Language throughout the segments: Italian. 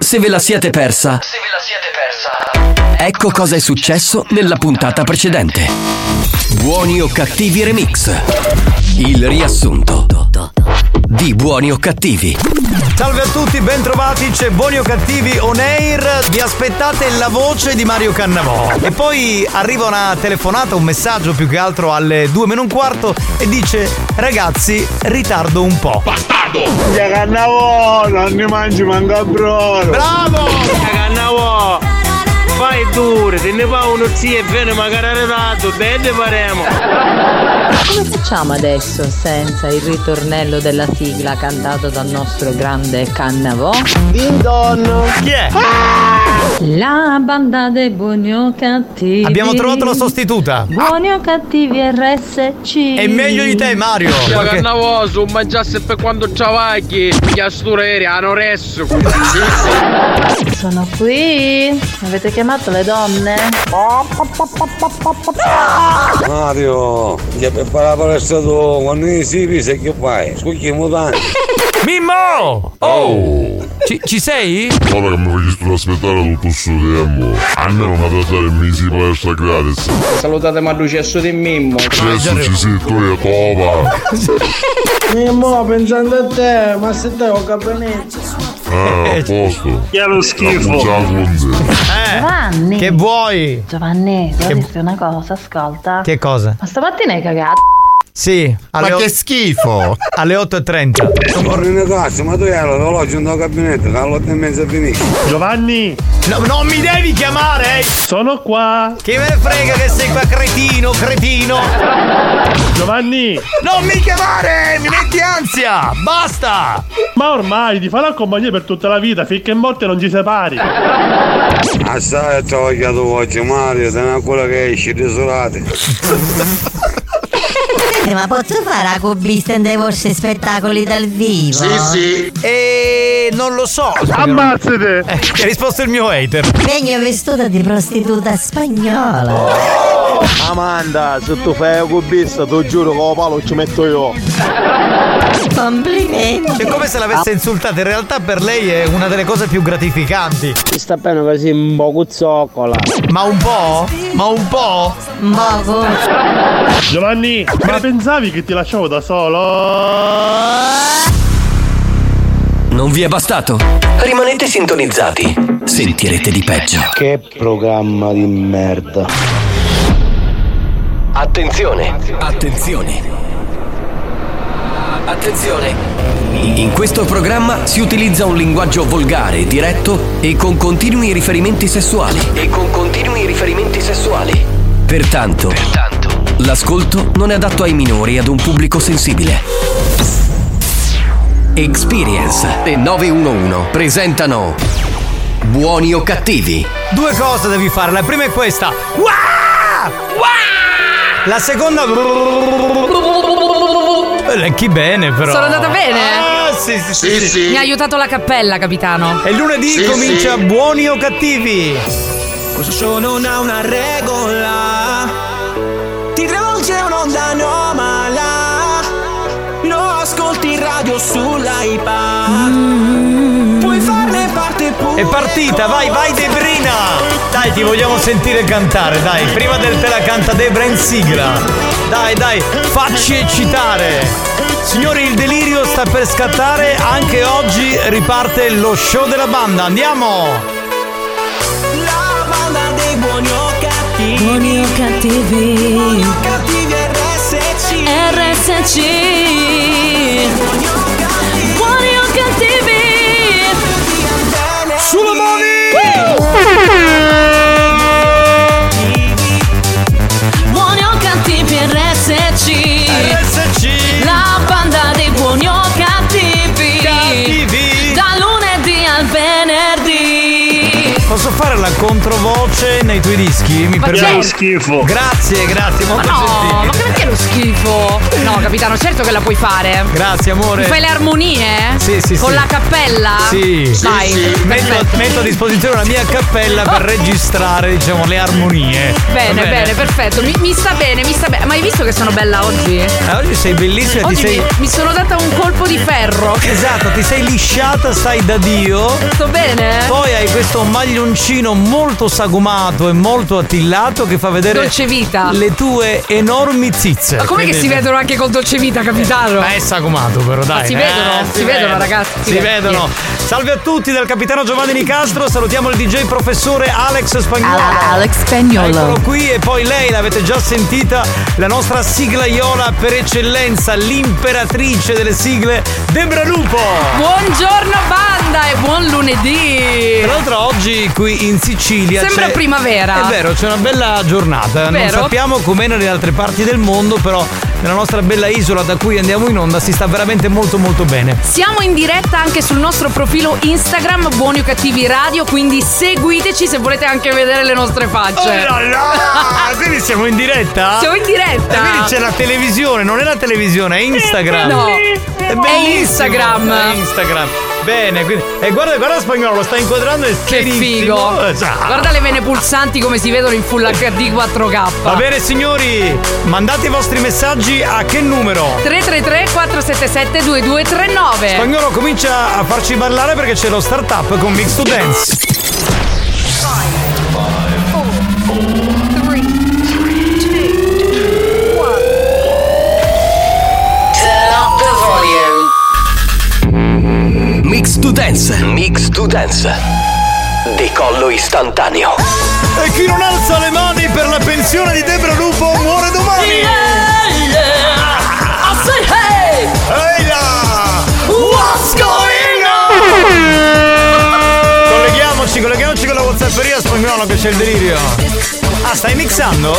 Se ve la siete persa, ecco cosa è successo nella puntata precedente. Buoni o cattivi remix. Il riassunto di Buoni o Cattivi. Salve a tutti, bentrovati, c'è Buoni o Cattivi on air. Vi aspettate la voce di Mario Cannavò. E poi arriva una telefonata, un messaggio più che altro alle 2:15 e dice: ragazzi, ritardo un po'. Bastardo! Cannavò, non ne mangi manca brodo. Bravo! Cannavò! Fai dure, se ne fa uno zio e viene magari arredato, bene faremo. Come facciamo adesso senza il ritornello della sigla cantato dal nostro grande Cannavò? Din don. Chi è? La banda dei Buoni o Cattivi. Abbiamo trovato la sostituta. Buoni o Cattivi RSC. È meglio di te, Mario. Cannavò, su mangiasse per quando travagli, gli astureri hanno resso. Sono qui. Avete chiamato le donne? Mario, che per fare la palestra tu, quando si pisa che fai? Scucchi mutanti. Mimmo! Oh! Ci sei? Ora che mi faccio aspettare tutto questo tempo, almeno una data del mese di palestra gratis. Salutate Madducesso di Mimmo. Cesso ci sei tu e copa. Mimmo, pensando a te, ma se te ho capito. A posto. Che è lo schifo. Giovanni. Che vuoi? Giovanni, devo dirti una cosa, ascolta. Che cosa? Ma stamattina hai cagato? Sì, ma che schifo! Alle 8:30. Corri in casa, ma tu hai l'orologio nel gabinetto, che alle 8:30 finisce. Giovanni! No, non mi devi chiamare! Sono qua! Che me ne frega che sei qua, cretino! Giovanni! Non mi chiamare! Mi metti ansia! Basta! Ma ormai ti farò compagnia per tutta la vita, finché in morte non ci separi! Assai ho travagliato oggi, Mario, te ne ancora che esci desolate. Ma posso fare la cubista dei vostri spettacoli dal vivo? Sì. Non lo so. Ammazzate! Ha risposto il mio hater. Vengo vestita di prostituta spagnola. Amanda, se tu fai la cubista, ti giuro che lo palo ci metto io. Complimenti. È come se l'avesse insultata. In realtà per lei è una delle cose più gratificanti. Ti sta bene così un po' cuzzoccola. Ma un po'? Moco. Giovanni, ma pensavi che ti lasciavo da solo? Non vi è bastato? Rimanete sintonizzati. Sentirete di peggio. Che programma di merda. Attenzione. In questo programma si utilizza un linguaggio volgare, diretto e con continui riferimenti sessuali. Pertanto, l'ascolto non è adatto ai minori e ad un pubblico sensibile. Experience e 911 presentano Buoni o Cattivi. Due cose devi fare. La prima è questa. La seconda. Lecchi bene, però. Sono andata bene? Sì. Mi ha aiutato la cappella, capitano. E lunedì comincia Buoni o Cattivi. Questo show non ha una regola. Ti travolge un'onda anomala. Lo ascolti in radio sull'iPad. Puoi farne parte pure. È partita, vai Debrina. Dai, ti vogliamo sentire cantare, dai. Prima del te la canta Debra in sigla. Dai, facci eccitare. Signori, il delirio sta per scattare. Anche oggi riparte lo show della banda. Andiamo. La banda dei Buoni o Cattivi. Buoni o Cattivi. RSC. Buoni o Cattivi. Sulle mani. Buoni o Cattivi RSC. La banda dei Buoni o Cattivi. Dal lunedì al venerdì. Posso fare la controvoce nei tuoi dischi? Mi permetti? Schifo. Grazie, molto gentile. Ma perché lo schifo. No, capitano, certo che la puoi fare. Grazie, amore. Mi fai le armonie? Sì. Con la cappella? Sì. Dai. Metto a disposizione la mia cappella per registrare, diciamo, le armonie. Bene, perfetto. Mi sta bene. Ma hai visto che sono bella oggi? Oggi sei bellissima. Oggi mi sono data un colpo di ferro. Esatto, ti sei lisciata, stai da Dio. Sto bene? Poi hai questo maglioncino molto sagomato e molto attillato che fa vedere Dolce Vita. le tue enormi zizze. Ma com'è che si vedono anche con Dolce Vita, capitano? Ma è sagomato però, dai. Ma si vedono ragazzi. Si vedono. Salve a tutti dal capitano Giovanni Nicastro. Salutiamo il DJ professore Alex Spagnuolo. Alex Spagnuolo. Eccolo qui. E poi lei, l'avete già sentita, la nostra siglaiola per eccellenza, l'imperatrice delle sigle, Debra Lupo. Buongiorno banda e buon lunedì. Tra l'altro oggi qui in Sicilia sembra primavera. È vero, c'è una bella giornata. Vero? Non sappiamo com'è nelle altre parti del mondo, però nella nostra bella isola da cui andiamo in onda si sta veramente molto molto bene. Siamo in diretta anche sul nostro profilo Instagram Buoni o Cattivi Radio, quindi seguiteci se volete anche vedere le nostre facce. Oh là là! Quindi siamo in diretta? Siamo in diretta. Quindi c'è la televisione, non è la televisione, è Instagram. No, è bellissimo. Instagram. È Instagram. Bene, quindi, e guarda Spagnolo, lo sta inquadrando e che figo. Guarda le vene pulsanti come si vedono in Full HD 4K. Va bene signori, mandate i vostri messaggi a che numero? 333 477 2239. Spagnolo comincia a farci ballare perché c'è lo startup con Mix to Dance. 5, 4, 3, 2, 1. Turn up the volume. Mix to Dance. Decollo istantaneo. E chi non alza le mani per la pensione di Debra Lupo muore domani. I say hey! Hey là! What's going on? Colleghiamoci con la WhatsApperia Spagnolo che c'è il delirio. Ah, stai mixando?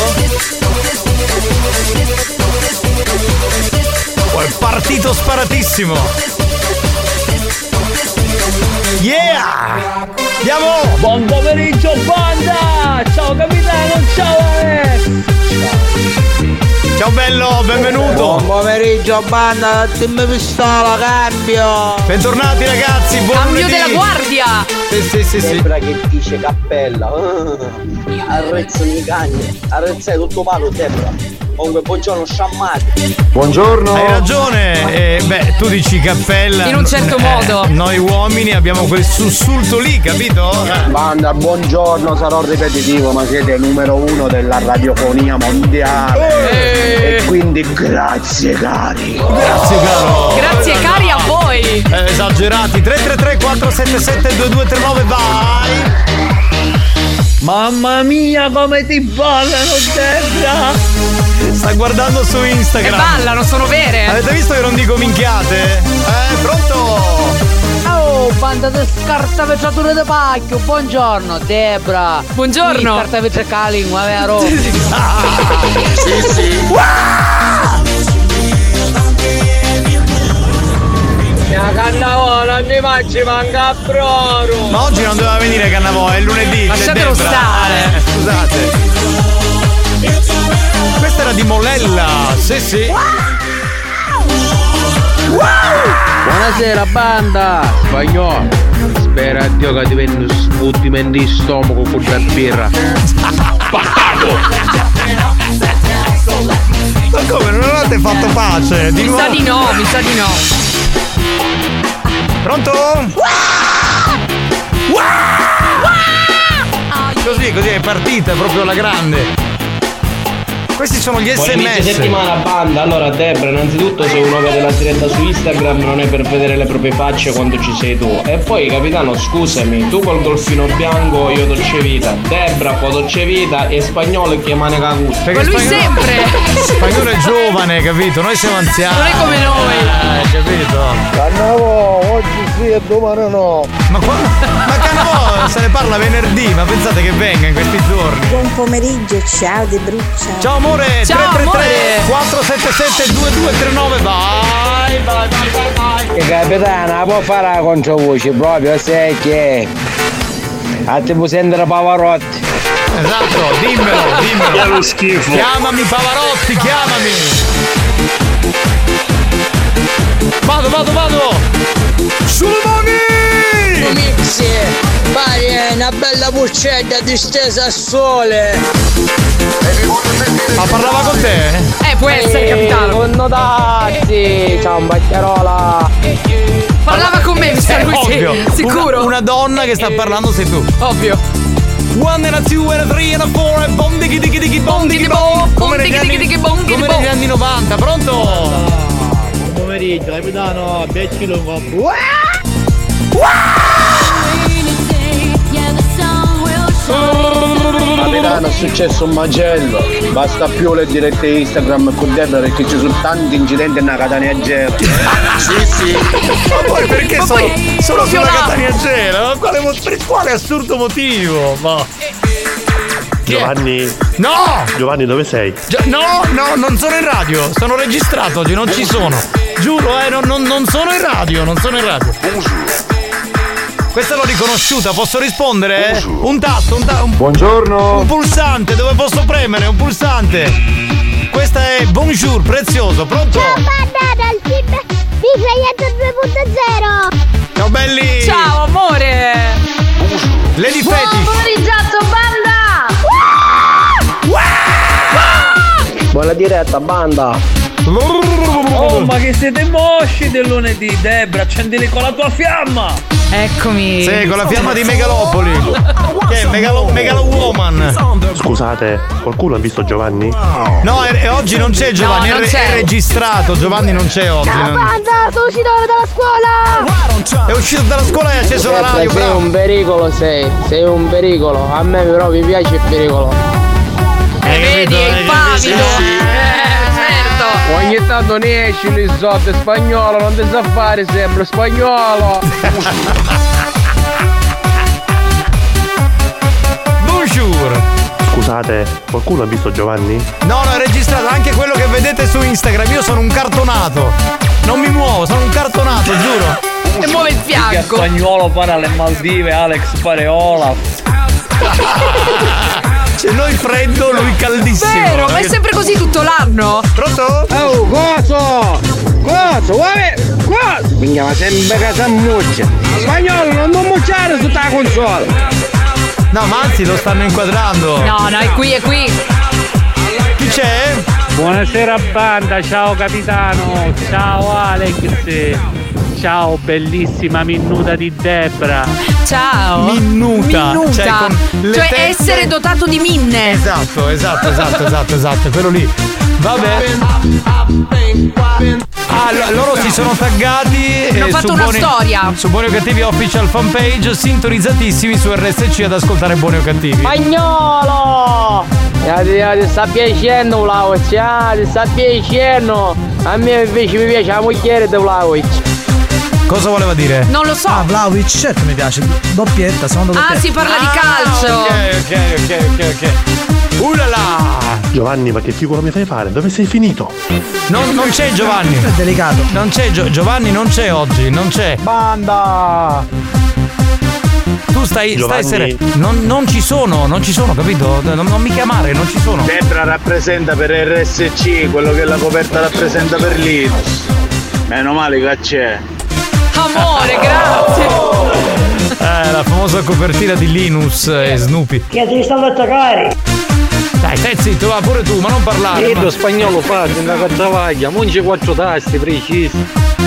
Oh, è partito sparatissimo. Yeah! Andiamo! Buon pomeriggio banda! Ciao capitano, ciao Alex! Ciao bello, benvenuto! Buon pomeriggio banda, dimmi pistola, cambio! Bentornati ragazzi, buon Cambio lunedì. della guardia! Sì. Sembra che dice cappella. Arrezzano i cani, arrezzai tutto palo, Debra. Comunque buongiorno sciammati. Buongiorno. Hai ragione, tu dici cappella. In un certo modo. Noi uomini abbiamo quel sussulto lì, capito? Banda, buongiorno, sarò ripetitivo, ma siete il numero 1 della radiofonia mondiale. E quindi grazie cari. Grazie caro. Grazie cari a voi. Esagerati. 333 477 2239, vai. Mamma mia come ti ballano Debra! Sta guardando su Instagram. E ballano, sono vere. Avete visto che non dico minchiate? Pronto? Oh, banda di scartavetrature di pacchio, buongiorno Debra. Buongiorno. Scartavetrature la lingua, vero? Sì. La cannavola mi faccio manca proprio. Ma oggi non doveva venire Cannavò, è lunedì. Lasciatelo Debra. stare. Scusate. Questa era di Molella, sì. Buonasera banda. Spagnolo. Spera a Dio che diventi un sfuttimento di stomaco con la birra. Ma come, non avete fatto pace? Mi sa di no. Pronto? Così è partita proprio alla grande. Questi sono gli Buon inizio SMS. settimana banda. Allora Debra, innanzitutto se uno vede la diretta su Instagram non è per vedere le proprie facce quando ci sei tu. E poi capitano scusami, tu col golfino bianco io dolce vita, Debra poi dolce vita e Spagnolo che mane cagusta. Ma lui sempre. Spagnolo è giovane, capito? Noi siamo anziani. Non è come noi. Capito? Cannavo, oggi sì e domani no. Ma Cannavò se ne parla venerdì, ma pensate che venga in questi giorni. Buon pomeriggio, ciao De Bruccia. Ciao amore, Ciao, 333 amore. 477 2239, vai. Che capitana può fare la controvoce proprio se che A te puoi sentire Pavarotti. Esatto, dimmelo. Che lo schifo. Chiamami Pavarotti, chiamami. Vado. Sulle mani! Mixi, pare una bella puccetta distesa al sole. Ma parlava con te? Può essere, capitano. Connotazzi. Ciao, un bacchiarola. Parlava con me, mi sa lui, ovvio. sicuro. Una donna che sta parlando sei tu. Ovvio. 1 and a 2 and a 3 and a 4 and bom dighi dighi dighi bom dighi bom. Come negli anni 90, pronto? Buon pomeriggio, capitano, beccilo un po'. Capitano, è successo un macello. Basta più le dirette Instagram con Debra perché ci sono tanti incidenti nella Catania-Gera. Sì. Ma poi perché sono sulla Catania-Gera? Per quale assurdo motivo? Ma Giovanni? No! Giovanni, dove sei? No, non sono in radio. Sono registrato oggi, non ci sono. Giuro, non sono in radio. Questa l'ho riconosciuta, posso rispondere? Un tasto, Buongiorno. Un pulsante, dove posso premere? Un pulsante. Questa è Bonjour, prezioso, pronto? Ciao banda dal team Big 2.0. Ciao belli! Ciao amore! Lady Buon Fetish! pomeriggio banda! Buona diretta, banda. Oh, ma che siete mosci del lunedì, Debra, accendili con la tua fiamma! Eccomi! Sì, con la fiamma di Megalopoli! Che è Megalo Woman! Scusate, qualcuno ha visto Giovanni? No, oggi non c'è Giovanni, No, non c'è. è registrato, Giovanni non c'è oggi. Ciao banda, sono uscito dalla scuola! È uscito dalla scuola e ha acceso la radio, Sei bravo! un pericolo, sei un pericolo. A me però mi piace il pericolo. Vedi, il pavido! Certo! Ogni tanto ne esci lì sotto, spagnolo, non ti sa fare sempre, spagnolo! Bonjour! Scusate, qualcuno ha visto Giovanni? No, è registrato anche quello che vedete su Instagram. Io sono un cartonato. Non mi muovo, sono un cartonato, giuro. E muove il fianco. Spagnolo para le Maldive, Alex pare Olaf. C'è noi freddo, lui caldissimo. Vero, ma è sempre così tutto l'anno? Pronto? Oh, coso! Minchia, ma sempre casa muccia! Spagnolo, non mucciare su sta console! No, ma anzi lo stanno inquadrando. No, è qui. Chi c'è? Buonasera banda, ciao capitano, ciao Alex, ciao bellissima minuta di Debra. Ciao. Minuta. Cioè essere dotato di minne. Esatto, quello lì. Vabbè. Loro si sono taggati. Hanno fatto una storia. Su Buoni o Cattivi Official Fanpage, sintonizzatissimi su RSC ad ascoltare Buoni o Cattivi. Spagnolo! Ti sta piacendo Vlaovic, ti sta piacendo! A me invece mi piace la moglie di Vlaovic. Cosa voleva dire? Non lo so. Vlaovic, certo mi piace. Doppietta, secondo doppietta. Ah, si parla di calcio. Ok. Ulala! Giovanni, ma che figura mi fai fare? Dove sei finito? Non c'è Giovanni. È delicato. Non c'è Giovanni, non c'è oggi, non c'è. Banda! Tu stai sereno. Non ci sono, capito? Non mi chiamare, non ci sono. Debra rappresenta per RSC quello che la coperta rappresenta per Linus. Meno male che c'è. Amore, grazie. La famosa copertina di Linus e Snoopy. Che ti stanno a attaccare? Dai, stai zitto, va pure tu, ma non parlare. Lo spagnolo fa una cazzavaglia, munge 4 tasti precisi.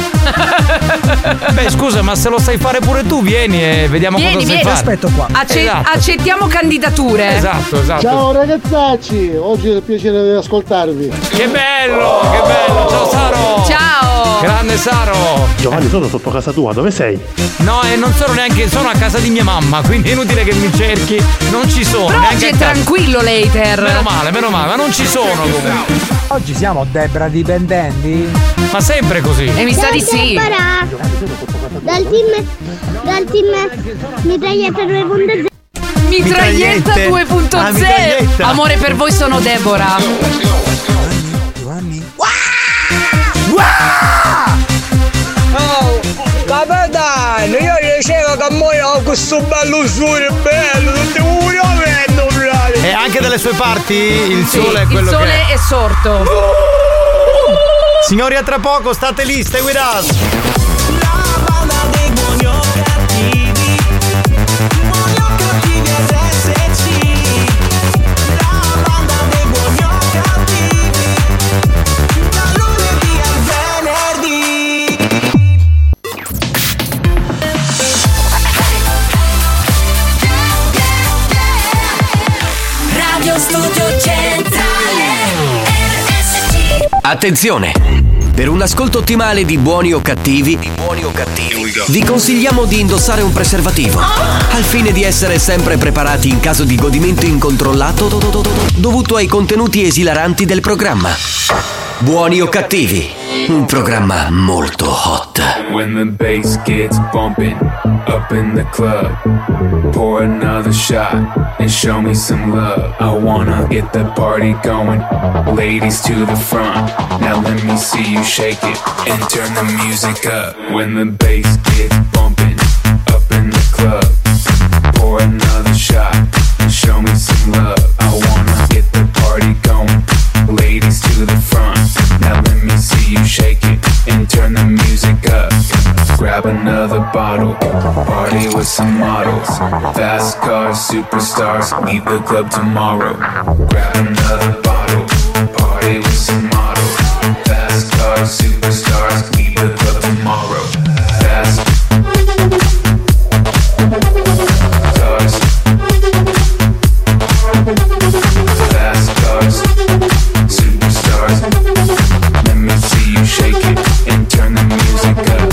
Beh, scusa, ma se lo sai fare pure tu, vieni e vediamo cosa sai fare. Aspetto qua. Esatto. Accettiamo candidature. Esatto. Ciao ragazzacci, oggi è il piacere di ascoltarvi. Che bello, ciao Saro. Ciao. Grande Saro. Giovanni, sono sotto casa tua, dove sei? No, non sono neanche, sono a casa di mia mamma, quindi è inutile che mi cerchi. Non ci sono. Però oggi è tranquillo l'hater. Meno male, ma non ci sono comunque. Oggi siamo Debra dipendenti? Ma sempre così. E mi sa di sì. Dal team Mitraglietta 2.0. Mitraglietta 2.0. Mitraglietta. Amore, per voi sono Deborah. Giovanni. Oh, ma dai, io ricevo che muoio questo bello sole bello, non devo E anche dalle sue parti il sole è quello il sole che è sorto. Signori, a tra poco, state lì, stay with us. Radio Studio Centrale RSC. Attenzione! Per un ascolto ottimale di Buoni o Cattivi, vi consigliamo di indossare un preservativo, al fine di essere sempre preparati in caso di godimento incontrollato dovuto ai contenuti esilaranti del programma. Buoni o Cattivi, un programma molto hot. When the bass gets bumping up in the club, pour another shot and show me some love. I wanna get the party going, ladies to the front. Now let me see you shake it and turn the music up. When the bass gets bumping up in the club, pour another shot and show me some love. I wanna get the party going, ladies to the front. Now let me see you shake it and turn the music up. Grab another bottle, party with some models. Fast cars, superstars, leave the club tomorrow. Grab another bottle, party with some models. Fast cars, superstars, leave the club tomorrow. Fast cars, fast cars, superstars. Let me see you shake it and turn the music up.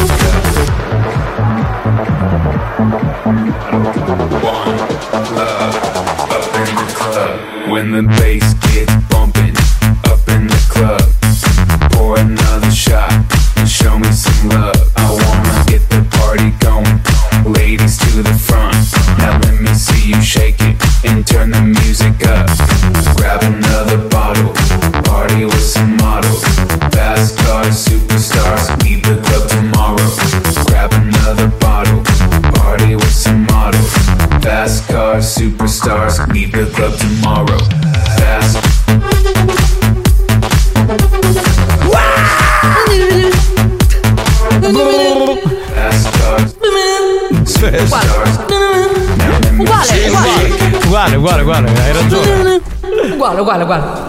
One love up in the club. When the bass gets bumping up in the club, pour another shot and show me some love. I wanna get the party going, ladies to the front. Now let me see you shake it and turn the music up. Grab another bottle, party with some models. Fast cars, superstars, leave the club tomorrow. Grab another bottle, party with some models. Fast cars, superstars, leave the club tomorrow. Fast. Fast cars, superstars. Uguale, hai ragione. Uguale.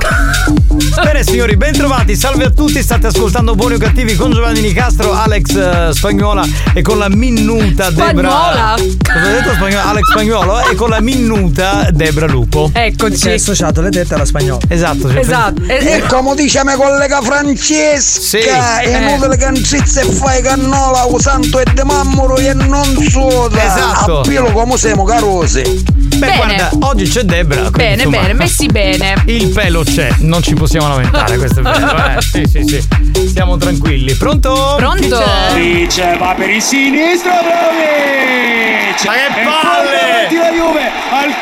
Bene signori, ben trovati, salve a tutti, state ascoltando Buoni o Cattivi con Giovanni Nicastro, Alex Spagnuola e con la minuta Debra. Cosa ho detto? Alex Spagnuolo e con la minuta Debra Lupo. Eccoci. Che è associato le tette alla spagnola. Esatto. E come dice mia collega Francesca, è inutile che intrizza e fai cannola usando e de mammoro e non soda. Esatto. Appilo come siamo carosi. Beh, guarda, oggi c'è Debra. Bene, messi bene. Il pelo c'è, non ci possiamo lamentare, questo è vero. Sì. Stiamo tranquilli. Pronto? Dice, va per il sinistro, Vlahovic. Ma che palle! E la Juve al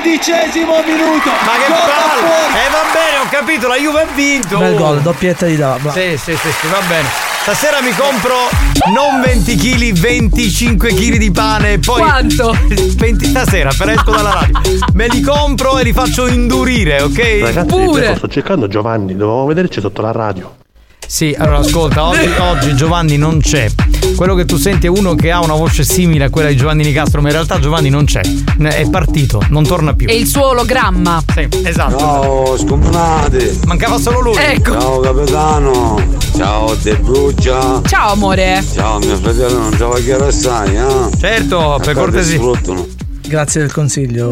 15° minuto. Ma che palle! Va bene, ho capito, la Juve ha vinto. Bel gol, doppietta di Dava. Sì, va bene. Stasera mi compro non 20 kg, 25 kg di pane e poi. Quanto? 20 stasera, per esco dalla radio. Me li compro e li faccio indurire, ok? Ragazzi, Pure. sto cercando Giovanni, dovevamo vederci sotto la radio. Sì, allora ascolta, oggi Giovanni non c'è. Quello che tu senti è uno che ha una voce simile a quella di Giovanni Nicastro, ma in realtà Giovanni non c'è. È partito, non torna più. È il suo ologramma. Sì, esatto. Ciao, scomponati. Mancava solo lui. Ecco. Ciao capitano. Ciao De Brucia. Ciao amore. Ciao mio fratello, non so che ora sai, Certo, per cortesia. Grazie del consiglio,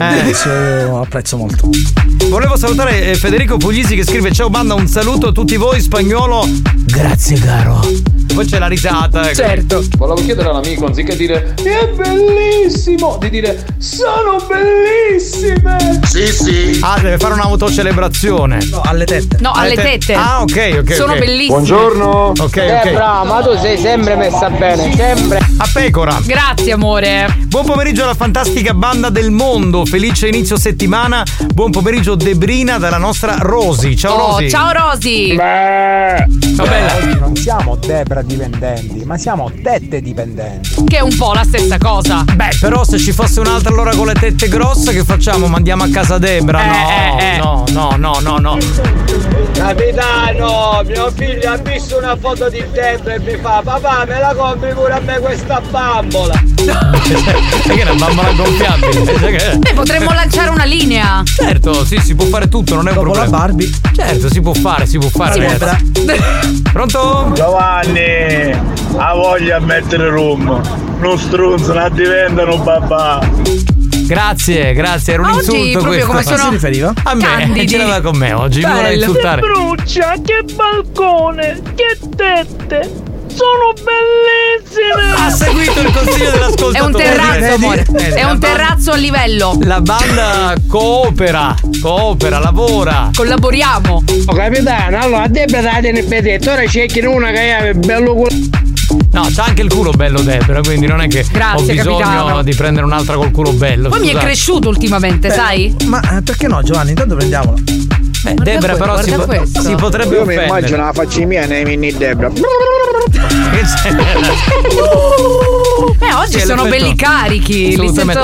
io apprezzo molto. Volevo salutare Federico Puglisi che scrive: ciao banda, un saluto a tutti voi, Spagnolo. Grazie caro. Poi c'è la risata. Certo. Volevo chiedere all'amico, anziché dire è bellissimo, di dire sono bellissime. Sì. Ah, deve fare un'autocelebrazione. No, alle tette. No, alle tette. Ah, ok. Sono bellissime. Buongiorno. Ok. Bravo, ma tu sei sempre messa bene, sempre. A pecora. Grazie amore. Buon pomeriggio alla fantastica banda del mondo. Felice inizio settimana. Buon pomeriggio Debrina dalla nostra Rosy. Ciao Rosy. Ciao Rosy. Vabbè, oggi non siamo Debra dipendenti, ma siamo tette dipendenti. Che è un po' la stessa cosa. Beh, però se ci fosse un'altra allora con le tette grosse, che facciamo? Mandiamo a casa Debra? No. Capitano, mio figlio ha visto una foto di Debra e mi fa: papà, me la compri pure a me questa bambola. Perché è una bambola gonfiabile? Potremmo lanciare una linea. Certo, sì, si può fare tutto, non è un problema. La Barbie. Certo, si può fare, ragazzi. Pronto? Giovanni, ha voglia a mettere rum. Non strunzo, non diventano babà. Grazie, era un oggi insulto proprio questo. come sono si riferiva? A me, candidi. ce l'aveva con me oggi, mi vuole insultare. Che brucia, che balcone, che tette. Sono bellissime! Ha seguito il consiglio dell'ascoltatore. È un terrazzo, amore. È un terrazzo a livello. La banda coopera, lavora. Collaboriamo. Oh, capitano, allora a Debra date nel pedetto, ora cerchino una che è bello culo. No, c'ha anche il culo bello Debra, quindi non è che Grazie, ho bisogno capitano. di prendere un'altra col culo bello. Poi mi è cresciuto ultimamente, sai? Ma perché no, Giovanni? Intanto prendiamolo. Debra però si potrebbe Io mi offendere. immagino la faccia mia nei mini Debra. Oggi sono belli carichi. Li sento.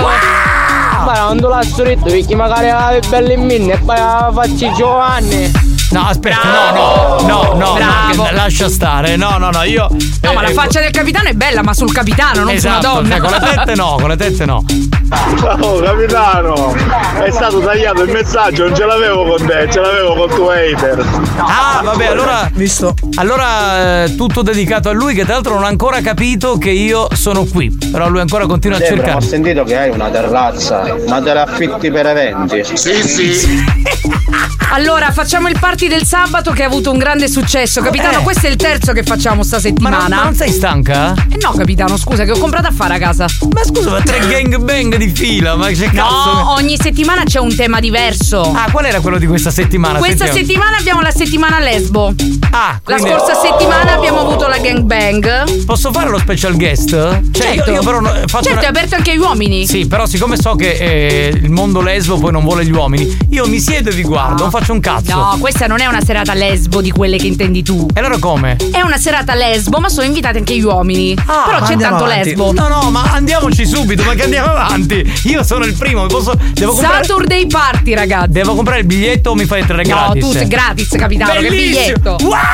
Ma non te l'ha storetto perché magari la bella in minne e poi la facci Giovanni. No, aspetta, no, Bravo. lascia stare. No, io. No, ma la faccia del capitano è bella, ma sul capitano, non esatto, su una donna. Cioè, con le tette no. Ciao capitano, è stato tagliato il messaggio, non ce l'avevo con te, ce l'avevo con tuo hater. Ah, vabbè, allora visto. Allora tutto dedicato a lui, che tra l'altro non ha ancora capito che io sono qui. Però lui ancora continua a cercare. Ho sentito che hai una terrazza, ma te la affitti per eventi? Sì. Allora, facciamo il party del sabato che ha avuto un grande successo. Capitano, questo è il terzo che facciamo sta settimana. Ma non sei stanca? No, capitano, scusa, che ho comprato a fare a casa. Ma scusa, ma 3 gangbang di fila, ma che cazzo? No, ogni settimana c'è un tema diverso. Ah, qual era quello di questa settimana? Questa settimana abbiamo la settimana lesbo. Ah, quindi la scorsa settimana abbiamo avuto la gangbang. Posso fare lo special guest? Cioè, certo. io però faccio certo, è aperto anche agli uomini. Sì, però siccome so che il mondo lesbo poi non vuole gli uomini, io mi siedo e vi guardo, non faccio un cazzo. No, questa non è una serata lesbo di quelle che intendi tu. E allora come? È una serata lesbo, ma sono invitati anche gli uomini. Però c'è tanto avanti. lesbo. No, ma andiamoci subito, ma che andiamo avanti? Io sono il primo, devo comprare. Saturday party, ragazzi. Devo comprare il biglietto o mi fai entrare gratis? No, tu sei gratis, capitano. Bellissimo. Che biglietto.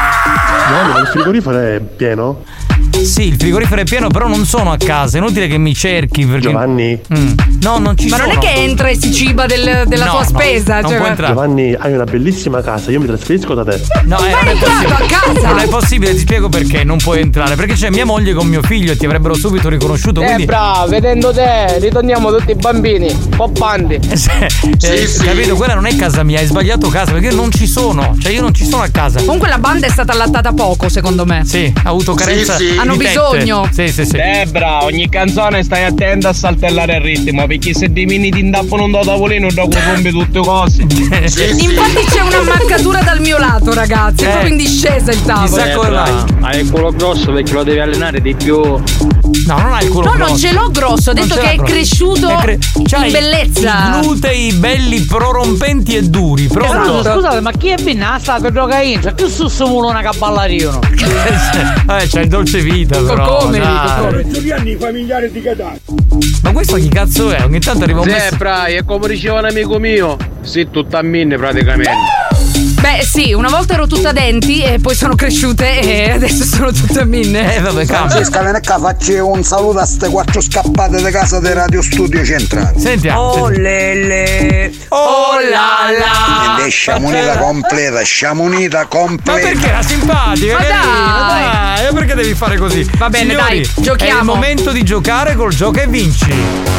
No, il frigorifero è pieno? Sì, il frigorifero è pieno, però non sono a casa. È inutile che mi cerchi perché. Giovanni? No, non ci ma sono. non è che entra e si ciba della tua spesa. Non può entrare. Giovanni, hai una bellissima casa, io mi trasferisco da te. No, ma non è entrato a casa. Non è possibile, ti spiego perché non puoi entrare. Perché c'è mia moglie con mio figlio e ti avrebbero subito riconosciuto. Quindi. Bravo, vedendo te, ritorniamo tutti bambini, poppanti. Capito? Quella non è casa mia, hai sbagliato casa perché io non ci sono. Cioè, io non ci sono a casa. Comunque la banda è stata allattata poco, secondo me. Sì, ha avuto carenza. Hanno bisogno. Sì. Debra, ogni canzone stai attenta a saltellare il ritmo, perché se dimini ti indappano un tavolino dopo rompi tutte cose. Infatti c'è un'ammaccatura dal mio lato, ragazzi. È proprio in discesa il tavolo. Hai il culo grosso perché lo devi allenare di più. No, non hai il culo grosso. No, non ce l'ho grosso, ho detto che è cresciuto in bellezza. I glutei belli, prorompenti e duri. Scusate, ma chi è vinasta con drogaina? Che sussumono una caballarino? C'è il dolce vita, però. Gli anni familiari di Catania. Ma questo chi cazzo è? Ogni tanto arriva un Zebra, è come diceva un amico mio. Sì, tutta a minne praticamente. Beh, sì, una volta ero tutta denti e poi sono cresciute e adesso sono tutte minne. Vabbè, Francesca, vieni qua, facci un saluto a ste 4 scappate di casa del Radio Studio Centrale. Sentiamo. Oh lele. Oh la la. Ed è sciamunita completa, sciamunita completa. Ma perché era simpatica? Ma dai, perché devi fare così? Va bene, signori, dai, giochiamo. È il momento di giocare col Gioca e Vinci.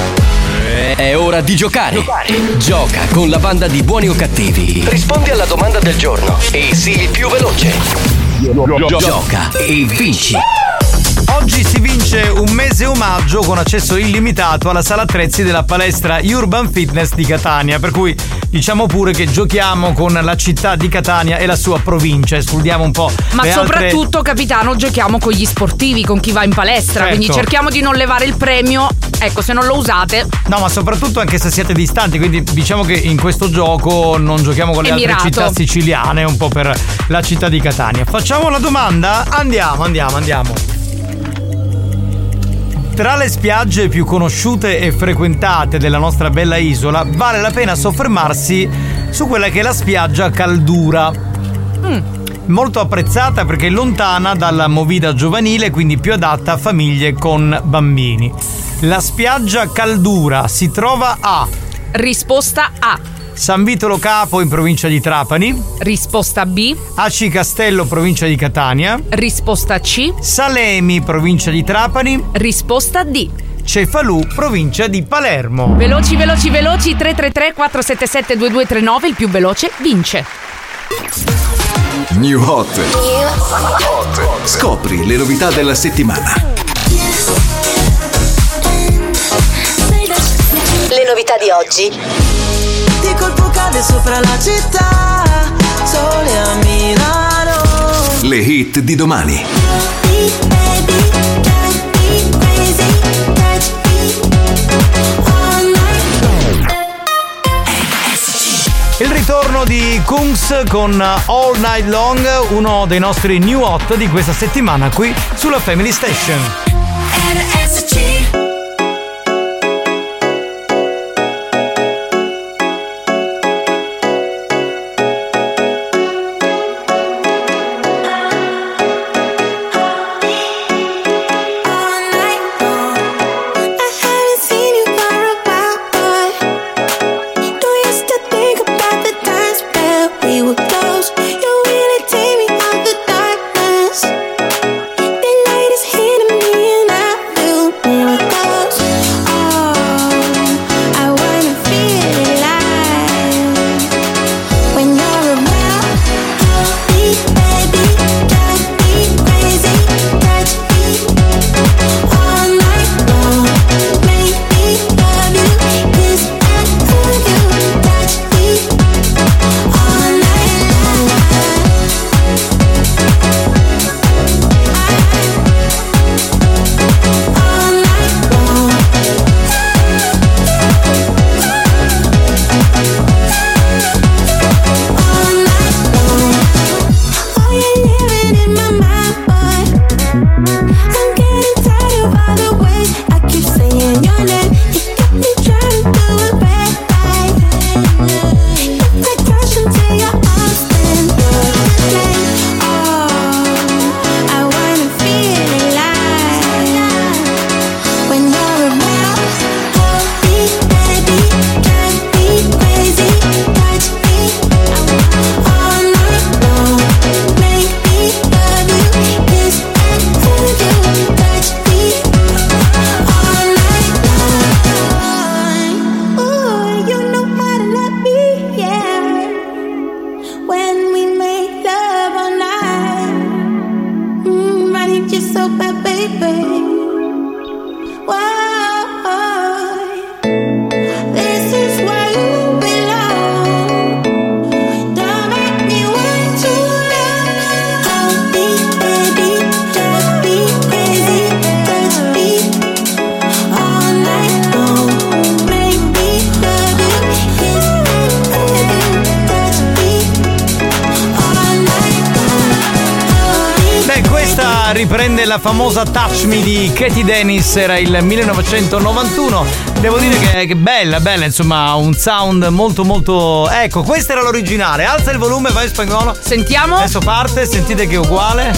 È ora di giocare. Gioca con la banda di Buoni o Cattivi. Rispondi alla domanda del giorno e sii il più veloce. Gioca e vinci. oggi si vince un mese omaggio con accesso illimitato alla sala attrezzi della palestra Urban Fitness di Catania, per cui diciamo pure che giochiamo con la città di Catania e la sua provincia, escludiamo un po'. Ma le soprattutto, capitano, giochiamo con gli sportivi, con chi va in palestra, Certo. quindi cerchiamo di non levare il premio. Ecco, se non lo usate. No, ma soprattutto anche se siete distanti, quindi diciamo che in questo gioco non giochiamo con le altre città siciliane, un po' per la città di Catania. Facciamo la domanda? Andiamo. Tra le spiagge più conosciute e frequentate della nostra bella isola, vale la pena soffermarsi su quella che è la spiaggia Caldura. Molto apprezzata perché è lontana dalla movida giovanile, quindi più adatta a famiglie con bambini. La spiaggia Caldura si trova a... Risposta A. San Vito Lo Capo in provincia di Trapani. Risposta B. Aci Castello, provincia di Catania. Risposta C. Salemi, provincia di Trapani. Risposta D. Cefalù, provincia di Palermo. Veloci 333 477 2239, il più veloce vince. New Hot. Scopri le novità della settimana. Le novità di oggi. Di colpo cade sopra la città, sole a Milano. Le hit di domani. Il ritorno di Kungs con All Night Long, uno dei nostri new hot di questa settimana qui sulla Family Station. Riprende la famosa Touch Me di Katie Dennis, era il 1991. Devo dire che è bella, insomma, un sound molto. Ecco, questa era l'originale. Alza il volume, vai in spagnolo. Sentiamo. Adesso parte, sentite che è uguale.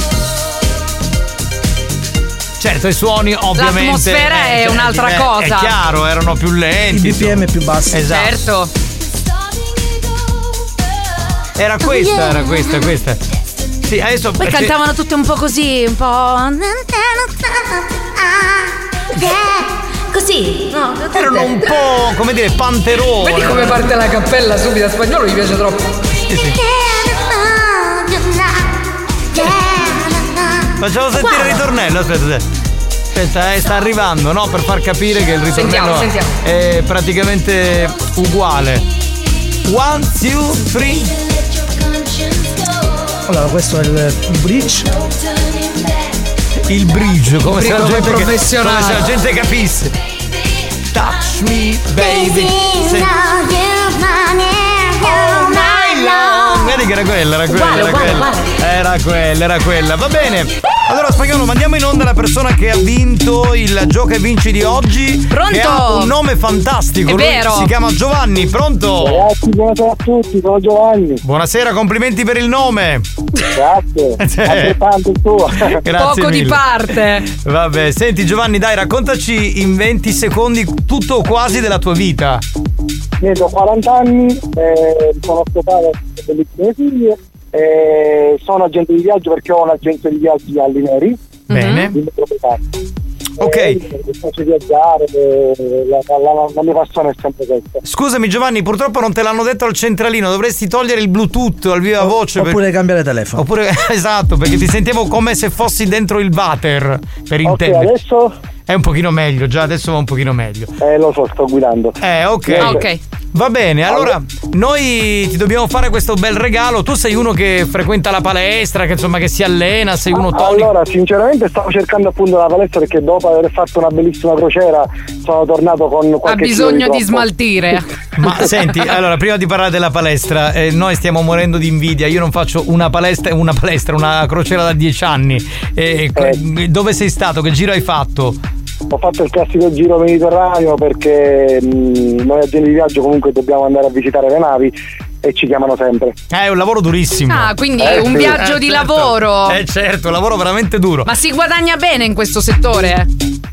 Certo, i suoni ovviamente. L'atmosfera è un'altra cosa. È chiaro, erano più lenti. I BPM più bassi. Esatto. Certo. Era questa. Sì, adesso poi cantavano tutte un po' così, un po'. Così, no? Erano un po', come dire, panterone. Vedi come parte la cappella subito a spagnolo, mi piace troppo. Sì. Facciamo sentire il ritornello, aspetta, sta arrivando, no? Per far capire che il ritornello Sentiamo. è praticamente uguale. 1, 2, 3. Allora, questo è il bridge. Il bridge, come se la gente professionale. come se la gente capisse. Touch me, baby. Vedi che era quella. Va bene. Allora spagnolo, mandiamo in onda la persona che ha vinto il Gioca e Vinci di oggi. Pronto? Che ha un nome fantastico. È vero. Si chiama Giovanni, pronto? Ragazzi, buonasera a tutti, sono Giovanni. Buonasera, complimenti per il nome. Grazie. Altrettanto il tuo. Grazie Poco mille. di parte. Vabbè, senti Giovanni, dai, raccontaci in 20 secondi tutto o quasi della tua vita. Ho 40 anni, sono sposato con bellissime figlie, sono agente di viaggio perché ho un'agenzia di viaggi a Lineri. Bene. Ok. Mi piace viaggiare, la mia passione è sempre questa. Scusami Giovanni, purtroppo non te l'hanno detto al centralino, dovresti togliere il Bluetooth al viva voce. Oppure cambiare telefono. Oppure, esatto, perché ti sentivo come se fossi dentro il water, per intendere. Adesso? È un pochino meglio, già adesso va un pochino meglio. Lo so, sto guidando. Ok. Va bene, allora noi ti dobbiamo fare questo bel regalo. Tu sei uno che frequenta la palestra, che insomma che si allena, sei uno tonico. Allora, sinceramente stavo cercando appunto la palestra perché dopo aver fatto una bellissima crociera sono tornato con qualche Ha bisogno di troppo. smaltire. Ma senti, allora prima di parlare della palestra, noi stiamo morendo di invidia. Io non faccio una crociera da 10 anni. Dove sei stato? Che giro hai fatto? Ho fatto il classico giro mediterraneo perché noi agenti di viaggio comunque dobbiamo andare a visitare le navi e ci chiamano sempre. È un lavoro durissimo. Ah, quindi un viaggio di certo. lavoro. Certo, un lavoro veramente duro. Ma si guadagna bene in questo settore?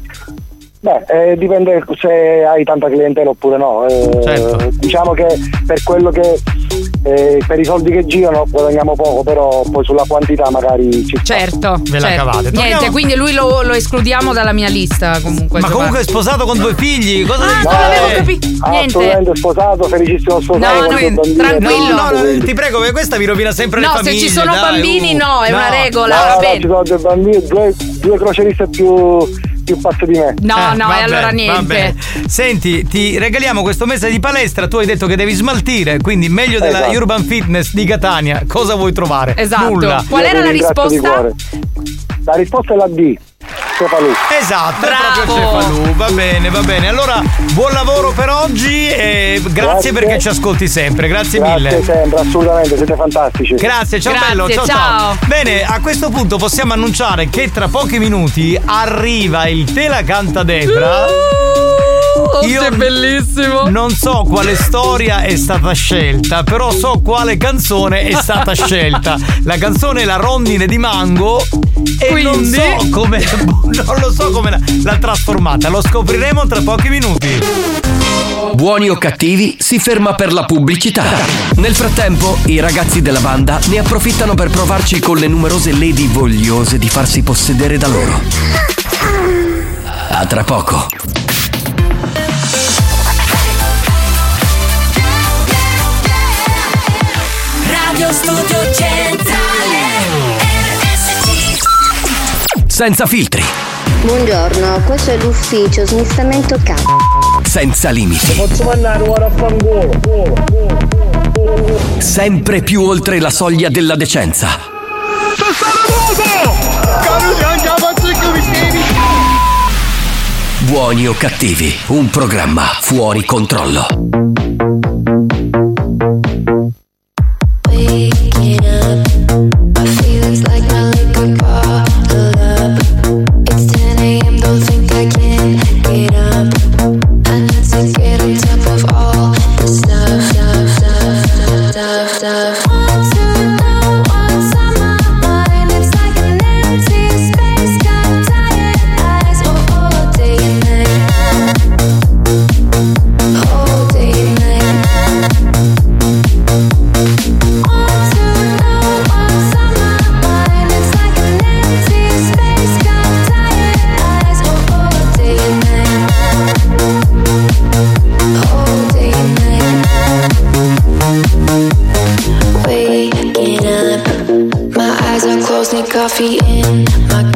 Dipende se hai tanta clientela oppure no. Certo. Diciamo che per quello che per i soldi che girano guadagniamo poco, però poi sulla quantità magari ci sta. Certo. Ve la cavate. Niente, quindi lui lo escludiamo dalla mia lista comunque. Ma comunque è sposato con 2 figli. Cosa devi non fare? avevo capito. Niente. Assolutamente sposato, felicissimo sposato. tranquillo. No, ti prego, perché questa vi rovina sempre le famiglie. No, se ci sono bambini no, è una regola. No, va bene. ci sono 2 bambini, due crocieriste più pazzo di me. No, e vabbè, allora niente. Senti, ti regaliamo questo mese di palestra. Tu hai detto che devi smaltire, quindi meglio della Urban Fitness di Catania. Cosa vuoi trovare? Esatto. Nulla. Qual era la risposta? La risposta è la D. Cefalù. Esatto, bravo. È proprio Cefalù. Va bene. Allora, buon lavoro per oggi e grazie perché ci ascolti sempre. Grazie mille. Grazie sempre, assolutamente, siete fantastici. Grazie, ciao bello, ciao. Bene, a questo punto possiamo annunciare che tra pochi minuti arriva il Te la canta Debra. Io è bellissimo. Non so quale storia è stata scelta, però so quale canzone è stata scelta. La canzone è La rondine di Mango e quindi? non lo so come l'ha trasformata. Lo scopriremo tra pochi minuti. Buoni o cattivi si ferma per la pubblicità. Nel frattempo, i ragazzi della banda ne approfittano per provarci con le numerose lady vogliose di farsi possedere da loro. A tra poco. Radio Studio Centrale RSC. Senza filtri, Buongiorno, questo è l'ufficio smistamento capo. senza limiti, Posso mandare ora a fangolo. sempre più oltre la soglia della decenza. Buoni o cattivi, un programma fuori controllo. Waking up, my feelings like my liquor bottled up. It's 10 a.m., don't think I can get up. I need to get on top of all the stuff. Want to know what's on my mind. It's like an empty space, got tired eyes all day and night. All day and night. Want to know what's on my mind. It's like an empty space, got tired eyes all day and night. All day and night. Waking up, my eyes are closed, need coffee in my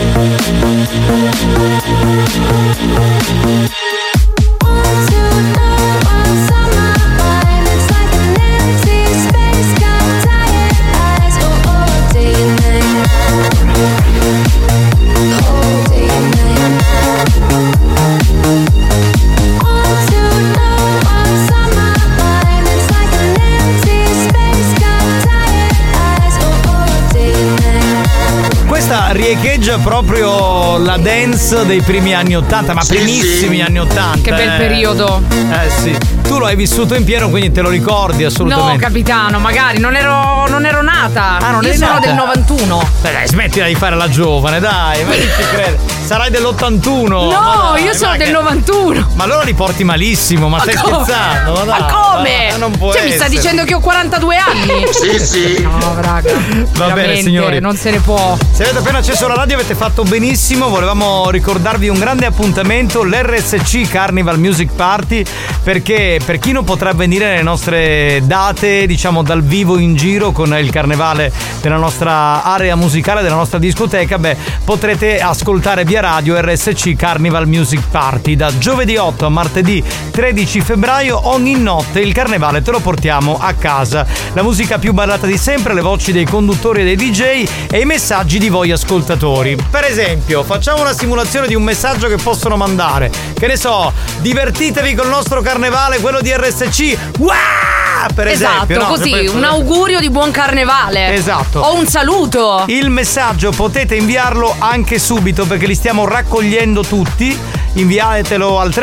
Riecheggia proprio la dance dei primi anni 80, ma primissimi anni 80. Che bel periodo. Sì. Tu lo hai vissuto in pieno, quindi te lo ricordi assolutamente. No, capitano, magari non ero nata. Ah, non io eri sono nata? del 91. Dai, smettila di fare la giovane, dai, ma chi ci crede? Sarai dell'81. No, io sono del 91. Ma allora li porti malissimo, ma stai come? scherzando? Ma, dai, Ma come? ma non può mi sta essere. dicendo che ho 42 anni? Sì. No, raga. Va bene, veramente, signori. Non se ne può. Se avete appena acceso la radio avete fatto benissimo. Volevamo ricordarvi un grande appuntamento, l'RSC Carnival Music Party, perché per chi non potrà venire nelle nostre date, diciamo dal vivo in giro con il carnevale della nostra area musicale, della nostra discoteca, potrete ascoltare via radio RSC Carnival Music Party da giovedì 8 a martedì 13 febbraio. Ogni notte il carnevale te lo portiamo a casa. La musica più ballata di sempre, le voci dei conduttori e dei DJ e i messaggi di voi ascoltatori. Per esempio, facciamo una simulazione di un messaggio che possono mandare. Che ne so, divertitevi col nostro carnevale, quello di RSC. Wow! Per esempio, esatto, così, un augurio di buon carnevale. Esatto. O un saluto. Il messaggio potete inviarlo anche subito perché li stiamo raccogliendo tutti. Inviatelo al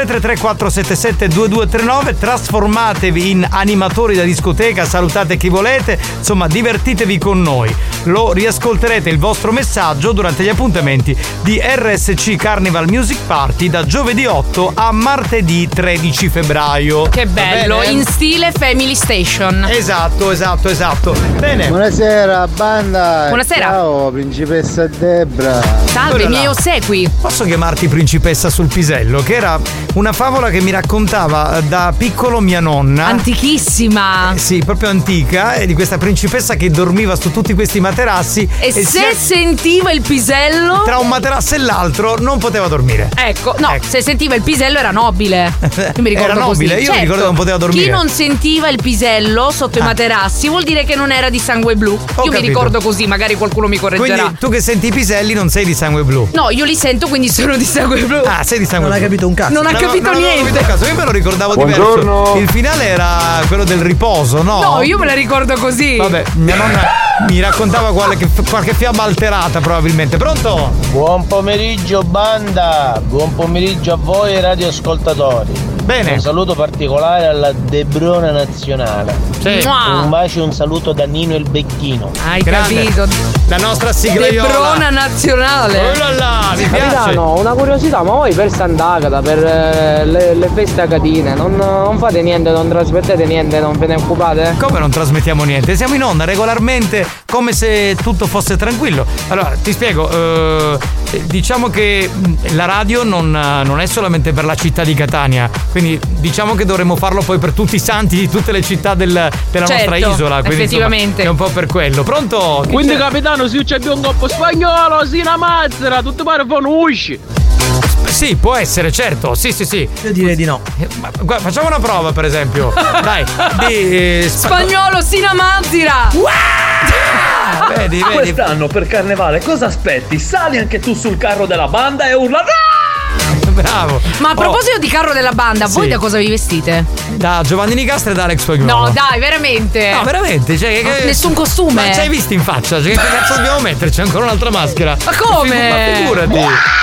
333-477-2239. Trasformatevi in animatori da discoteca, salutate chi volete, insomma divertitevi con noi. Lo riascolterete il vostro messaggio durante gli appuntamenti di RSC Carnival Music Party da giovedì 8 a martedì 13 febbraio. Che bello, in stile Family Station. Esatto. Bene. Buonasera banda. Buonasera. Ciao principessa Debra. Salve, i miei ossequi. Posso chiamarti principessa sul pisello? Che era una favola che mi raccontava da piccolo mia nonna. Antichissima. Sì, proprio antica. E di questa principessa che dormiva su tutti questi materassi. E se sentiva il pisello, tra un materasso e l'altro non poteva dormire. Ecco, no, se sentiva il pisello era nobile. Io mi ricordo Era nobile, così. io mi ricordo che non poteva dormire. Chi non sentiva il pisello sotto i materassi vuol dire che non era di sangue blu. Io mi ricordo così, magari qualcuno mi correggerà. Quindi tu che senti i piselli non sei di sangue blu. No, io li sento, quindi sono di sangue blu. Ah, sei di sangue blu. Non hai capito un cazzo. Non ha capito niente. Io me lo ricordavo Buongiorno. diverso. Il finale era quello del riposo, no? No, io me la ricordo così. Vabbè, mia nonna mi raccontava qualche fiaba alterata probabilmente. Pronto? Buon pomeriggio banda, buon pomeriggio a voi radioascoltatori. Bene. Un saluto particolare alla Debrona nazionale. Sì. Un bacio e un saluto da Nino il Becchino. Hai capito? La nostra sigliola. Debrona nazionale. Oh là là, mi piace. Capitano, una curiosità, ma voi per Sant'Agata, per le feste agatine, non fate niente, non trasmettete niente, non ve ne occupate? Come non trasmettiamo niente? Siamo in onda regolarmente come se tutto fosse tranquillo. Allora, ti spiego, diciamo che la radio non è solamente per la città di Catania, quindi diciamo che dovremmo farlo poi per tutti i santi di tutte le città della nostra isola. Quindi, effettivamente. Insomma, è un po' per quello. Pronto? Quindi capitano, se c'è un coppo spagnolo, si una mazzera, tutto pare fanno usci. Sì, può essere, certo. Sì. Io direi di no. Guarda, facciamo una prova, per esempio. Dai, Spagnolo Sinamazzira. Vedi. Quest'anno per carnevale cosa aspetti? Sali anche tu sul carro della banda e urla. Bravo. Ma a proposito di carro della banda, voi da cosa vi vestite? Da Giovanni Nicastro e da Alex Spagnolo. No, dai, veramente. No, veramente, nessun costume. Ma ci hai visto in faccia? Che cazzo dobbiamo metterci? Ancora un'altra maschera. Ma come? Ma figurati.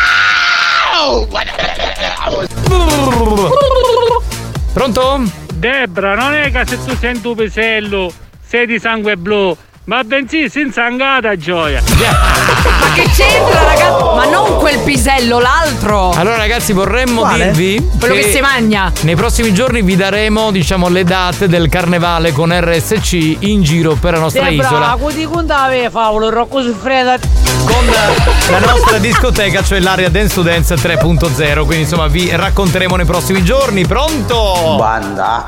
Pronto? Debra, non è che se tu senti un pisello sei di sangue blu, ma bensì senza angata gioia. Ma che c'entra, ragazzi? Ma non quel pisello, l'altro. Allora ragazzi, vorremmo dirvi quello che si mangia. Nei prossimi giorni vi daremo, diciamo, le date del carnevale con RSC in giro per la nostra isola. Con la nostra discoteca, cioè l'area Dance to Dance 3.0. Quindi insomma vi racconteremo nei prossimi giorni. Pronto? Banda.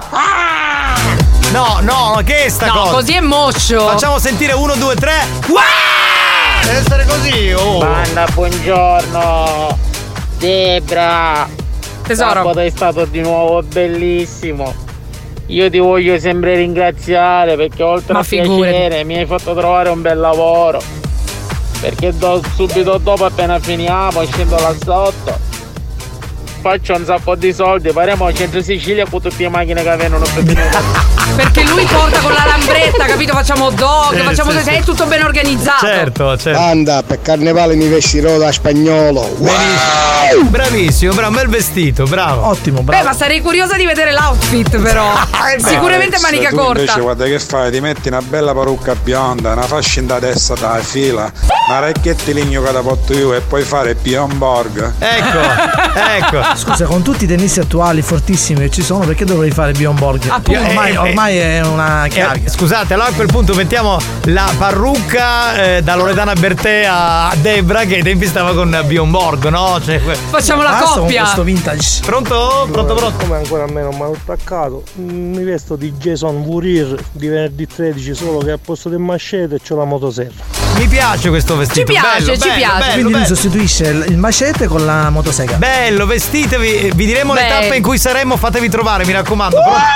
No, che è sta cosa? No, così è moscio. Facciamo sentire 1, 2, 3. Deve essere così, oh. Banda, buongiorno. Debra. Tesoro. Sabato è stato di nuovo bellissimo. Io ti voglio sempre ringraziare perché oltre a piacere mi hai fatto trovare un bel lavoro. Perché subito dopo, appena finiamo, scendo là sotto, faccio un sacco di soldi, parliamo al centro Sicilia con tutte le macchine che vengono per venire. Perché lui porta con la lambretta, capito? Facciamo dog, facciamo è tutto ben organizzato. Certo. Banda, per carnevale mi vestirò da spagnolo. Wow! Bravissimo, bravo, bel vestito, bravo. Ottimo, bravo. Ma sarei curiosa di vedere l'outfit, però. Sicuramente manica tu corta. Invece guarda che fai, ti metti una bella parrucca bionda, una fascia in da destra da fila, una recchietta ligno che da porto io e puoi fare Bjorn Borg. Ecco. Scusa, con tutti i tennisti attuali fortissimi che ci sono, perché dovrei fare Bjorn Borg? Ormai è una chiave. Scusate, allora a quel punto mettiamo la parrucca da Loredana Bertè a Debra, che ai tempi stava con Bjorn Borg, no? Facciamo la coppia. Con questo vintage. Pronto? Come ancora a me non mi hanno attaccato, mi vesto di Jason Voorhees di venerdì 13, solo che al posto del macete c'ho la motosega. Mi piace questo vestito. Ci piace. Quindi lui sostituisce il macete con la motosega. Bello, vestitevi, vi diremo le tappe in cui saremo, fatevi trovare, mi raccomando.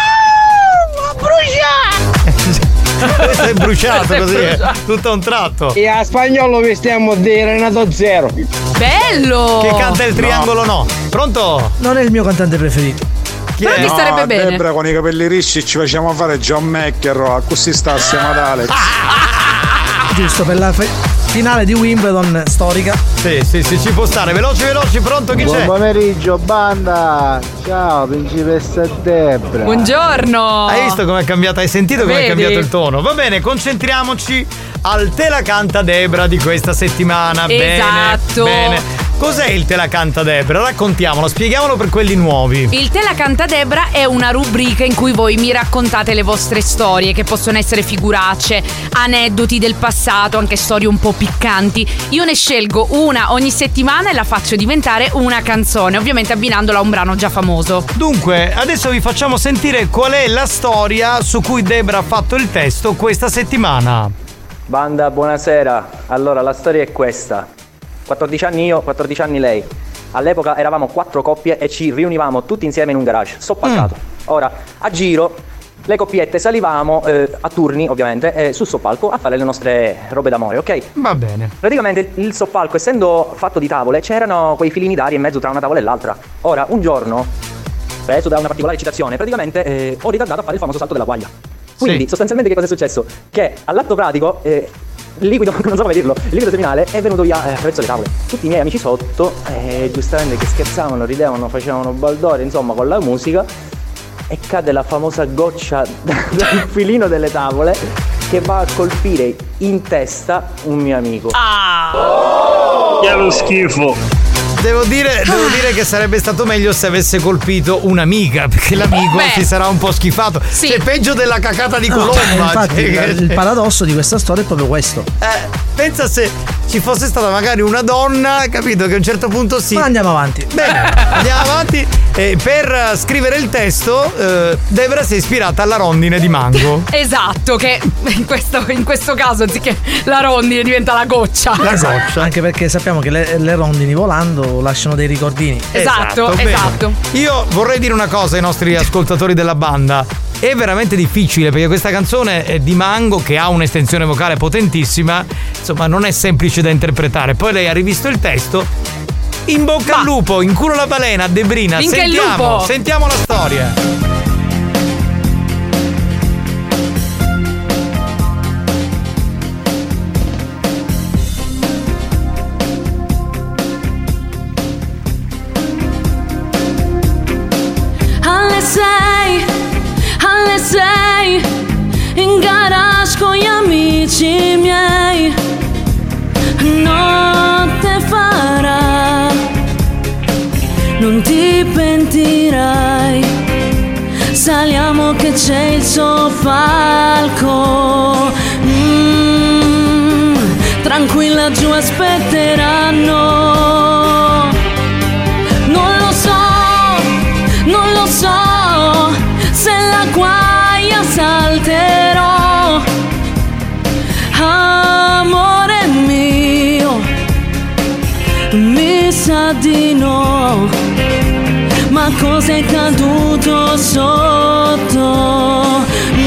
Questo è bruciato così, tutto a un tratto. E a spagnolo vestiamo di Renato Zero. Bello! Che canta il triangolo no. Pronto? Non è il mio cantante preferito. Però ti starebbe bene. Debra con i capelli ricci ci facciamo fare John McEnroe, così stassimo ad Alex. Giusto, per la finale di Wimbledon storica. Sì, ci può stare. Veloci, pronto, chi c'è? Buon pomeriggio, banda. Ciao, principessa Debra. Buongiorno. Hai visto com'è cambiata? Hai sentito com'è cambiato il tono? Va bene, concentriamoci al Te la canta Debra di questa settimana. Esatto. Bene. Cos'è il Te la canta Debra? Raccontiamolo, spieghiamolo per quelli nuovi. Il Te la canta Debra è una rubrica in cui voi mi raccontate le vostre storie, che possono essere figuracce, aneddoti del passato, anche storie un po' piccanti. Io ne scelgo una ogni settimana e la faccio diventare una canzone, ovviamente abbinandola a un brano già famoso. Dunque, adesso vi facciamo sentire qual è la storia su cui Debra ha fatto il testo questa settimana. Banda, buonasera. Allora, la storia è questa. 14 anni io, 14 anni lei. All'epoca eravamo 4 coppie e ci riunivamo tutti insieme in un garage, soppalcato. Ora, a giro, le coppiette salivamo a turni, ovviamente, sul soppalco a fare le nostre robe d'amore, ok? Va bene. Praticamente il soppalco, essendo fatto di tavole, c'erano quei filini d'aria in mezzo tra una tavola e l'altra. Ora, un giorno, preso da una particolare eccitazione, praticamente ho ritardato a fare il famoso salto della guaglia. Quindi, sostanzialmente, che cosa è successo? Che all'atto pratico... il liquido, non so come dirlo, il liquido seminale è venuto via attraverso le tavole. Tutti i miei amici sotto, giustamente, che scherzavano, ridevano, facevano baldoria, insomma, con la musica, e cade la famosa goccia dal filino delle tavole che va a colpire in testa un mio amico. Che lo schifo. Devo dire che sarebbe stato meglio se avesse colpito un'amica, perché l'amico si sarà un po' schifato. Sì. C'è peggio della cacata di Colomba. Infatti, il paradosso di questa storia è proprio questo. Pensa se ci fosse stata magari una donna, capito, che a un certo punto Ma andiamo avanti. Bene, andiamo avanti. Per scrivere il testo, Debra si è ispirata alla rondine di mango. Esatto, che in questo caso, anziché la rondine, diventa la goccia. La goccia. Anche perché sappiamo che le rondini volando lasciano dei ricordini. Esatto. Io vorrei dire una cosa ai nostri ascoltatori della banda. È veramente difficile, perché questa canzone è di Mango, che ha un'estensione vocale potentissima. Insomma, non è semplice da interpretare. Poi lei ha rivisto il testo. In bocca al lupo, in culo la balena, Debrina. Sentiamo la storia. Alle 6 in garage con gli amici miei, notte farà, non ti pentirai, saliamo che c'è il soppalco, tranquilla, giù aspetteranno, non lo so se la guaia salterò, amore mio. mi sa di no, ma cos'è caduto sotto?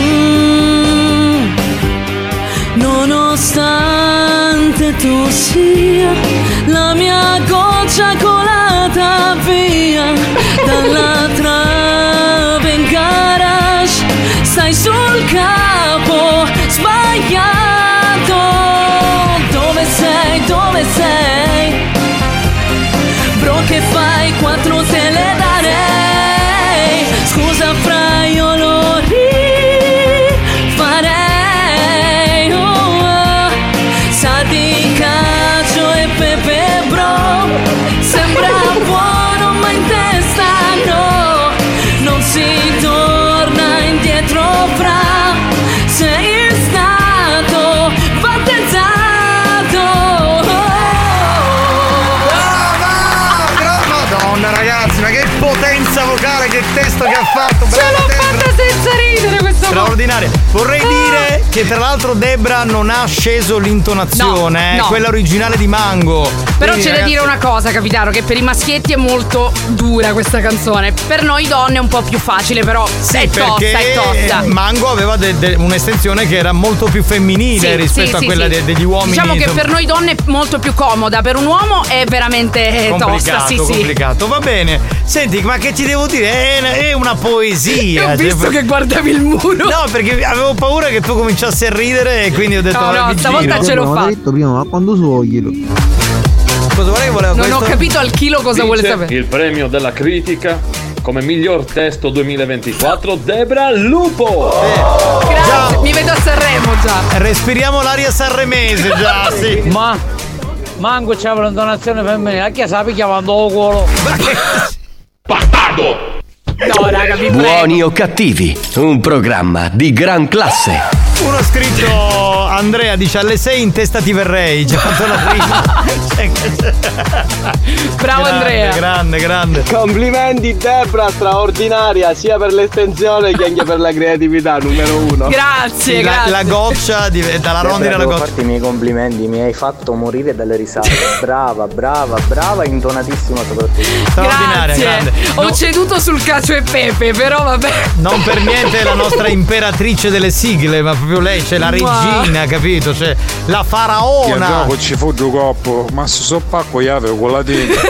Nonostante tu sia la mia goccia colata via dalla trave in garage, stai sul capo sbagliato. Dove sei, dove sei? Bro, che fai? 4 te le darei. Scusa fra, io lo rifarei. Sa di cacio e pepe, bro. Sembra buono ma in testa no. Non si torna indietro fra. Sei stato battezzato. Madonna ragazzi, ma che potenza vocale, che testo che ha fatto. Ce l'ho fatta senza ridere questa volta. Straordinaria. Vorrei dire che tra l'altro Debra non ha sceso l'intonazione, No. quella originale di Mango. Però Quindi, c'è da dire una cosa, capitano, che per i maschietti è molto dura questa canzone. Per noi donne è un po' più facile, però è tosta. Mango aveva un'estensione che era molto più femminile rispetto a quella degli uomini. Diciamo che per noi donne è molto più comoda, per un uomo è veramente tosta. Sì, complicato. Va bene. Senti, ma che ti devo dire? È una poesia. Ho visto che guardavi il muro. No, perché avevo paura che tu cominciassi a ridere e quindi ho detto no, stavolta ce l'ho fatta. Prima, ma quando glielo? Cosa vorrei che voleva Non questo? ho capito al chilo cosa vuole Vince sapere. il premio della critica come miglior testo 2024 Debra Lupo. Grazie, mi vedo a Sanremo già. Respiriamo l'aria sanremese già, sì. Ma Mango c'aveva una donazione femminile, a chi sapi chiamando il culo? Bastardo! No, raga, vi prego. Buoni o cattivi, un programma di gran classe. Uno ha scritto Andrea dice alle 6 in testa ti verrei. Già fatto la prima. Bravo Andrea. Grande. Complimenti Debra, straordinaria sia per l'estensione che anche per la creatività, numero 1. Grazie, grazie. La goccia dalla rondine alla Devo goccia. farti i miei complimenti, mi hai fatto morire dalle risate. Brava, intonatissima soprattutto. Straordinaria, Grazie. grande. Ho ceduto sul cacio e pepe, però vabbè. Non per niente la nostra imperatrice delle sigle, ma proprio lei, c'è la regina, capito? C'è la faraona. Io gioco ci fu due coppo, ma se so pacco io avevo con la tenda.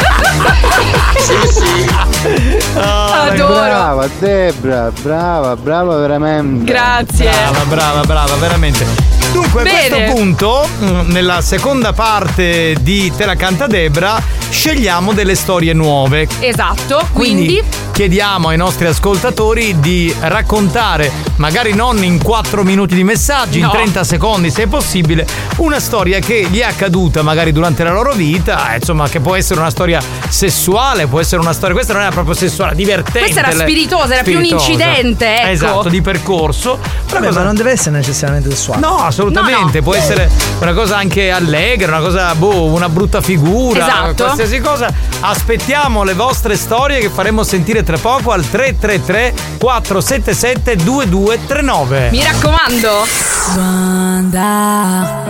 Sì. Brava Debra, brava veramente. Grazie. Brava, veramente. Dunque Bene. a questo punto, nella seconda parte di Te la canta Debra, scegliamo delle storie nuove. Esatto, quindi chiediamo ai nostri ascoltatori di raccontare, magari non in 4 minuti di messaggi, No. in 30 secondi se è possibile, una storia che gli è accaduta magari durante la loro vita, insomma, che può essere una storia sessuale, può essere una storia, questa non era proprio sessuale, divertente. Questa era spiritosa, era più un incidente, ecco. Esatto, di percorso. Vabbè, ma non deve essere necessariamente sessuale. No, assolutamente, No. può essere una cosa anche allegra, una cosa, una brutta figura, Esatto. qualsiasi cosa. Aspettiamo le vostre storie che faremo sentire tra poco al 333 477 2239. mi raccomando. Banda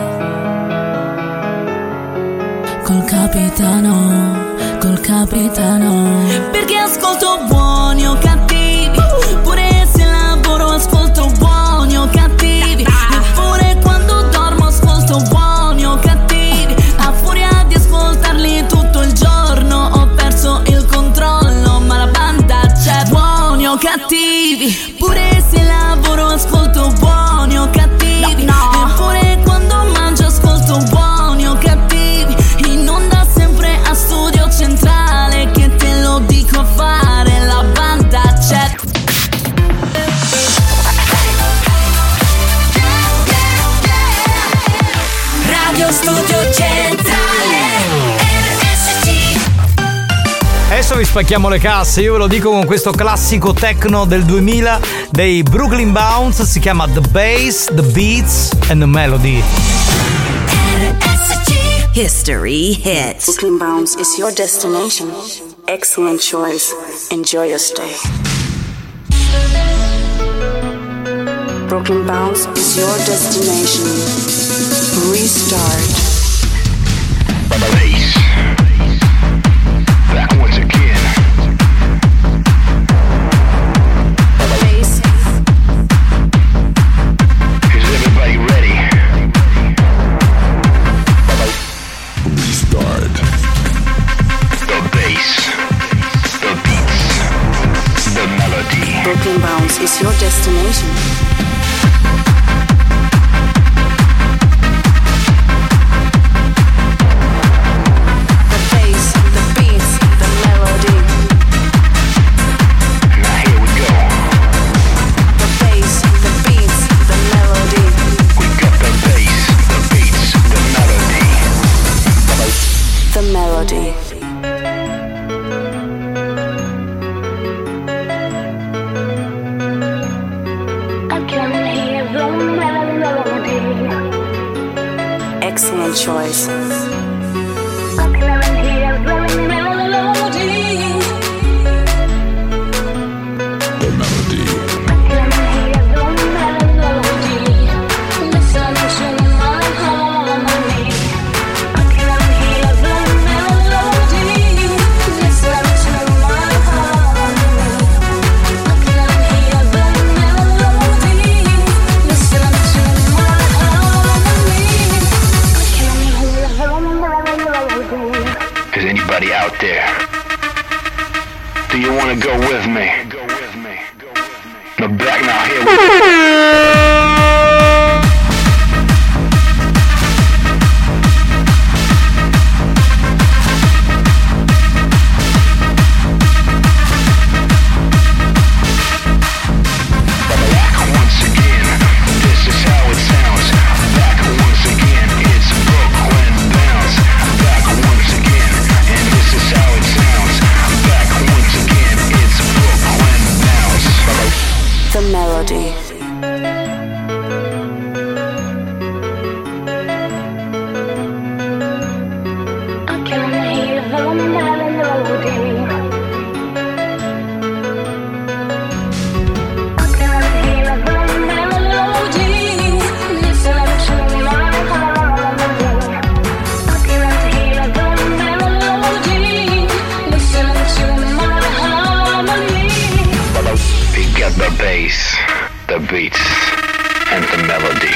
col capitano. Perché ascolto buoni o cattivi, pure se lavoro ascolto buoni o cattivi, eppure quando dormo ascolto buoni o cattivi. A furia di ascoltarli tutto il giorno ho perso il controllo, ma la banda c'è. Buoni o cattivi, pure se lavoro ascolto buoni o cattivi, eppure quando mangio ascolto buoni o cattivi. In onda sempre a Studio Centrale, che te lo dico a fare, la banda c'è. Radio Studio Centrale RSC. Adesso vi spacchiamo le casse, io ve lo dico con questo classico techno del 2000 dei Brooklyn Bounce, si chiama The Bass, The Beats and The Melody. History hits. Brooklyn Bounce is your destination. Excellent choice. Enjoy your stay. Brooklyn Bounce is your destination. Restart. Brooklyn Bounce is your destination. Excellent choice. Out there, do you want to go with me? Now back now here. The melody. I can hear the melody. I can hear the melody. Listen to my harmony. I can hear the melody. Listen to my harmony. We got the bass, the beats, and the melody.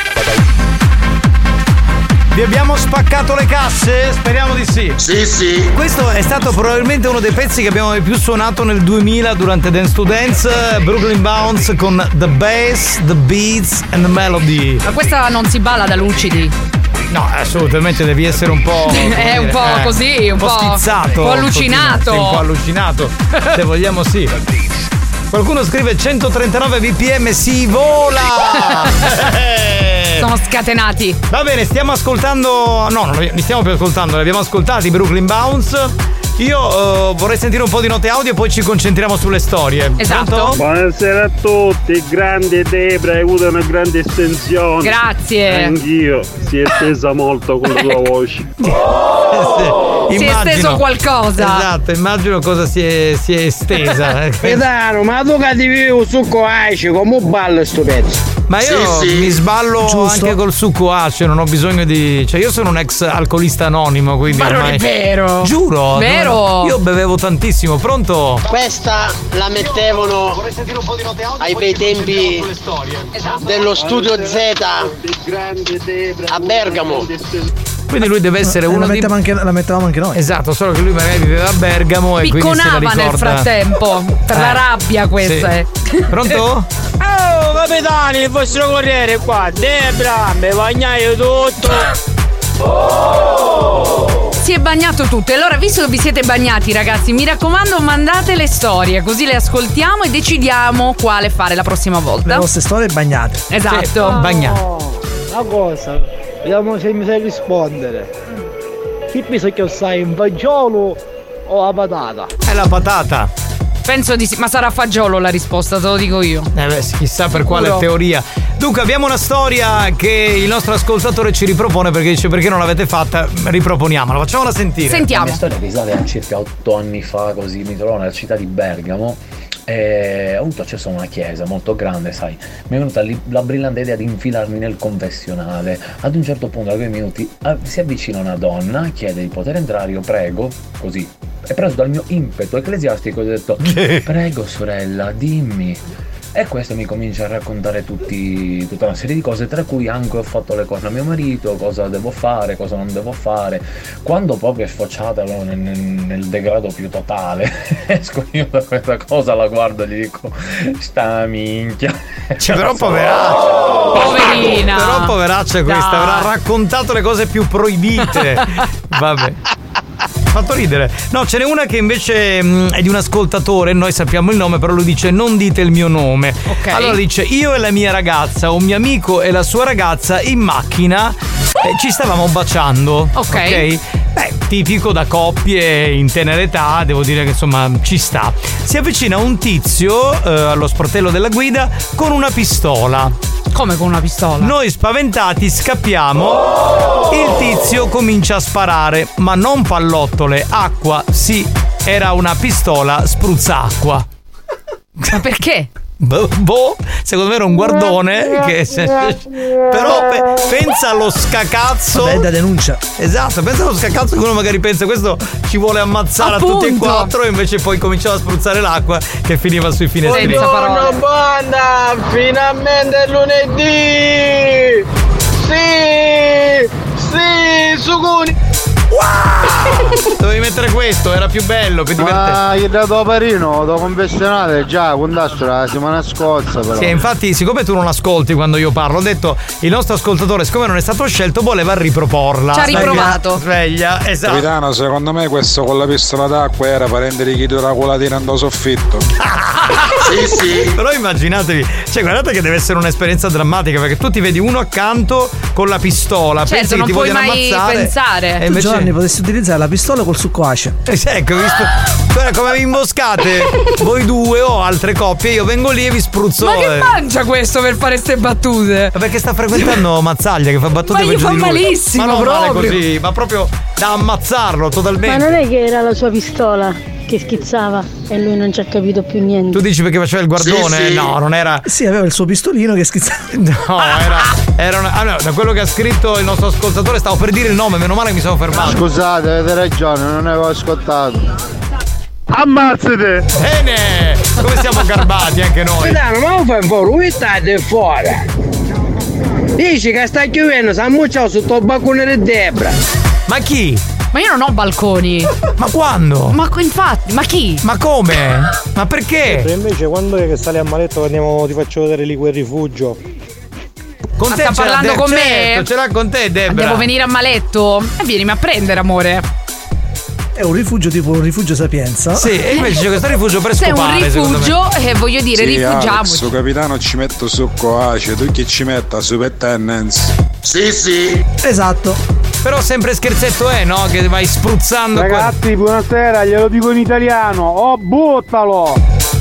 Vi abbiamo spaccato le casse? Speriamo di sì. Sì, sì. Questo è stato probabilmente uno dei pezzi che abbiamo più suonato nel 2000 durante Dance to Dance. Brooklyn Bounce con the bass, the beats and the melody. Ma questa non si balla da lucidi. No, assolutamente devi essere un po'. È un po' così, un po' schizzato. Un po' allucinato. Sì, un po' allucinato. Se vogliamo, sì. Qualcuno scrive 139 bpm, si vola! Sono scatenati. Va bene, stiamo ascoltando. No, non li stiamo più ascoltando, li abbiamo ascoltati, Brooklyn Bounce. Io vorrei sentire un po' di note audio e poi ci concentriamo sulle storie. Esatto. Pronto? Buonasera a tutti, grande Debra, hai avuto una grande estensione. Grazie. Anch'io, si è estesa molto con la tua voce. Si è esteso qualcosa. Esatto, immagino cosa si è estesa. Pedano, ma tu che ti vivi su coace, come ballo sto pezzo? Ma io mi sballo anche col succo ace, non ho bisogno di. Cioè, io sono un ex alcolista anonimo, quindi. Ma ormai. non è vero! Giuro! Vero! Io bevevo tantissimo, pronto? Questa la mettevano ai bei tempi dello studio Z a Bergamo. Quindi lui deve essere uno la mettevamo anche noi. Esatto, solo che lui magari viveva a Bergamo e quindi se la ricorda. Nel frattempo, per la rabbia questa è. Pronto? Oh, capitani, il vostro corriere qua. Debra, mi bagnai tutto. Si è bagnato tutto. E allora, visto che vi siete bagnati, ragazzi, mi raccomando, mandate le storie, così le ascoltiamo e decidiamo quale fare la prossima volta. Le vostre storie bagnate. Esatto. Bagnate. Una cosa, vediamo se mi sai rispondere. Chi pensa che sai, un fagiolo o la patata? È la patata. Penso di sì, ma sarà fagiolo la risposta, te lo dico io. Chissà per quale teoria. Dunque, abbiamo una storia che il nostro ascoltatore ci ripropone perché dice: perché non l'avete fatta? Riproponiamola, facciamola sentire. Sentiamo. La mia storia risale a circa 8 anni fa, così mi trovo nella città di Bergamo. E ho avuto accesso a una chiesa molto grande, sai. Mi è venuta la brillante idea di infilarmi nel confessionale. Ad un certo punto, a 2 minuti, si avvicina una donna, chiede di poter entrare, io prego, così. E preso dal mio impeto ecclesiastico ho detto: prego sorella, dimmi. E questo mi comincia a raccontare tutta una serie di cose, tra cui anche ho fatto le corna a mio marito, cosa devo fare, cosa non devo fare. Quando proprio è sfociata nel degrado più totale, esco io da questa cosa, la guardo e gli dico: sta minchia. Però poveraccia. Poverina. Però poveraccia questa, avrà raccontato le cose più proibite. Vabbè. Fatto ridere. No, ce n'è una che invece è di un ascoltatore, noi sappiamo il nome, però lui dice: non dite il mio nome. Okay. Allora dice: io e la mia ragazza, un mio amico e la sua ragazza in macchina ci stavamo baciando. Ok? Beh, tipico da coppie in tenera età, devo dire che insomma ci sta. Si avvicina un tizio allo sportello della guida con una pistola. Come con una pistola? Noi spaventati scappiamo. Il tizio comincia a sparare, ma non pallottole, acqua. Sì, era una pistola spruzzacqua. Ma perché? Boh, secondo me era un guardone che però pensa allo scacazzo. Vabbè, da denuncia. Esatto, pensa allo scacazzo che uno magari pensa: questo ci vuole ammazzare appunto, a tutti e quattro, e invece poi cominciava a spruzzare l'acqua che finiva sui finestrini. Buongiorno banda, finalmente è lunedì. Sì, sugoni. Wow! Dovevi mettere questo, era più bello, più divertente. Ma io da tuo parino, da confessionale, già con la settimana scorsa però. Sì, infatti, siccome tu non ascolti quando io parlo, ho detto: il nostro ascoltatore, siccome non è stato scelto, voleva riproporla. Ci ha riprovato. Sveglia, esatto. Capitano, secondo me questo con la pistola d'acqua era per rendere chi la colatina andò soffitto. Sì. Però immaginatevi, cioè guardate che deve essere un'esperienza drammatica, perché tu ti vedi uno accanto con la pistola, certo, pensi non che ti puoi vogliono mai ammazzare, pensare. E invece Giovanni, potresti utilizzare la pistola col succo ace. Ecco, visto? Guarda come vi imboscate voi due o altre coppie, io vengo lì e vi spruzzo. Ma che mangia questo per fare ste battute? Perché sta frequentando Mazzaglia che fa battute ma gli fa malissimo, ma non proprio. Male così, ma proprio da ammazzarlo totalmente. Ma non è che era la sua pistola che schizzava e lui non ci ha capito più niente. Tu dici perché faceva il guardone? Sì. No, non era. Sì, aveva il suo pistolino che schizzava. No, era una. Allora, da quello che ha scritto il nostro ascoltatore, stavo per dire il nome, meno male che mi sono fermato. Scusate, avete ragione, non avevo ascoltato. Ammazzate! Bene! Come siamo garbati anche noi? Ma non fai un po' ruitate fuori. Dici che sta chiudendo, si è ammucciato sotto il balcone di Debra. Ma chi? Ma io non ho balconi. Ma quando? Ma infatti, ma chi? Ma come? Ma perché? E invece quando è che sali a Maletto andiamo, ti faccio vedere lì quel rifugio. Con te sta parlando con me? Certo, ce l'ha con te, Debra. Devo venire a Maletto? Vienimi a prendere, amore. È un rifugio tipo un rifugio Sapienza. Sì, e invece c'è questo rifugio per Se è un scopare, rifugio, voglio dire, sì, rifugiamoci. Alex, capitano, ci metto succo ace, tu che ci metta super tendenza. Sì. Esatto. Però sempre scherzetto è, no? Che vai spruzzando. Ragazzi, buonasera, glielo dico in italiano. Oh, buttalo!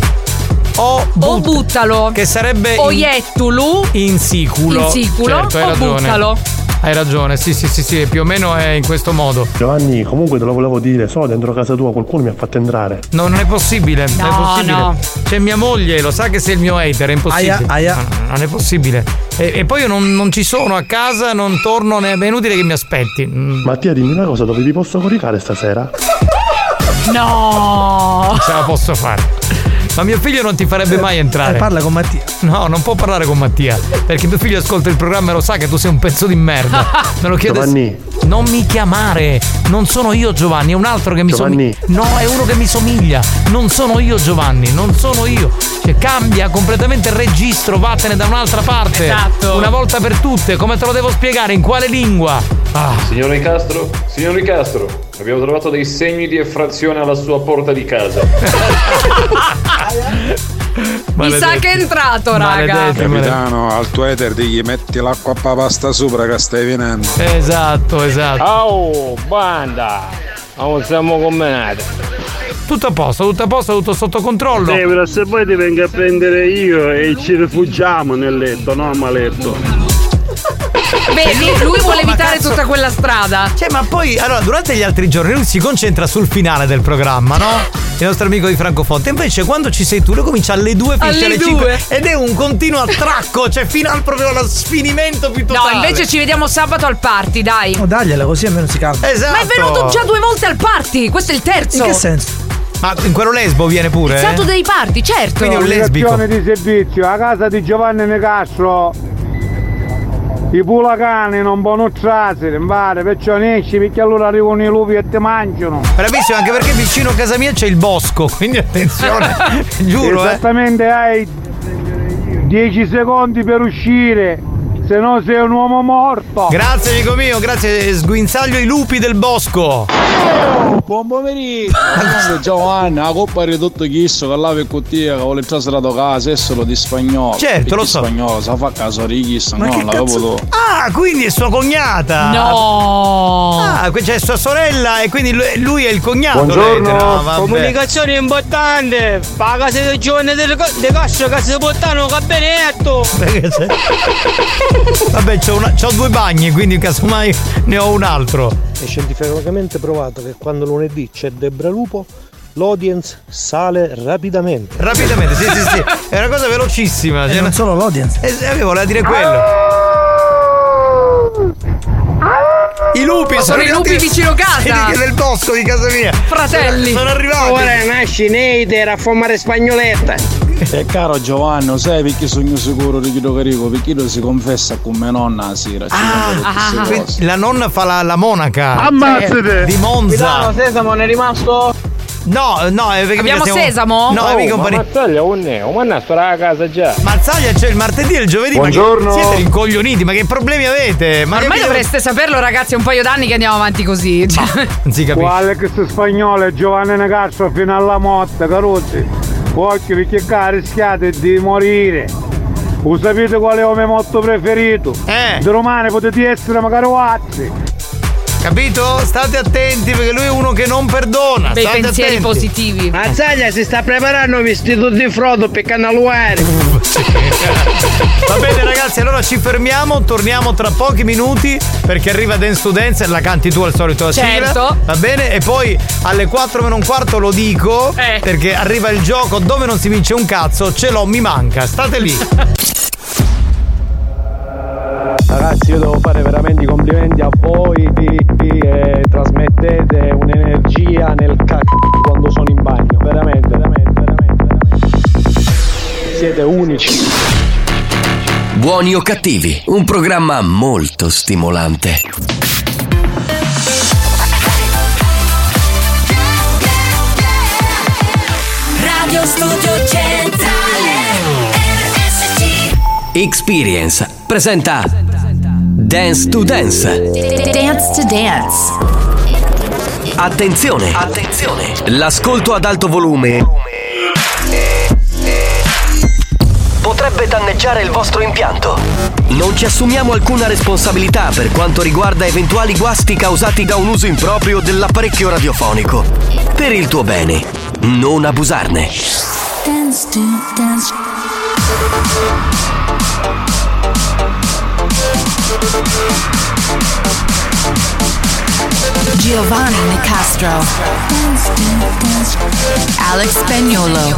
O buttalo. Che sarebbe Oiettulu. Insiculo. Certo, hai o ragione. buttalo. Hai ragione, sì, più o meno è in questo modo. Giovanni, comunque te lo volevo dire, sono dentro casa tua, qualcuno mi ha fatto entrare. No, non è possibile, No, non è possibile. no. C'è mia moglie, lo sa che sei il mio hater, è impossibile. Aia. No, non è possibile. E poi io non ci sono a casa, non torno, è inutile che mi aspetti. Mattia, dimmi una cosa, dove ti posso coricare stasera? No! Non ce la posso fare. Ma mio figlio non ti farebbe mai entrare. Parla con Mattia. No, non può parlare con Mattia, perché mio figlio ascolta il programma e lo sa che tu sei un pezzo di merda. Me lo chiede. Giovanni. Non mi chiamare. Non sono io Giovanni, è un altro che mi somiglia. No, è uno che mi somiglia. Non sono io Giovanni, non sono io. Cioè cambia completamente il registro, vattene da un'altra parte. Esatto. Una volta per tutte, come te lo devo spiegare? In quale lingua? Signor Nicastro, abbiamo trovato dei segni di effrazione alla sua porta di casa. Mi sa che è entrato, raga. Capitano, al tuo ether gli metti l'acqua a pasta sopra che stai venendo. Esatto. Oh, banda! Non siamo combinati. Tutto a posto, tutto sotto controllo. Però se poi ti vengo a prendere io e ci rifugiamo nel letto, no, ma letto. Vedi, lui vuole evitare tutta quella strada. Cioè, ma poi, allora, durante gli altri giorni lui si concentra sul finale del programma, no? Il nostro amico di Francofonte. Invece quando ci sei tu, lui comincia alle 2 finisce alle 5. Ed è un continuo attracco, cioè fino al proprio allo sfinimento più totale. No, invece ci vediamo sabato al party, dai. Oh, dagliela così almeno si calma. Esatto. Ma è venuto già 2 volte al party, questo è il terzo. In che senso? Ma in quello lesbo viene pure? Il Saturday Party, certo. Quindi è un lesbico. Di servizio a casa di Giovanni Nicastro. I pulacani non possono trasere, perciò ne esci perché allora arrivano i lupi e ti mangiano. Bravissimo, anche perché vicino a casa mia c'è il bosco, quindi attenzione, giuro. Esattamente, hai 10 secondi per uscire, se no sei un uomo morto. Grazie amico mio, grazie, sguinzaglio i lupi del bosco. Buon pomeriggio. Giovanni, la coppa è tutto chisso che lava e cottia che vuole trasferire casa, è solo di spagnolo. Certo, lo so. Spagnolo, sa fa caso di chissà, no, la capo. Ah, quindi è sua cognata. No. Ah, qui c'è sua sorella e quindi lui è il cognato. Buongiorno. No, comunicazione importante. Pa casa di Giovanni De Castro, casa di Bottano, Cabinetto. Vabbè, c'ho 2 bagni, quindi casomai ne ho un altro. È scientificamente provato che quando lunedì c'è Debra Lupo, l'audience sale rapidamente. Rapidamente, sì. È una cosa velocissima. E non solo l'audience. Voleva dire quello. I lupi sono i lupi vicino casa. Del bosco di casa mia. Fratelli. Sono arrivati. Ora nasci Neiter a fumare spagnoletta. Caro Giovanni, sai perché sogno sicuro di Chiedo Carico? Perché lui si confessa con mia nonna la sera. La nonna fa la monaca. Ammazzate! Di Monza. Milano, Sesamo ne è rimasto? No, perché abbiamo Sesamo? No, mica un po'. Mazzaglia un neo, ma non sta a casa già. Mazzaglia c'è il martedì e il giovedì. Buongiorno. Ma che siete rincoglioniti, ma che problemi avete? Ma ormai dovreste saperlo, ragazzi, è un paio d'anni che andiamo avanti così. Non si capisce. Alex Spagnolo e Giovanni Nicastro fino alla morte, Caruzzi. Occhio perché qua rischiate di morire. Voi sapete qual è il mio motto preferito? Domani potete essere magari wazzi. Capito? State attenti perché lui è uno che non perdona. Dei State pensieri attenti. positivi. Mazzaglia si sta preparando un vestito di Frodo per Cannaluare. Va bene ragazzi, allora ci fermiamo, torniamo tra pochi minuti perché arriva Dance to Dance e la canti tu al solito la sigla. Va bene? E poi alle 4 meno un quarto lo dico perché arriva il gioco dove non si vince un cazzo, ce l'ho, mi manca, state lì. Ragazzi, io devo fare veramente i complimenti a voi che trasmettete un'energia nel c***o quando sono in bagno, veramente. Siete unici. Buoni o cattivi, un programma molto stimolante. Radio Studio Centrale RSC. Experience presenta Dance to Dance. Dance to Dance. Attenzione! L'ascolto ad alto volume potrebbe danneggiare il vostro impianto. Non ci assumiamo alcuna responsabilità per quanto riguarda eventuali guasti causati da un uso improprio dell'apparecchio radiofonico. Per il tuo bene, non abusarne. Dance to Dance. Giovanni Nicastro, Alex Spagnolo.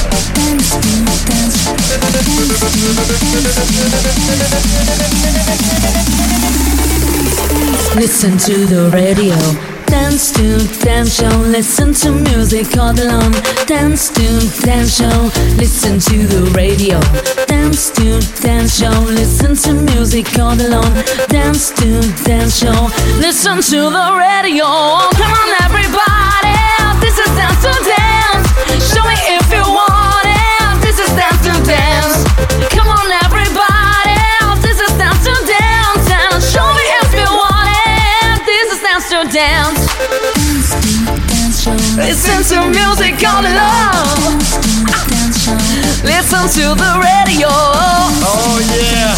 Listen to the radio. Dance to dance show, listen to music all alone. Dance to dance show, listen to the radio. Dance to dance show, listen to music all alone. Dance to dance show, listen to the radio. Come on everybody, this is Dance to Dance. Show me if you want it, this is Dance to Dance. Come on everybody, this is Dance to Dance. And show me if you want it, this is Dance to Dance. Listen to music all alone. Listen to the radio. Oh yeah.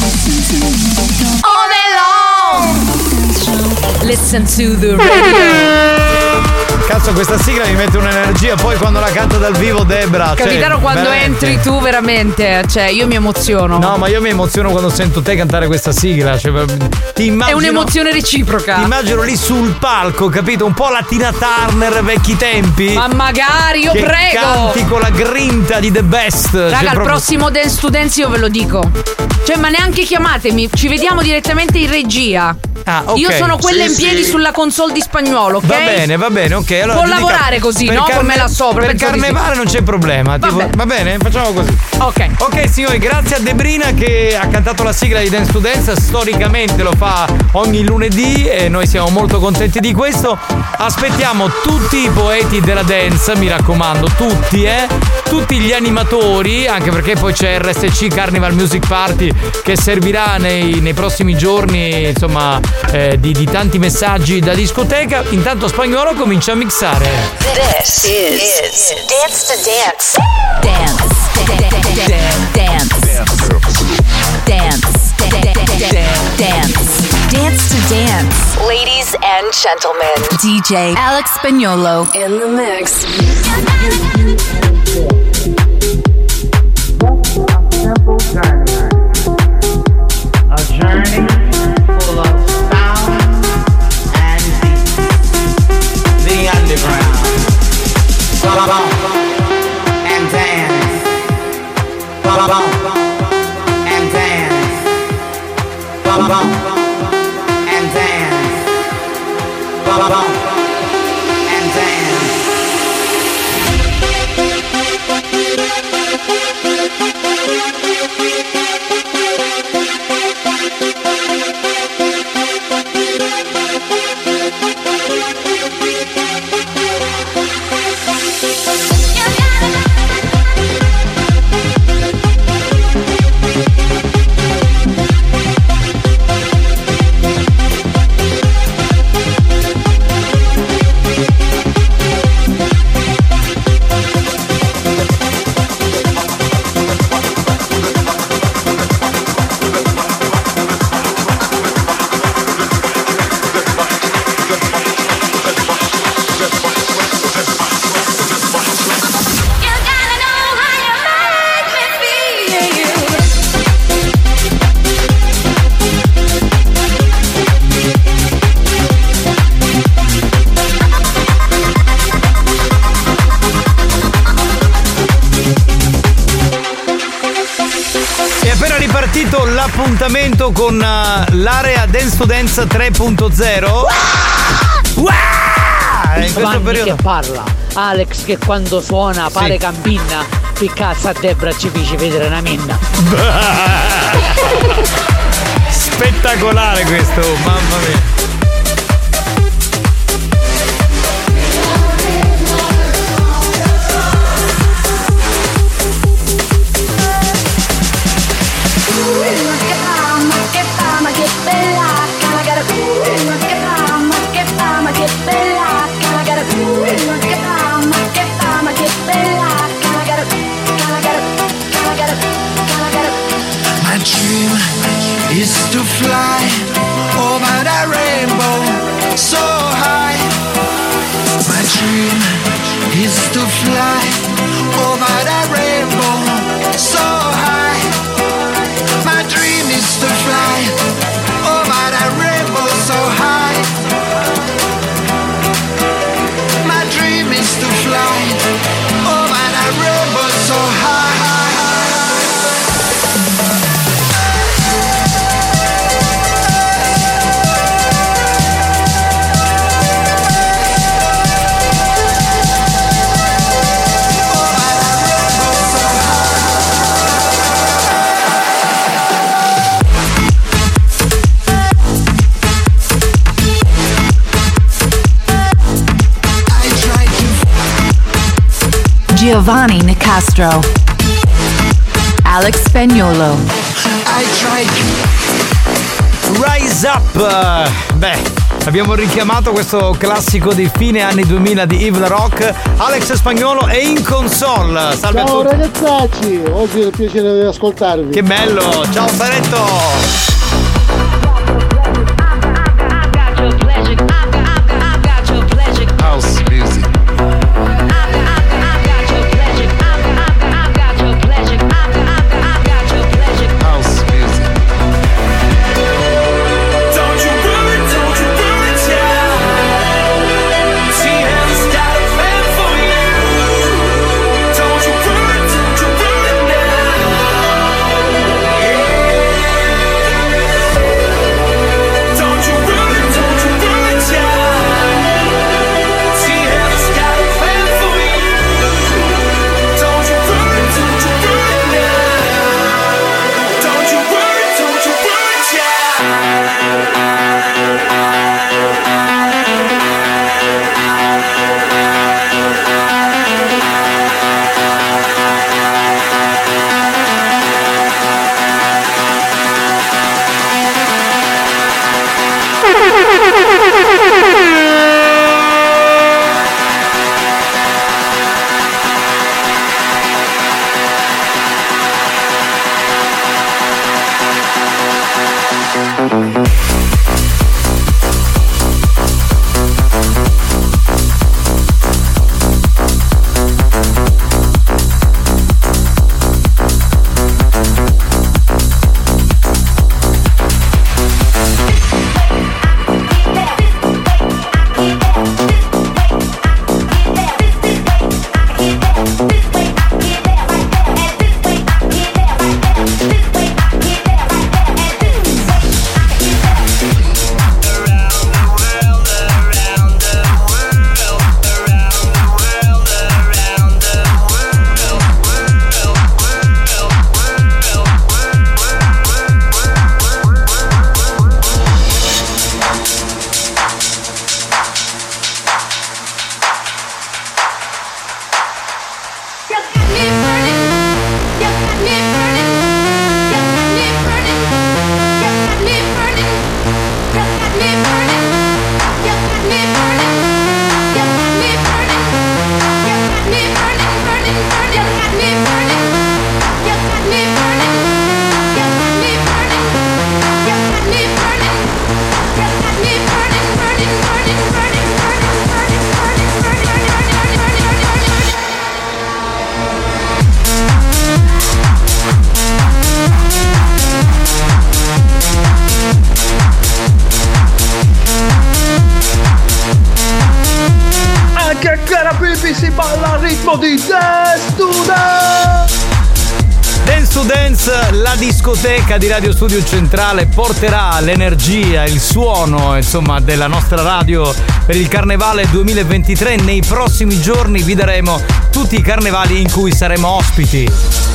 All day long. Listen to the radio. Cazzo, questa sigla mi mette un'energia. Poi quando la canto dal vivo Debra, Capitano, quando veramente. entri tu veramente, cioè io mi emoziono. No, ma io mi emoziono quando sento te cantare questa sigla, cioè, ti immagino, è un'emozione reciproca. Ti immagino lì sul palco, capito? Un po' la Tina Turner vecchi tempi. Ma magari, io che prego. canti con la grinta di The Best. Raga, cioè, al proprio... prossimo Dance to Dance io ve lo dico. Cioè, ma neanche chiamatemi, ci vediamo direttamente in regia. ok. Io sono quella in piedi sulla console di Spagnolo, ok? Va bene, ok. Allora, può lavorare così, no? Con me là sopra. Per Carnevale non c'è problema. Va bene, facciamo così. Ok, signori, grazie a Debrina che ha cantato la sigla di Dance to Dance. Storicamente lo fa ogni lunedì e noi siamo molto contenti di questo. Aspettiamo tutti i poeti della dance, mi raccomando, tutti gli animatori, anche perché poi c'è RSC Carnival Music Party che servirà nei prossimi giorni, insomma, di tanti messaggi da discoteca. Intanto Spagnolo comincia a mixare. This is Dance to Dance. Dance to Dance. Ladies and gentlemen, DJ Alex Spagnolo in the mix. A journey full of sound and beat. The underground. And dance. And dance. And dance. And dance. L'appuntamento con l'area Dance to Dance 3.0. In questo periodo che parla Alex che quando suona pare campina, che cazzo a Debra ci fece vedere una minna. Spettacolare questo, mamma mia. My dream is to fly over the rainbow so high. My dream is to fly over the rainbow so high. My dream is to fly over the rainbow so high. My dream is to fly over the rainbow so high. Giovanni Nicastro, Alex Spagnolo. Rise Up. Beh, abbiamo richiamato questo classico di fine anni 2000 di Yves La Rock. Alex Spagnolo è in console. Salve a tutti. Ciao ragazzacci, oggi è il piacere di ascoltarvi. Che bello, ciao Saretto. House music. si balla al ritmo di Dance to Dance. Dance to Dance, la discoteca di Radio Studio Centrale porterà l'energia, il suono, insomma, della nostra radio per il Carnevale 2023. Nei prossimi giorni vi daremo tutti i carnevali in cui saremo ospiti.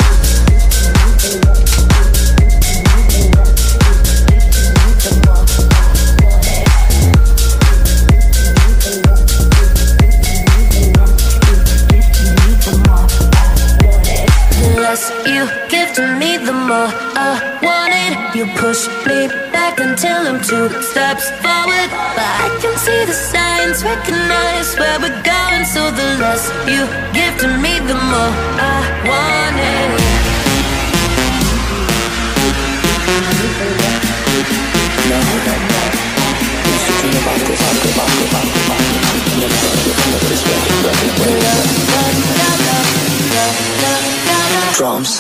You give to me the more I want it. You push me back until I'm 2 steps forward, but I can see the signs, recognize where we're going. So the less you give to me, the more I want it. Drums.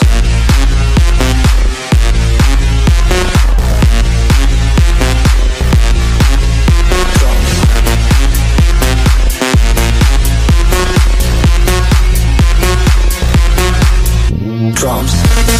Drums.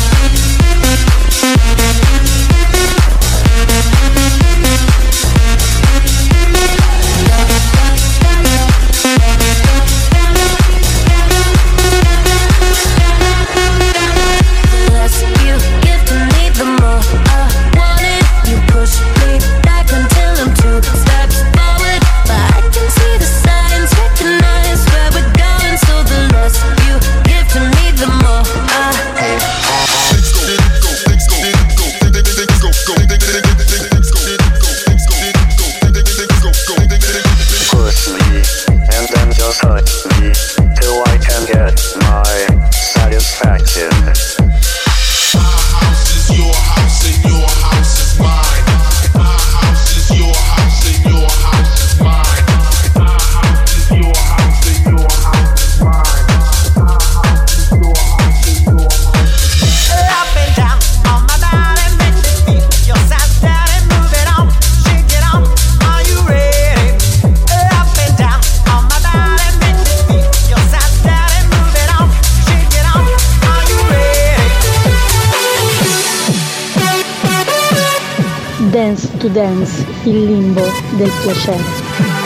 Dance to Dance, il limbo del piacere.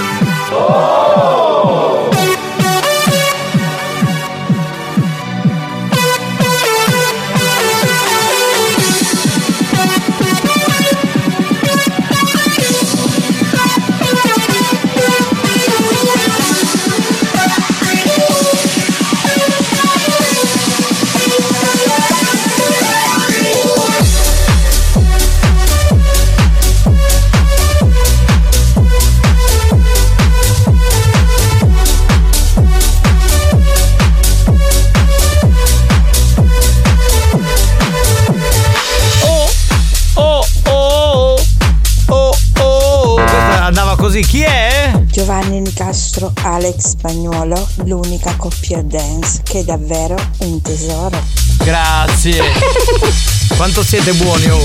Così, chi è? Giovanni Nicastro, Alex Spagnuolo, l'unica coppia dance che è davvero un tesoro. Grazie. Quanto siete buoni, oh.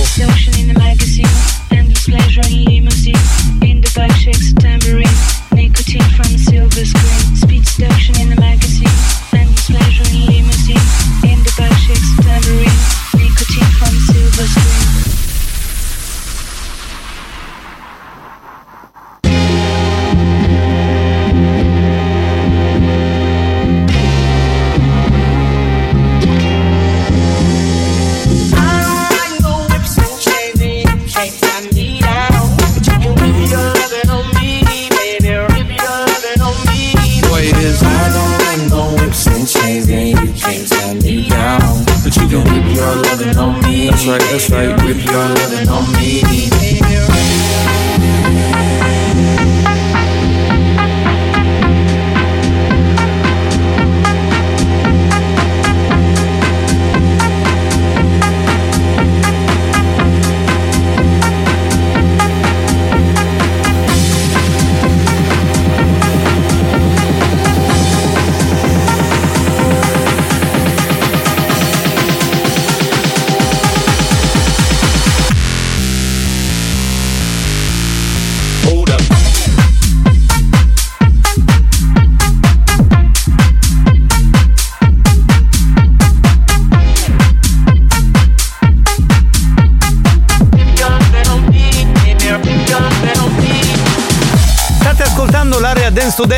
That's right, whip your loving on me.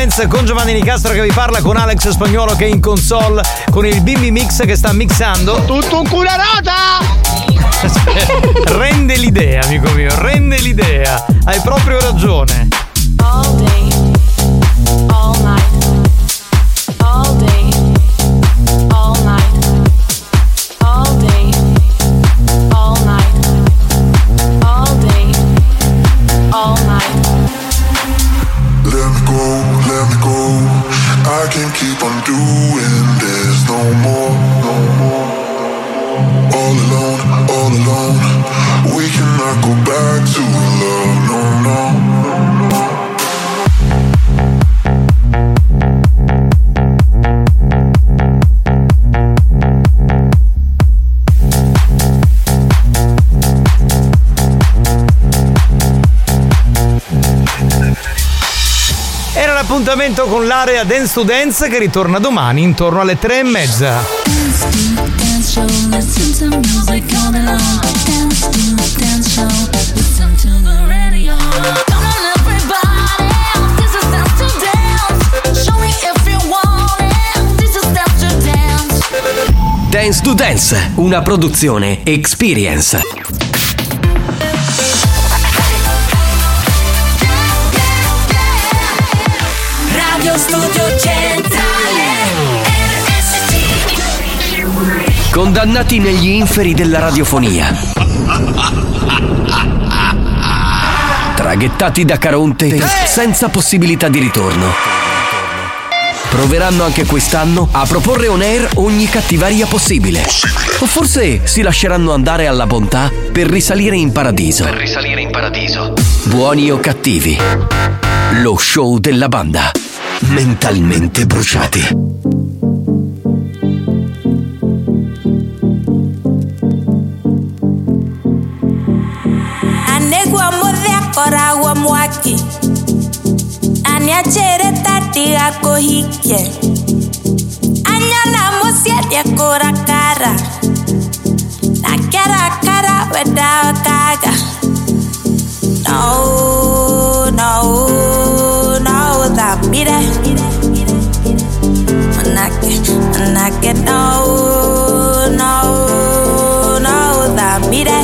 Dance con Giovanni Nicastro che vi parla, con Alex Spagnuolo che è in console, con il Bimbi Mix che sta mixando. Tutto un cularota! Rende l'idea, amico mio, rende l'idea. Hai proprio ragione. All day, all night, all day, all night, all day, all night, all day, all night. Let me go, I can't keep on doing this no more, All alone, we cannot go back to love, no. Era l'appuntamento con l'area Dance to Dance che ritorna domani intorno alle 3:30. Dance to Dance, una produzione Experience. Radio Studio Centrale RSC. Condannati negli inferi della radiofonia. Traghettati da Caronte senza possibilità di ritorno. Proveranno anche quest'anno a proporre on air ogni cattiveria possibile. O forse si lasceranno andare alla bontà per risalire in paradiso. Buoni o cattivi, lo show della banda. Mentalmente bruciati. Anegua modea koragua mwaki. Aniachere tatiga kohike. Anyana mosiadia kora cara. Nakera cara weda kaga. No, that mire. Manake, no, that mire.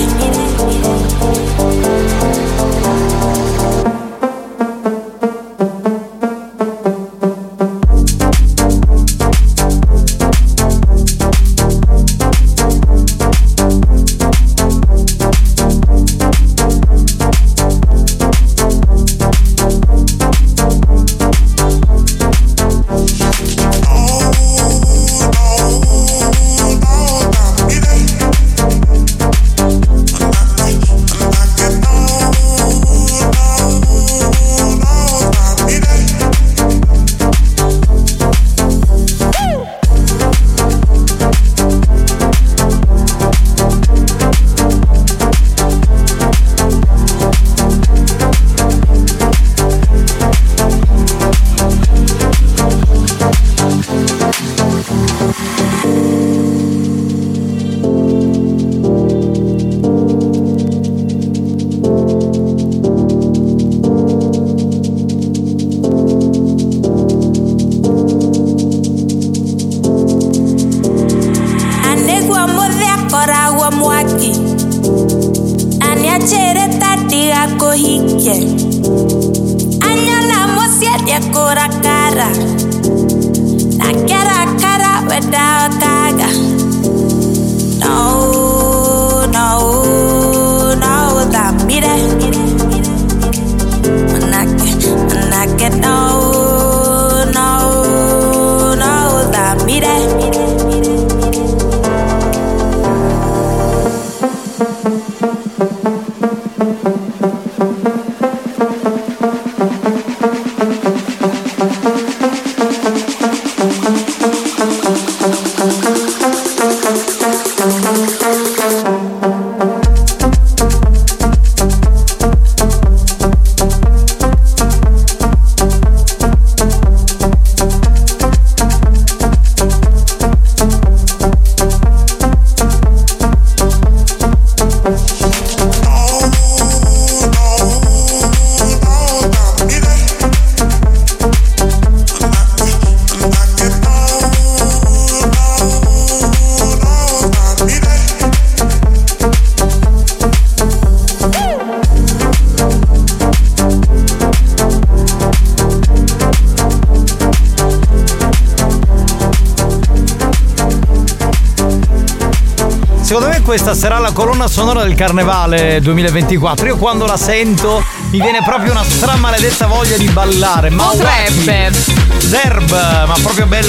questa sarà la colonna sonora del Carnevale 2024. Io quando la sento mi viene proprio una stramaledetta voglia di ballare. Potrebbe. Zerb, ma proprio bella.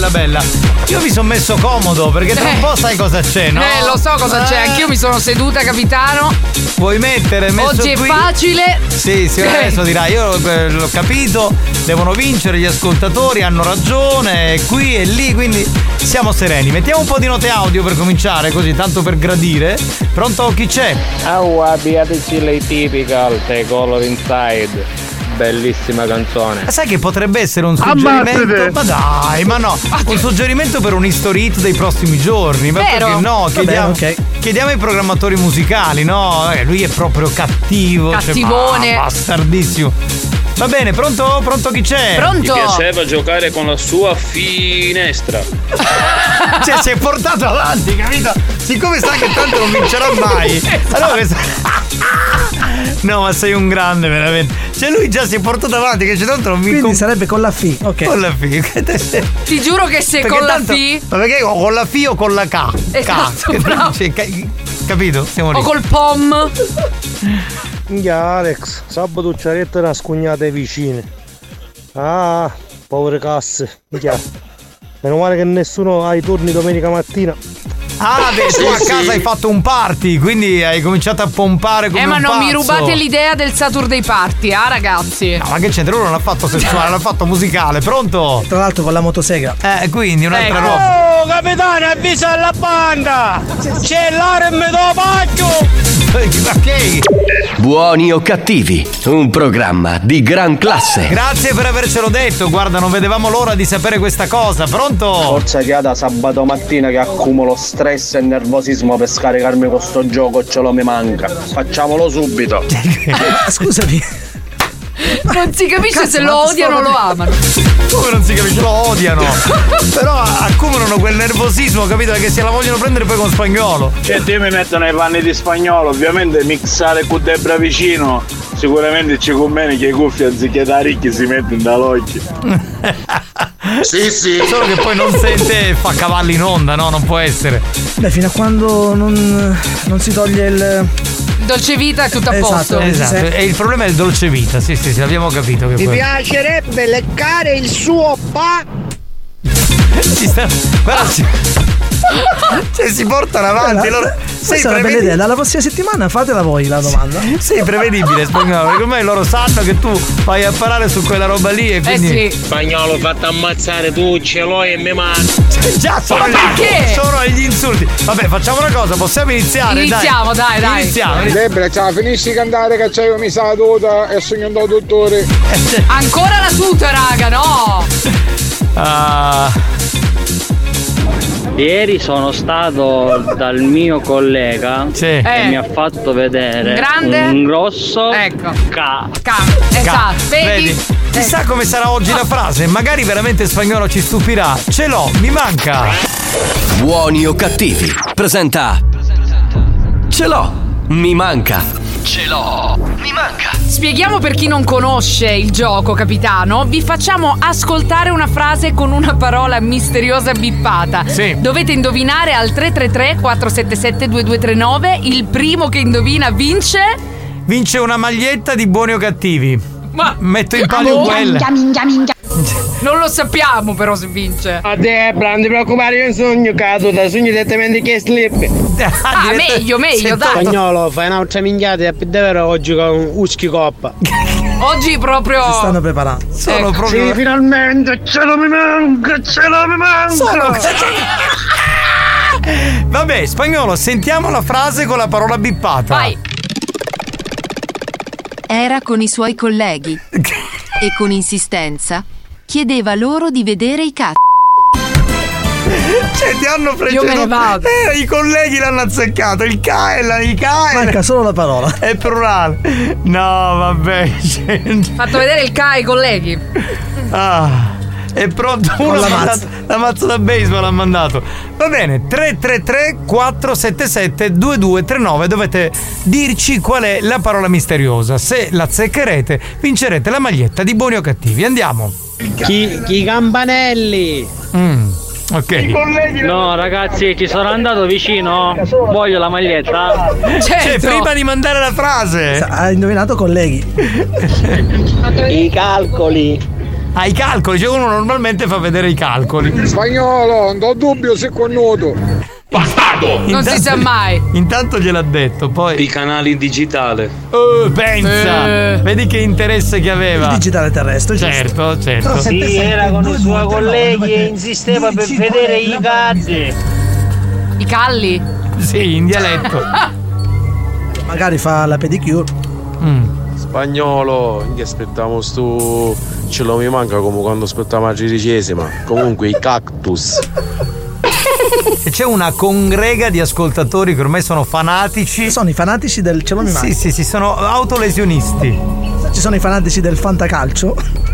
Io mi sono messo comodo perché tra un po' sai cosa c'è, no? Lo so cosa c'è, anch'io mi sono seduta, capitano. Vuoi mettere? Oggi è qui? Facile. Sì, adesso dirai, io l'ho capito, devono vincere gli ascoltatori, hanno ragione, qui e lì, quindi siamo sereni. Mettiamo un po' di note audio per cominciare, così, tanto per gradire. Pronto, chi c'è? Beatici lei typical, The Color Inside. Bellissima canzone. Ma sai che potrebbe essere un suggerimento? Ma dai, ma no, un suggerimento per un history hit dei prossimi giorni. Ma Vero? perché no? Chiediamo ai programmatori musicali, no? Lui è proprio cattivo. Cattivone. Bastardissimo. Va bene, pronto? Pronto, chi c'è? Pronto? Ti piaceva giocare con la sua finestra. Cioè, si è portato avanti, capito? Siccome sa che tanto non vincerà mai. Allora no, ma sei un grande, veramente. Cioè, lui già si è portato avanti, che c'è tanto non vinco. Quindi sarebbe con la F, ok. Con la F. Ti giuro che se Perché con tanto, la F. Ma perché con la F o con la K? Esatto, K. bravo. Cioè, capito? Siamo lì. O col POM. Minchia Alex, sabato c'aretta una scugnata ai vicini. Ah, povere casse. Minchia. Meno male che nessuno ha i turni domenica mattina. Ah, beh, tu a casa hai fatto un party, quindi hai cominciato a pompare come un ma non pazzo. mi rubate l'idea del Saturday Party, ragazzi? No, ma che c'entra? Lui non l'ha fatto sessuale, l'ha fatto musicale, pronto? Tra l'altro con la motosega. Quindi un'altra roba. Oh, capitano, avvisa alla banda! C'è l'arme do pacchio! Ok. Buoni o cattivi, un programma di gran classe. Grazie per avercelo detto, guarda, non vedevamo l'ora di sapere questa cosa, pronto? Forza che ha da sabato mattina che accumulo stress e nervosismo per scaricarmi questo gioco, ce lo mi manca. Facciamolo subito. Scusami. Non si capisce se lo odiano o lo amano. Come non si capisce? Lo odiano. Però accumulano quel nervosismo, capito? Che se la vogliono prendere poi con Spagnolo. Certo, io mi metto nei panni di Spagnolo, ovviamente mixare con Debra vicino. Sicuramente ci conviene che i cuffie anziché da ricchi si mettono dall'occhio. Sì. Solo che poi non sente e fa cavalli in onda, no? Non può essere. Beh, fino a quando non si toglie il dolce vita è tutto a posto. Esatto. E il problema è il dolce vita, sì, l'abbiamo capito. Che Mi piacerebbe leccare il suo Cioè si portano avanti. Questa è una bella idea. Dalla prossima settimana fatela voi la domanda. Sei prevedibile, Spagnolo, perché ormai loro sanno che tu vai a parare su quella roba lì e quindi. Spagnolo, fatti ammazzare, tu ce l'hai e mi mangi. Già sono gli insulti. Vabbè, facciamo una cosa, possiamo iniziare? Iniziamo, dai. Iniziamo. Debra, ciao, finisci di cantare che c'hai mi sa la tuta e sogno da dottore. Ancora la tuta, raga, no! Ieri sono stato dal mio collega e mi ha fatto vedere un grosso Esatto, vedi? Chissà come sarà oggi la frase, magari veramente Spagnolo ci stupirà. Ce l'ho, mi manca. Buoni o cattivi, presenta Ce l'ho, mi manca. Ce l'ho, mi manca. Spieghiamo per chi non conosce il gioco, capitano. Vi facciamo ascoltare una frase con una parola misteriosa bippata. Sì. Dovete indovinare al 333-477-2239. Il primo che indovina vince una maglietta di Buoni o Cattivi. Ma metto in palio quella. Minchia. Non lo sappiamo però se vince. A Debra, non ti preoccupare, io sogno caduto, sogno direttamente che slip. Meglio, dai. Spagnolo, fai un'altra minchiata e davvero oggi con Uschi Coppa. Oggi proprio si stanno preparando. Sono proprio. Sì, finalmente ce lo mi manca. Vabbè, Spagnolo, sentiamo la frase con la parola bippata. Vai. Era con i suoi colleghi e con insistenza chiedeva loro di vedere i cazzi. Cioè ti hanno preso. Io me ne vado. I colleghi l'hanno azzeccato. Il manca solo la parola. È plurale. No, vabbè. Fatto vedere il K ai colleghi. È pronto uno la mazza da baseball ha mandato. Va bene, 333-477-2239. Dovete dirci qual è la parola misteriosa. Se la azzeccherete vincerete la maglietta di Buoni o Cattivi. Andiamo. Chi campanelli. Ok. No, ragazzi, ci sono andato vicino. Voglio la maglietta. Cioè, prima di mandare la frase. Ha indovinato, colleghi. I calcoli. I calcoli, cioè uno normalmente fa vedere i calcoli. Spagnolo, non ho dubbio se connuto. Bastardo! Non si sa mai. Intanto gliel'ha detto, poi. I canali digitali. Pensa! Vedi che interesse che aveva. Il digitale terrestre, certo. Sì, era con i suoi colleghi e insisteva per vedere i cazzi. I calli? Sì, in dialetto. Magari fa la pedicure. Spagnolo, che aspettavamo stu. Ce lo mi manca come quando aspettavamo la 13ª. Comunque i cactus. E c'è una congrega di ascoltatori che ormai sono fanatici. Sono i fanatici del ce lo mi manca. Sì, sono autolesionisti. Ci sono i fanatici del fantacalcio.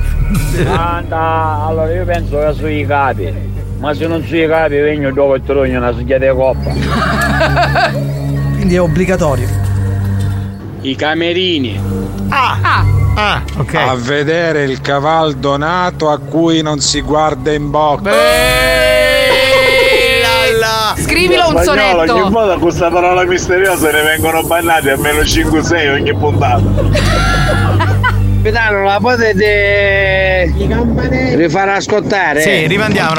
Allora io penso che sui capi. Ma se non sui capi vengo dopo e trogno una sughiata di coppa. Quindi è obbligatorio. I camerini. Ok. A vedere il caval donato a cui non si guarda in bocca. Scrivilo un sonetto. Ogni volta questa parola misteriosa ne vengono bannati almeno 5-6 ogni puntata. Capitano, la potete rifare ascoltare? Sì, rimandiamola.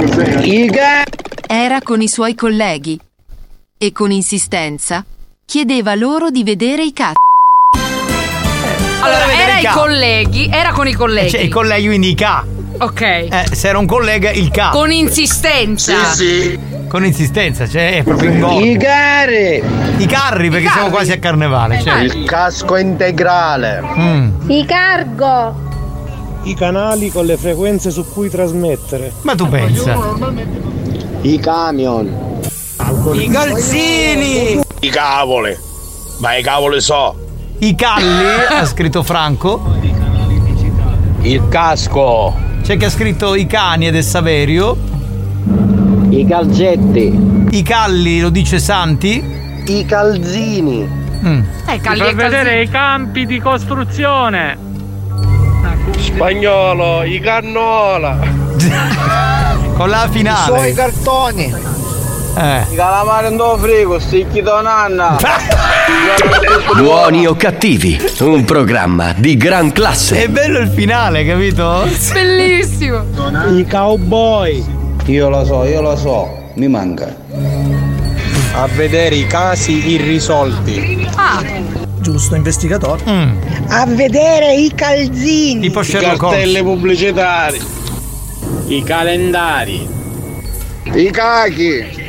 Era con i suoi colleghi e con insistenza chiedeva loro di vedere i cazzi. Allora, era con i colleghi. Cioè, i colleghi, quindi i K. Ok. Se era un collega, il K. Con insistenza. Sì. Con insistenza, cioè è proprio in bordo. I carri, perché siamo quasi a carnevale. Cioè. Il casco integrale. I cargo. I canali con le frequenze su cui trasmettere. Ma tu pensa? I camion. I calzini. I cavoli. Ma i cavoli so. I calli, ha scritto Franco. Il casco. C'è che ha scritto i cani ed è Saverio. I calzetti. I calli, lo dice Santi. I calzini. Calli per vedere i campi di costruzione. Spagnolo, i cannola. Con la finale. I suoi cartoni. I calamari in frigo, sticchi nanna. Buoni o cattivi, un programma di gran classe. È bello il finale, capito? Bellissimo. I cowboy. Io lo so, mi manca. A vedere i casi irrisolti. Giusto, investigatore. A vedere i calzini. Tipo I Sherlock cartelli pubblicitari. I calendari. I cachi.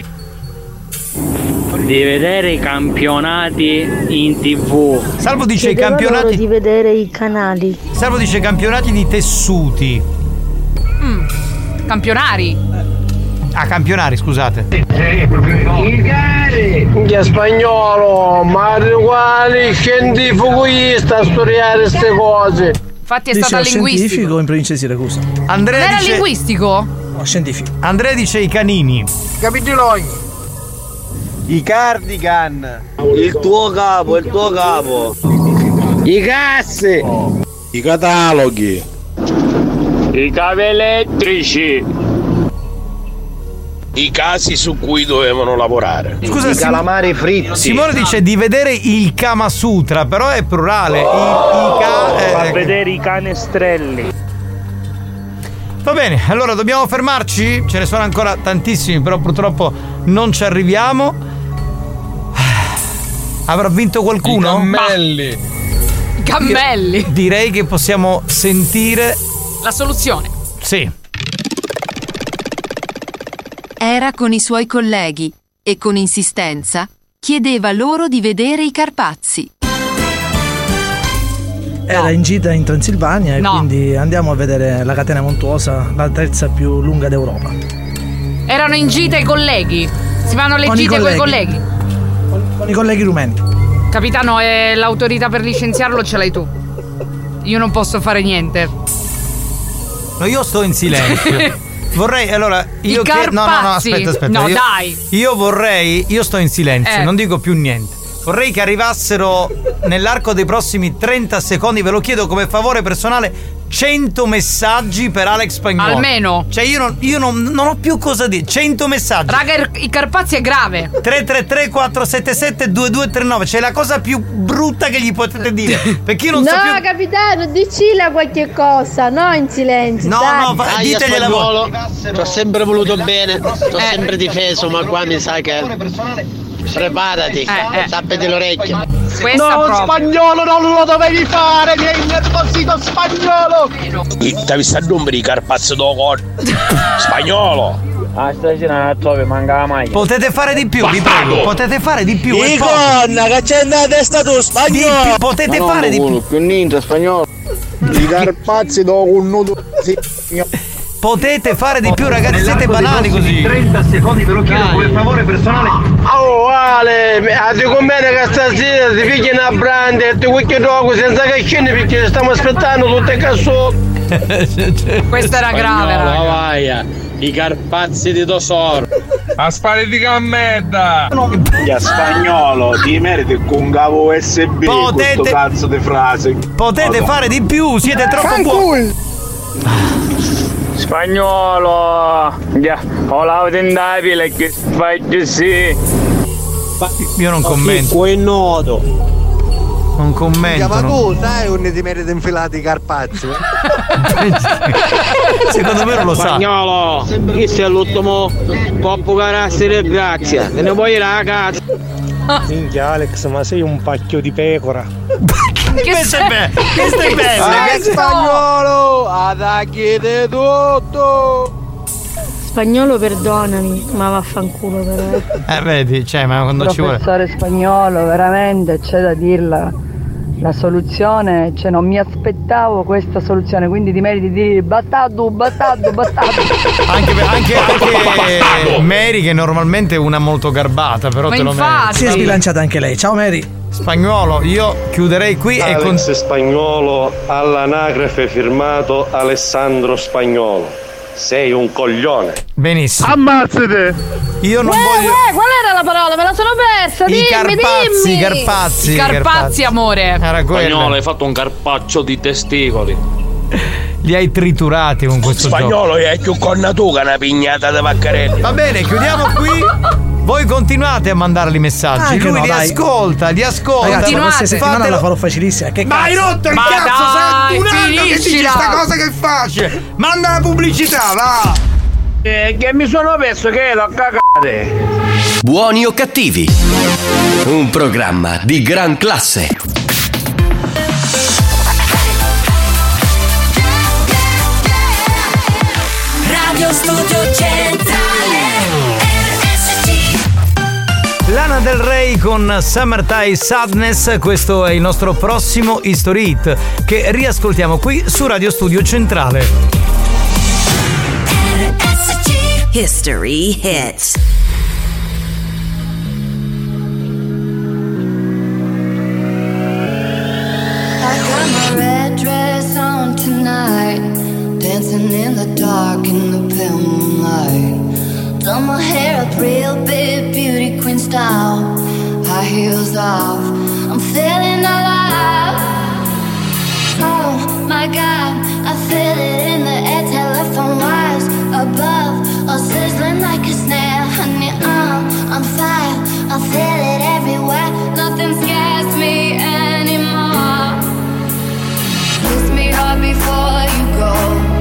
Di vedere i campionati in TV. Salvo dice Chiedeva i campionati. loro di vedere i canali. Salvo dice campionati di tessuti. Campionari. Campionari, scusate. I cari. Che spagnolo, ma quali scientifico sta a studiare queste cose? Infatti è stata linguistico. Scientifico in provincia di Siracusa. Andrea Non era dice linguistico? No, scientifico. Andrea dice i canini. Capitoloni. I cardigan. Il tuo capo. I cassi. I cataloghi. I cavi elettrici. I casi su cui dovevano lavorare. Scusa, I calamari fritti. Simone dice di vedere il Kama Sutra, però è plurale. A vedere i canestrelli. Va bene, allora dobbiamo fermarci. Ce ne sono ancora tantissimi, però purtroppo non ci arriviamo. Avrà vinto qualcuno? Cammelli. Direi che possiamo sentire la soluzione. Sì. Era con i suoi colleghi e con insistenza chiedeva loro di vedere i Carpazi. Era in gita in Transilvania e quindi andiamo a vedere la catena montuosa, la terza più lunga d'Europa. Erano in gita i colleghi. Si vanno alle gite con i colleghi. Con i colleghi rumeni. Capitano, l'autorità per licenziarlo ce l'hai tu. Io non posso fare niente. No, io sto in silenzio. Vorrei, allora, io No, aspetta. No, io, dai. Io sto in silenzio, non dico più niente. Vorrei che arrivassero nell'arco dei prossimi 30 secondi, ve lo chiedo come favore personale, 100 messaggi per Alex Spagnuolo. Almeno. Cioè io non ho più cosa dire. 100 messaggi. Raga, i Carpazi è grave. 333 477 2239. C'è la cosa più brutta che gli potete dire. Perché io non so più. No, capitano, dicila qualche cosa, no in silenzio. Ditegliela voi. Ti ho sempre voluto bene, ti ho sempre difeso, ma qua mi sa che. Preparati, tappati le orecchie. No, Spagnolo non lo dovevi fare, mi hai innervosito, Spagnolo! Stavi sta numeri di Carpazzo do con Spagnolo. Stasera non trovi, manca la maglia. Potete fare di più, vi prego. Potete fare di più. Iconna, che c'è nella testa tu, Spagnolo! Potete fare di più. Più niente, Spagnolo. I Carpazzi do un nudo. Potete fare di più, ragazzi, siete banali così. 30 secondi ve lo chiedo come favore personale. Oh Ale, ti conviene che stasera ti pigli una branda e ti cucchi dopo senza che scendi perché stiamo aspettando tutte cassotte. Questa era grave, raga. Vaia, i Carpazzi di tesoro. A spari di cammetta. Ya Spagnolo, ti meriti con un cavo USB questo cazzo di frase. Potete fare di più, siete troppo buoni. Spagnolo, ho l'auto in Davide che fai così. Io non commento. Qui è noto. Non commento. Ma tu sai unde ti meriti infilati i Carpazzi? Secondo me non lo sa. Spagnolo, questo è l'ultimo poppo carattere, grazie. Te ne vuoi ir a casa. Minchia Alex, ma sei un pacchio di pecora. Questo è bello. Questo è bello. Spagnolo, attacchi di tutto. Spagnolo, perdonami, ma vaffanculo però. Vedi, cioè, ma quando ci vuole. Professore Spagnolo, veramente c'è da dirla. La soluzione, cioè non mi aspettavo questa soluzione, quindi ti meriti di dire bastardo. Anche Mary, che normalmente è una molto garbata, però ma te lo meriti. Si è sbilanciata anche lei. Ciao Mary. Spagnolo, io chiuderei qui. Alex Spagnuolo, all'anagrafe firmato Alessandro Spagnolo. Sei un coglione. Benissimo. Ammazzate. Io non voglio. Qual era la parola? Me la sono persa. I dimmi. Carpazzi, amore. Era quello. Spagnolo, hai fatto un carpaccio di testicoli. Li hai triturati con questo Spagnolo, è più conna tu che una pignata di vaccarelli. Va bene, chiudiamo qui. Voi continuate a mandarli messaggi. Lui li ascolta. Ragazzi, la prossima settimana la farò facilissima. Che ma hai rotto il cazzo! Sei un anno che dici sta cosa che è facile. Manda la pubblicità, va! Che mi sono perso che l'ho cagate. Buoni o cattivi? Un programma di gran classe. Radio Studio Centrale RSC. Lana Del Rey con Summertime Sadness. Questo è il nostro prossimo History Hit che riascoltiamo qui su Radio Studio Centrale. RSC History Hits. I got my red dress on tonight, dancing in the dark in the pale moonlight. Done my hair up real big, beauty queen style. High heels off, I'm feeling alive. Oh my God, I feel it in the air. Telephone wires above, all sizzling like a snare. Honey, I'm on fire, I feel it everywhere. Nothing scares me anymore. Kiss me hard before you go.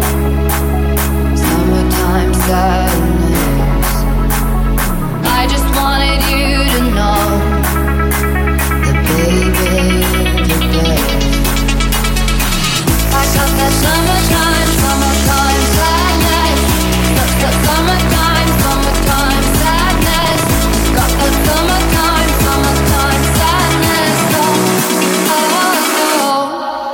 Summertime sadness. I just wanted you to know that baby, you're there. I got that summertime sadness. Summertime sadness. Got that summertime sadness. Oh, oh, oh.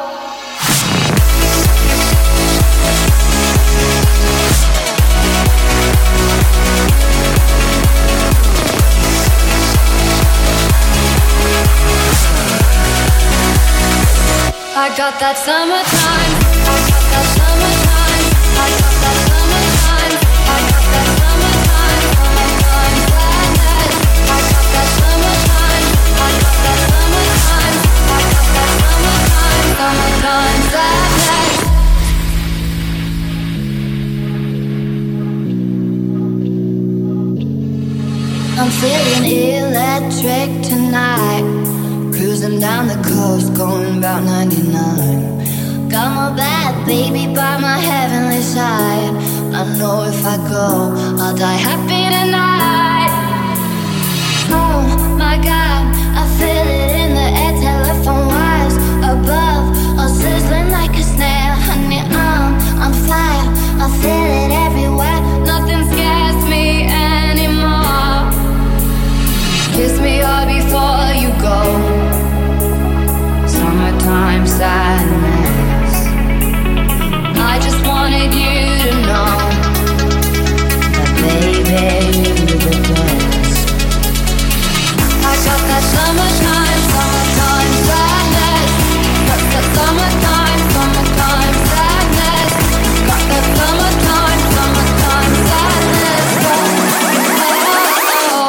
I got that summertime. I got that summertime. I got that summertime. I got that summertime. Summertime sadness. I got that summertime. I got that summertime. I got that summertime. Summertime sadness. I'm feeling electric tonight. Cruising down the coast, going about 99. Got my bad baby by my heavenly side. I know if I go, I'll die happy tonight. Oh my God, I feel it in the air, telephone wires above, all sizzling like a snare. Honey, I'm fire, I feel it everywhere. Nothing scares me anymore. Kiss me all before you go. Summertime sadness. I just wanted you to know that baby, you're the best. I got that summertime sadness. Got that summertime sadness. Got that summertime sadness. Oh.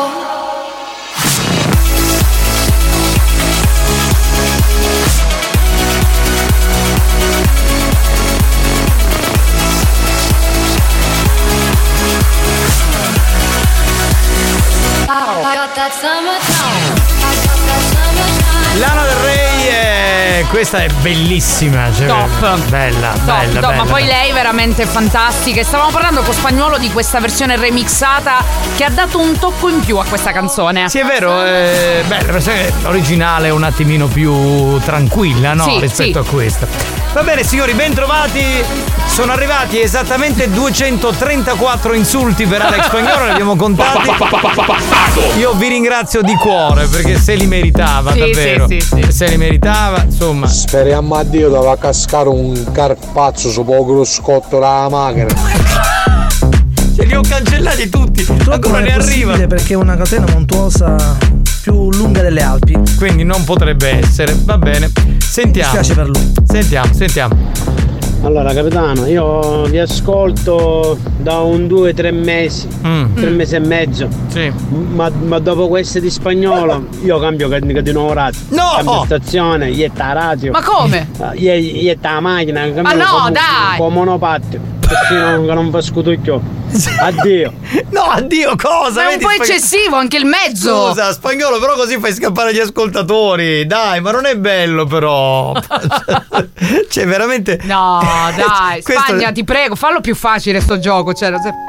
Lana Del Rey, questa è bellissima, cioè, top. Bella, Top, bella, top, bella. ma poi lei è veramente fantastica. E stavamo parlando con Spagnuolo di questa versione remixata che ha dato un tocco in più a questa canzone. Sì, è vero, beh, la versione originale è un attimino più tranquilla, no? Sì, rispetto sì. a questa. Va bene, signori, ben trovati. Sono arrivati esattamente 234 insulti per Alex Spagnuolo, li abbiamo contati. Io vi ringrazio di cuore perché se li meritava, Sì, davvero. sì. Se li meritava, insomma. Speriamo a Dio doveva cascare un carpazzo su poco scotto dalla macchina. Ce li ho cancellati tutti, ancora ne arriva. Perché è una catena montuosa più lunga delle Alpi. Quindi non potrebbe essere, va bene. Sentiamo. Mi spiace per lui. Sentiamo. Allora capitano, io vi ascolto da un 2-3 mesi, 3 mesi e mezzo. Sì. Ma dopo queste di Spagnolo io cambio di nuovo radio. No! Cambio stazione, ietta radio. Ma come? Ietta la macchina, cambio Ma no, dai! con monopattino, così non fa scutucchio. Addio. No, addio cosa? Ma è un po' eccessivo anche il mezzo. Scusa, Spagnolo, però così fai scappare gli ascoltatori. Dai, ma non è bello però. Cioè, veramente. No, dai, Questo- Spagna, ti prego, fallo più facile sto gioco. Cioè,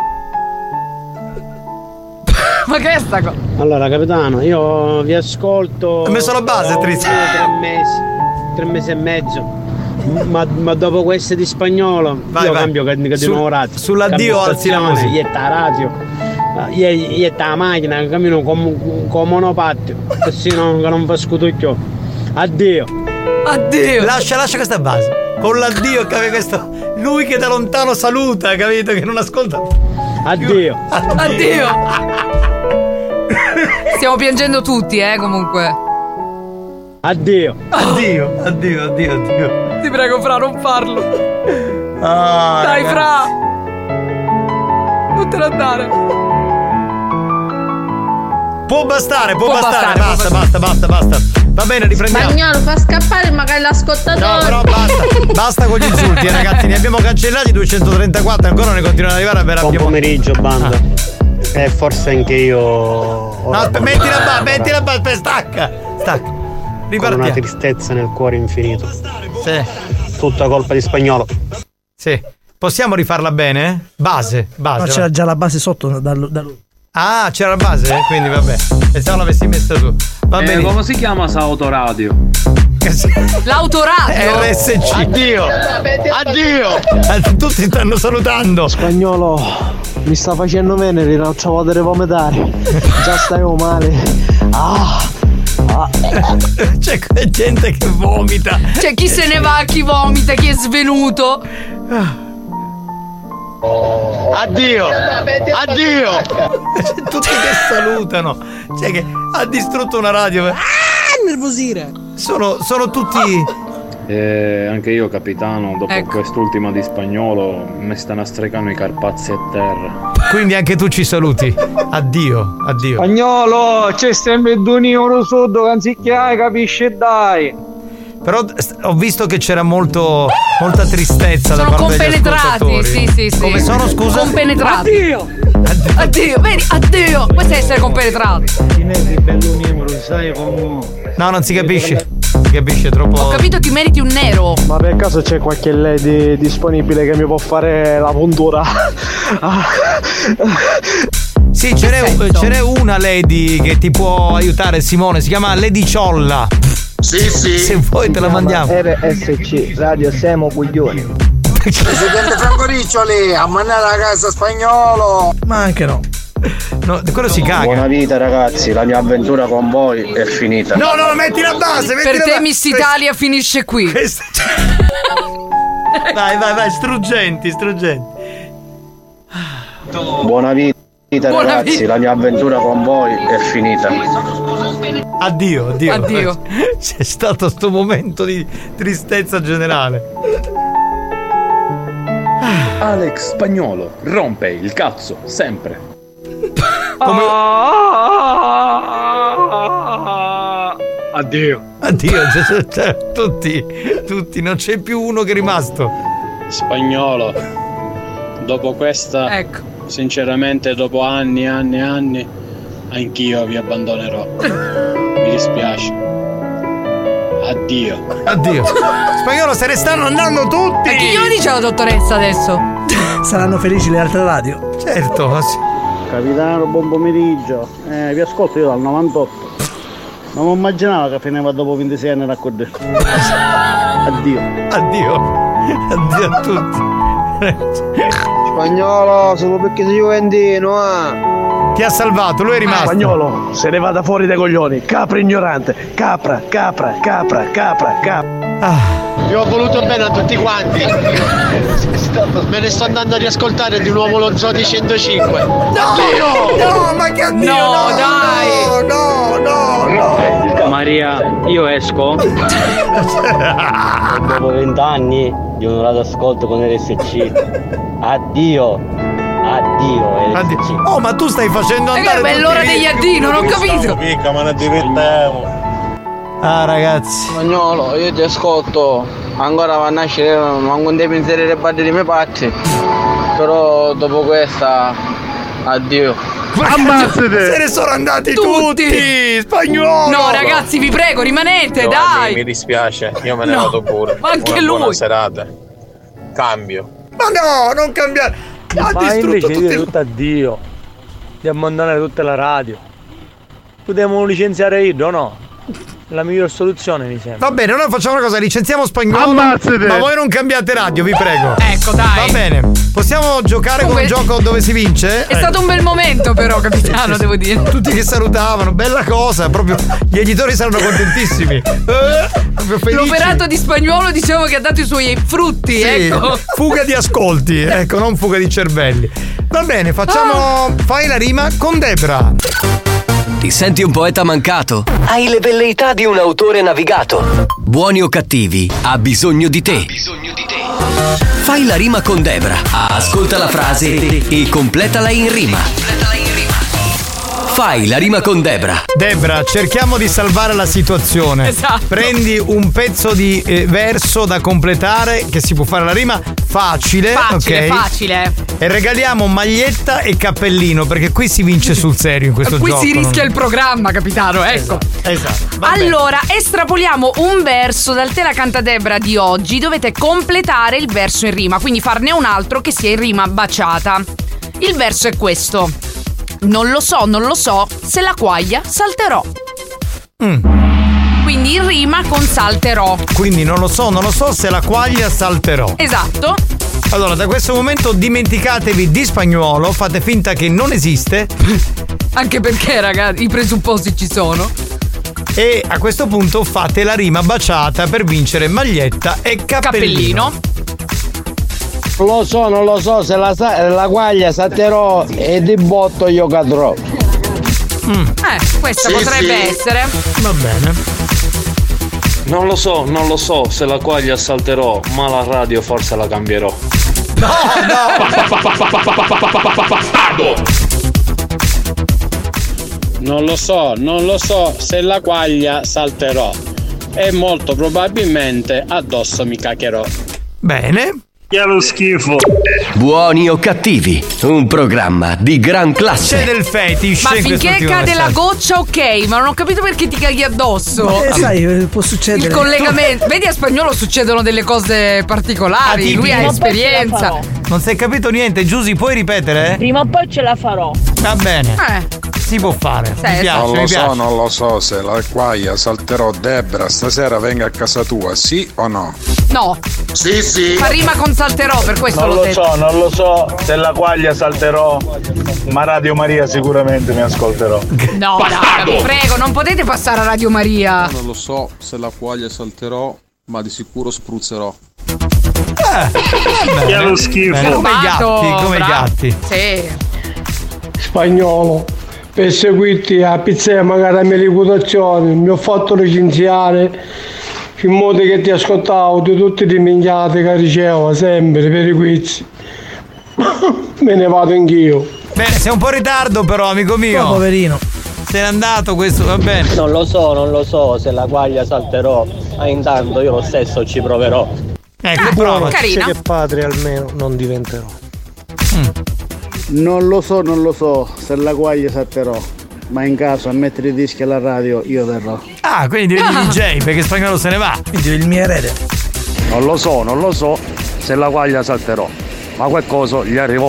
ma che è sta cosa? Allora capitano, io vi ascolto. Ho messo la base, da triste. 3 mesi e mezzo. Ma dopo queste di Spagnolo io cambio di nuovo radio. Sull'addio alzi la musica. Ietta radio. Ietta la macchina, cammino con monopattino, così non fa scutucchio. Addio. Addio. Lascia questa base. Con l'addio, capito? Questo. Lui che da lontano saluta, capito? Che non ascolta. Addio. Addio. Stiamo piangendo tutti, comunque. Addio. Addio. Ti prego, Fra, non farlo. Dai, Fra. Non te ne andare. Può bastare. Basta. Va bene, riprendiamo. Spagnolo, fa scappare magari l'ascoltatore. No, però basta con gli insulti, ragazzi. Ne abbiamo cancellati 234, ancora ne continuano ad arrivare. Buon pomeriggio, banda. Forse anche io. No, metti la base, stacca. Con Ripartiamo. una tristezza nel cuore infinito. Sì. Tutta colpa di Spagnolo. Sì. Possiamo rifarla bene? Base. Ma c'era già la base sotto da lui. Ah, c'era la base? Quindi vabbè. Pensavo l'avessi messa tu. Va bene. Come si chiama sta autoradio? L'autoradio. RSC. Addio. Tutti stanno salutando. Spagnolo, mi sta facendo venere, non ci potere vomitare. Già stavo male. C'è gente che vomita. Cioè, chi se ne va, chi vomita, chi è svenuto. Addio. Tutti che salutano. Cioè che ha distrutto una radio. Nervosire. Sono tutti. Anche io, capitano, dopo quest'ultima di Spagnolo mi stanno strecando i carpazzi a terra. Quindi anche tu ci saluti. Addio. Spagnolo, c'è sempre il Dunio Sud, anziché capisci, dai. Però ho visto che c'era molta tristezza da Sono parte degli ascoltatori. compenetrati, sì. Come sono, scusa? Compenetrati. Addio, vedi, addio. Questo è essere compenetrati. No, non si capisce. Si capisce troppo. Ho capito, ti meriti un nero. Ma per caso c'è qualche lady disponibile che mi può fare la puntura? Sì, ce n'è una lady che ti può aiutare, Simone, si chiama Lady Ciolla. Sì. Se vuoi te la mandiamo. RSC, Radio Semo Coglioni. Presidente Franco Riccioli, a mandare la casa Spagnolo. Ma anche no. No, quello si caga. Buona vita ragazzi, la mia avventura con voi è finita. No, metti la base, per te Miss Italia finisce qui. Vai, struggenti. Buona vita ragazzi, la mia avventura con voi è finita. Addio. C'è stato sto momento di tristezza generale. Alex Spagnolo rompe il cazzo sempre. Addio, cioè, tutti, non c'è più uno che è rimasto. Spagnolo, dopo questa, sinceramente dopo anni, anch'io vi abbandonerò. Mi dispiace. Addio. Spagnolo, se ne stanno andando tutti. E chi glielo dice la dottoressa adesso? Saranno felici le altre radio. Certo, sì. Capitano, buon pomeriggio. Vi ascolto io dal 98. Non mi immaginavo che finiva dopo 26 anni a correre. Addio a tutti. Spagnolo, solo perché sei juventino, Ti ha salvato, lui è rimasto. Spagnolo, se ne vada fuori dai coglioni. Capra ignorante. Capra. Vi ho voluto bene a tutti quanti. Me ne sto andando a riascoltare di nuovo lo Zoo di 105. No, ma che addio! No, dai! No. Maria, io esco. Dopo 20 anni di onorato ascolto con RSC. Addio. RSC. Oh, ma tu stai facendo andare. È l'ora degli addii, non ho capito. Picca, ma ne divertiamo. Ragazzi. Spagnolo, io ti ascolto. Ancora va a nascere, non devi inserire le batte di mie parti. Però dopo questa, addio. Ammazzate! Se ne sono andati tutti! Spagnolo! No, ragazzi, vi prego, rimanete, dai! Mi dispiace, io me ne vado pure. Ma anche lui! Buona serata. Cambio. Ma no, non cambiare! Ma invece di dire tutto addio, di abbandonare tutta la radio, potremmo licenziare io, no? La miglior soluzione mi sembra. Va bene, noi facciamo una cosa, licenziamo Spagnolo. Ammazzate! Ma voi non cambiate radio, vi prego. Ecco, dai. Va bene. Possiamo giocare con un gioco dove si vince? È stato un bel momento però, capitano, devo dire. Tutti che salutavano, bella cosa, proprio gli editori saranno contentissimi. Proprio felici. L'operato di Spagnolo diciamo che ha dato i suoi frutti, ecco. Fuga di ascolti, ecco, non fuga di cervelli. Va bene, facciamo Fai la rima con Debra. Ti senti un poeta mancato? Hai le velleità di un autore navigato? Buoni o cattivi, ha bisogno di te. Fai la rima con Debra. Ascolta la frase e completala in rima. Fai la rima con Debra. Debra, cerchiamo di salvare la situazione. Esatto. Prendi un pezzo di verso da completare, che si può fare la rima facile. Facile. E regaliamo maglietta e cappellino, perché qui si vince sul serio in questo qui gioco. Qui si rischia il programma, capitano, ecco. Esatto. Allora, estrapoliamo un verso dal Te la canta Debra di oggi. Dovete completare il verso in rima, quindi farne un altro che sia in rima baciata. Il verso è questo. Non lo so, se la quaglia salterò. Quindi in rima con salterò. Quindi non lo so se la quaglia salterò. Esatto. Allora, da questo momento dimenticatevi di Spagnolo, fate finta che non esiste. Anche perché, ragazzi, i presupposti ci sono. E a questo punto fate la rima baciata per vincere maglietta e cappellino. Non lo so, se la quaglia salterò e di botto io cadrò. Questa potrebbe essere. Va bene. Non lo so se la quaglia salterò, ma la radio forse la cambierò. No! Non lo so se la quaglia salterò e molto probabilmente addosso mi caccherò. Bene. Che è lo schifo. Buoni o cattivi, un programma di gran classe. C'è del fetish. Ma finché cade la goccia, ok, ma non ho capito perché ti caghi addosso. Sai, può succedere. Il collegamento. Vedi, a Spagnolo succedono delle cose particolari. Lui ha esperienza. Non si è capito niente, Giusy, puoi ripetere? Prima o poi ce la farò. Va bene. Si può fare. Mi piace, non lo so se la quaglia salterò. Debra, stasera venga a casa tua, sì o no? No. Sì. Fa rima con salterò, per questo Non l'ho lo detto. so, non lo so. Se la quaglia salterò, ma Radio Maria sicuramente mi ascolterò. No, dai, vi prego, non potete passare a Radio Maria. Non lo so se la quaglia salterò, ma di sicuro spruzzerò. Che è lo schifo. Come i gatti. Sì. Spagnolo, per seguirti a pizzeria magari a mia reputazione, mi ho fatto licenziare in modo che ti ascoltavo di tutti i minchiate che ricevo sempre per i quiz. Me ne vado anch'io. Bene, sei un po' in ritardo però, amico mio. Oh, poverino. Se n'è andato, questo va bene. Non lo so se la quaglia salterò, ma intanto io lo stesso ci proverò. Ecco, prova. Carina. Che padre almeno non diventerò. Non lo so se la quaglia salterò, ma in caso a mettere i dischi alla radio io verrò. Ah, quindi diventi DJ perché Spagnolo se ne va. Quindi il mio erede. Non lo so se la quaglia salterò, ma qualcosa gli arrivò.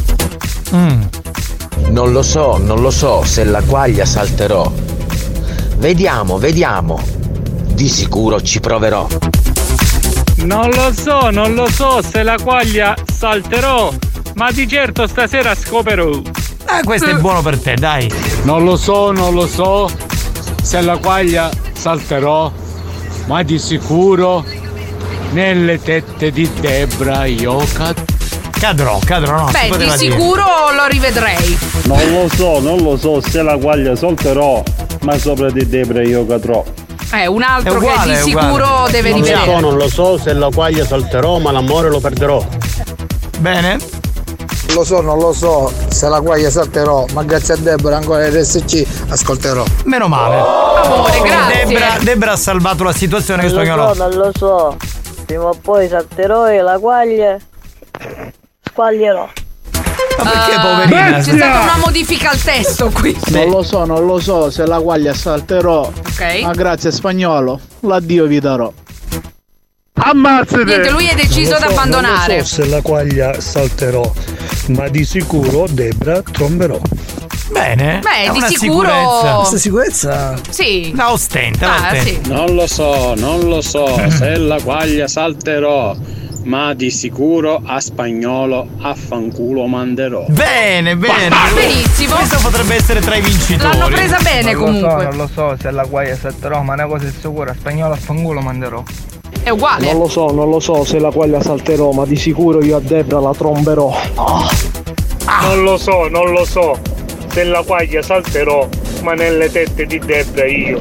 Non lo so se la quaglia salterò. Vediamo. Di sicuro ci proverò. Non lo so se la quaglia salterò, ma di certo stasera scoperò. Questo è buono per te, dai. Non lo so se la quaglia salterò, ma di sicuro nelle tette di Debra io cadrò, no? Beh, di sicuro lo rivedrei. Non lo so se la quaglia salterò, ma sopra di Debra io cadrò. Un altro uguale, che di sicuro deve rivedere. Non lo so se la quaglia salterò, ma l'amore lo perderò. Bene. Non lo so se la quaglia salterò, ma grazie a Debra ancora RSC ascolterò. Meno male. Amore, grazie. Debra ha salvato la situazione che Spagnolo. Non lo so. Prima o poi salterò e la quaglia squaglierò. Ma perché poverina? C'è stata una modifica al testo qui. Non lo so se la quaglia salterò, ma grazie a Spagnolo l'addio vi darò. Ammazzate! Niente, lui è deciso ad abbandonare. Non so se la quaglia salterò, ma di sicuro Debra tromberò. Bene. Beh, di una sicuro. Questa sicurezza. Sì. La ostenta. Sì. Non lo so se la quaglia salterò, ma di sicuro a Spagnolo affanculo manderò. Bene. Benissimo. Questo potrebbe essere tra i vincitori. L'hanno presa bene comunque. Non lo so se la quaglia salterò, ma una cosa è sicura, Spagnolo a fanculo manderò. È uguale. Non lo so se la quaglia salterò, ma di sicuro io a Debra la tromberò. Non lo so se la quaglia salterò, ma nelle tette di Debra io.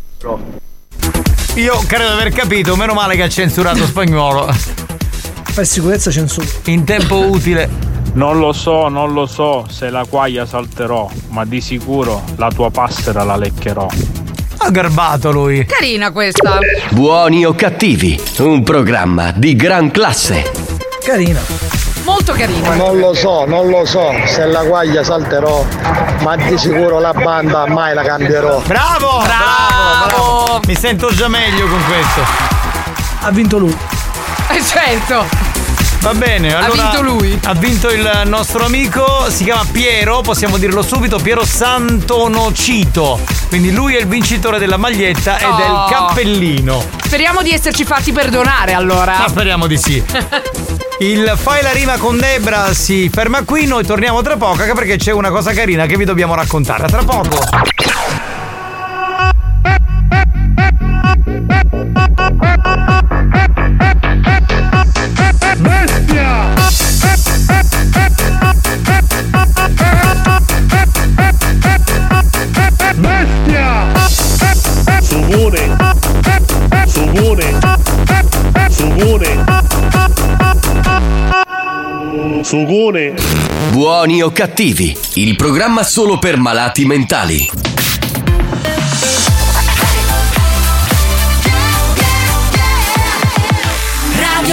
Io credo di aver capito, meno male che ha censurato Spagnolo. Per sicurezza censura. In tempo utile. Non lo so se la quaglia salterò, ma di sicuro la tua passera la leccherò. Ha garbato lui. Carina questa. Buoni o cattivi, un programma di gran classe. Carina. Molto carina. Non lo so se la quaglia salterò, ma di sicuro la banda mai la cambierò. Bravo. Mi sento già meglio con questo. Ha vinto lui. Certo. Va bene, allora. Ha vinto lui. Ha vinto il nostro amico, si chiama Piero, possiamo dirlo subito, Piero Santonocito. Quindi lui è il vincitore della maglietta e del cappellino. Speriamo di esserci fatti perdonare allora. Ma speriamo di sì. Il Fai la rima con Debra si ferma qui, noi torniamo tra poco anche perché c'è una cosa carina che vi dobbiamo raccontare. Tra poco. Bestia! Bestia! Subone! Sugone! Buoni o cattivi, il programma solo per malati mentali. Radio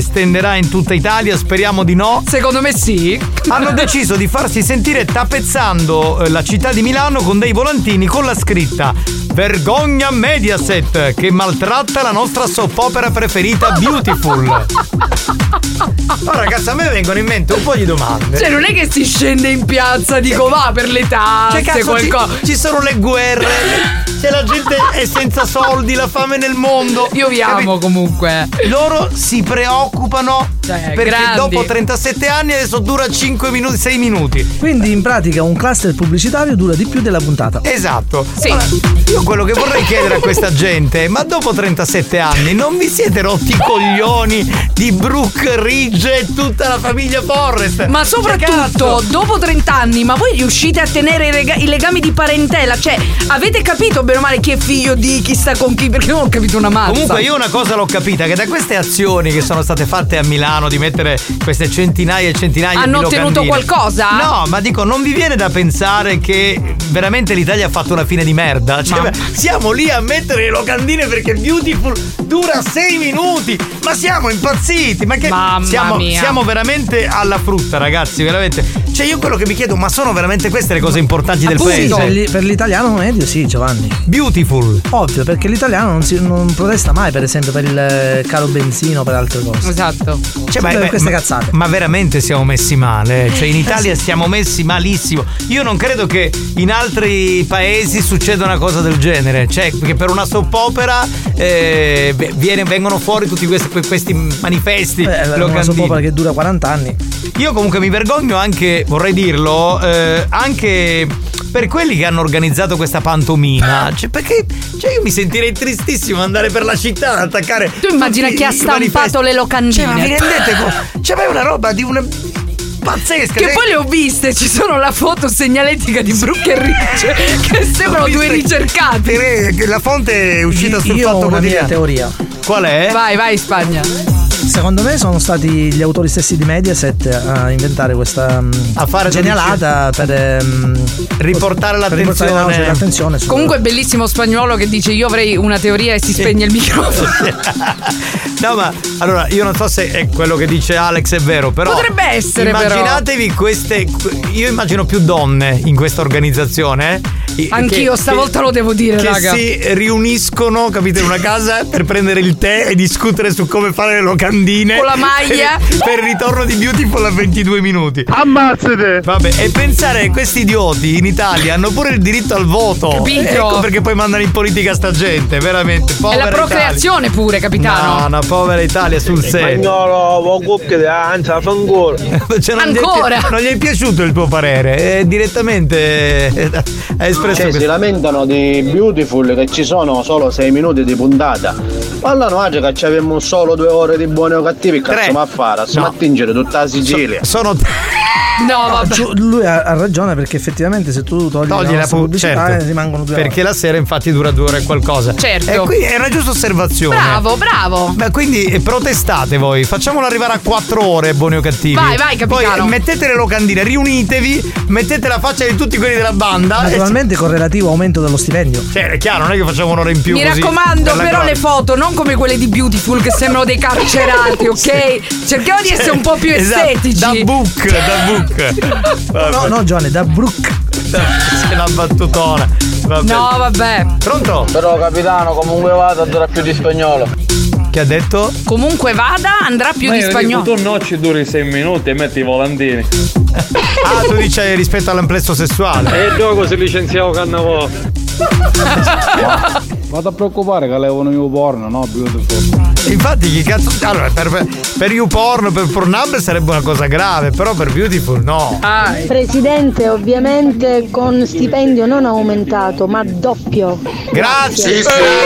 estenderà in tutta Italia, speriamo di no. Secondo me sì. Hanno deciso di farsi sentire tappezzando la città di Milano con dei volantini con la scritta: vergogna Mediaset che maltratta la nostra soap opera preferita Beautiful. No, ragazzi, a me vengono in mente un po' di domande. Cioè, non è che si scende in piazza, dico va per le tasse, cioè, qualcosa. Ci sono le guerre, se la gente è senza soldi, la fame nel mondo. Io vi amo comunque. Loro si preoccupano perché grandi. dopo 37 anni adesso dura 5 minuti, 6 minuti. Quindi in pratica un cluster pubblicitario dura di più della puntata. Esatto. Sì. Allora, io quello che vorrei chiedere a questa gente: ma dopo 37 anni non vi siete rotti i coglioni di Brooke, Ridge e tutta la famiglia Forrest? Ma soprattutto dopo 30 anni, ma voi riuscite a tenere i legami di parentela? Cioè, avete capito bene o male chi è figlio di chi sta con chi? Perché non ho capito una mazza. Comunque io una cosa l'ho capita, che da queste azioni che sono state fatte a Milano di mettere queste centinaia e centinaia hanno di locandine, ottenuto qualcosa? No, ma dico, non vi viene da pensare che veramente l'Italia ha fatto una fine di merda? Cioè, siamo lì a mettere le locandine perché Beautiful dura 6 minuti. Ma siamo impazziti. Ma che siamo veramente alla frutta, ragazzi, veramente. Cioè, io quello che mi chiedo, ma sono veramente queste le cose importanti del paese? Sì, per l'italiano medio sì, Giovanni. Beautiful. Ovvio, perché l'italiano non protesta mai, per esempio, per il caro benzino o per altre cose. Esatto. Cioè, per queste cazzate. Ma veramente siamo messi male. Cioè, in Italia siamo messi malissimo. Io non credo che in altri paesi succeda una cosa del genere. Cioè, che per una soap opera vengono fuori tutti questi manifesti. Una soap opera che dura 40 anni. Io comunque mi vergogno anche, vorrei dirlo, anche per quelli che hanno organizzato questa pantomima. Cioè, perché io mi sentirei tristissimo andare per la città ad attaccare. Tu immagina chi ha stampato le locandine. Cioè, ma vi rendete conto? Cioè, è una roba di una pazzesca. Che poi le ho viste, ci sono la foto segnaletica di Brooke e Ridge che sembrano due ricercati. La fonte è uscita sul Io Fatto ho una Quotidiano. mia teoria. Qual è? Vai Spagna. Secondo me sono stati gli autori stessi di Mediaset a inventare questa genialata per riportare l'attenzione. Comunque è bellissimo Spagnuolo che dice: io avrei una teoria e si spegne il microfono. No, ma allora io non so se è quello che dice Alex è vero, però potrebbe essere. Immaginatevi queste. Io immagino più donne in questa organizzazione. Anch'io stavolta lo devo dire, che raga. si riuniscono, capite, in una casa per prendere il tè e discutere su come fare le locandine con la maglia per il ritorno di Beautiful a 22 minuti. Ammazzate! Vabbè, e pensare che questi idioti in Italia hanno pure il diritto al voto. Capito? Ecco perché poi mandano in politica sta gente, veramente. Povera è la procreazione Italia. pure, capitano. No, povera Italia sul serio. Cioè, ancora? Non gli è piaciuto il tuo parere? Direttamente hai espresso. Cioè, si lamentano di Beautiful che ci sono solo 6 minuti di puntata. Parlano oggi che ci abbiamo solo 2 ore di Buoni o Cattivi. Cazzo ma fare? Stiamo a attingere tutta la Sicilia. Sono No, vabbè. Lui ha ragione, perché effettivamente se tu togli la pubblicità, certo, rimangono 2 ore. Perché la sera infatti dura 2 ore e qualcosa. Certo. E qui è una giusta osservazione. Bravo. Beh, quindi protestate voi. Facciamolo arrivare a 4 ore, Buoni o Cattivi. Vai, capitano. Poi mettete le locandine, riunitevi, mettete la faccia di tutti quelli della banda. Naturalmente con relativo aumento dello stipendio. Cioè, è chiaro, non è che facciamo un'ora in più. Mi così, raccomando, però le foto non come quelle di Beautiful che sembrano dei carcerati, ok? Cerchiamo di essere un po' più estetici. Da book. No, Giovanni, da Brooke. C'è una battutona. Vabbè. No, vabbè. Pronto? Però capitano, comunque vada, andrà più di Spagnolo. Che ha detto? Comunque vada, andrà più di Spagnolo. Tu no ci duri 6 minuti e metti i volantini. Ah, tu dici rispetto all'amplesso sessuale. E dopo si licenziavo Cannavò. Vado a preoccupare che levano io porno, no? Beautiful. Infatti chi cazzo. Allora per YouPorn, per Pornhub sarebbe una cosa grave, però per Beautiful no. Presidente, ovviamente con stipendio non aumentato, ma doppio. Grazie.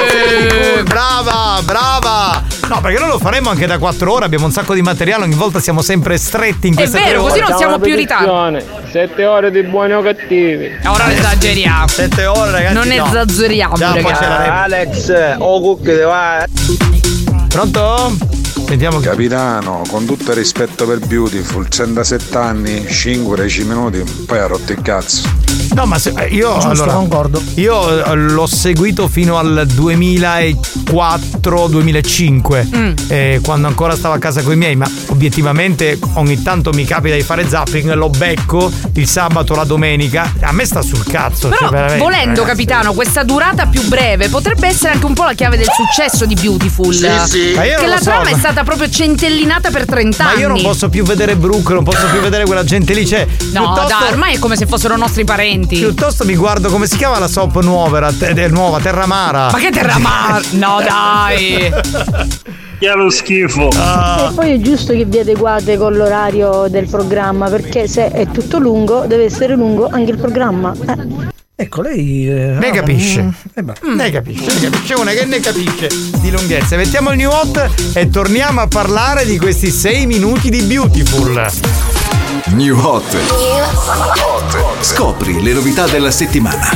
Brava. No, perché noi lo faremo anche da 4 ore, abbiamo un sacco di materiale, ogni volta siamo sempre stretti in queste 3 ore. Così non siamo più in ritardo. 7 ore di Buoni o Cattivi. Ora esageriamo. 7 ore, ragazzi. Non esageriamo, ragazzi. Alex, cucchi va. Pronto? Sentiamo che... Capitano, con tutto il rispetto per Beautiful, 107 anni, 5-10 minuti, poi ha rotto il cazzo. No, ma io Giusto, allora, concordo. Io l'ho seguito fino al 2004-2005, quando ancora stavo a casa con i miei, ma obiettivamente ogni tanto mi capita di fare zapping, lo becco il sabato, la domenica, a me sta sul cazzo. Però cioè, volendo, capitano, questa durata più breve potrebbe essere anche un po' la chiave del successo di Beautiful. Sì. Ma io che non la lo trama so, è stata proprio centellinata per 30 anni. Ma io non posso più vedere Brooke, non posso più vedere quella gente lì, cioè, No, dai, ormai è come se fossero nostri parenti. Piuttosto mi guardo come si chiama la soap nuova, Terramara. Ma che Terramara? No, dai. Che è lo schifo. E poi è giusto che vi adeguate con l'orario del programma, perché se è tutto lungo deve essere lungo anche il programma. Ecco, lei ne capisce. Ne capisce una che ne capisce di lunghezza. Mettiamo il new hot e torniamo a parlare di questi 6 minuti di Beautiful. New hot. Scopri le novità della settimana.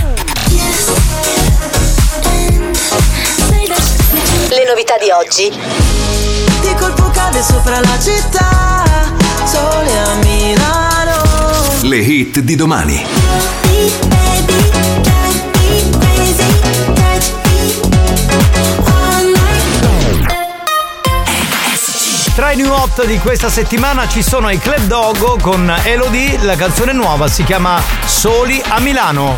Le novità di oggi. Di colpo cade sopra la città, sole a Milano. Le hit di domani. Tra i new hot di questa settimana ci sono i Club Dogo con Elodie, la canzone nuova si chiama Soli a Milano.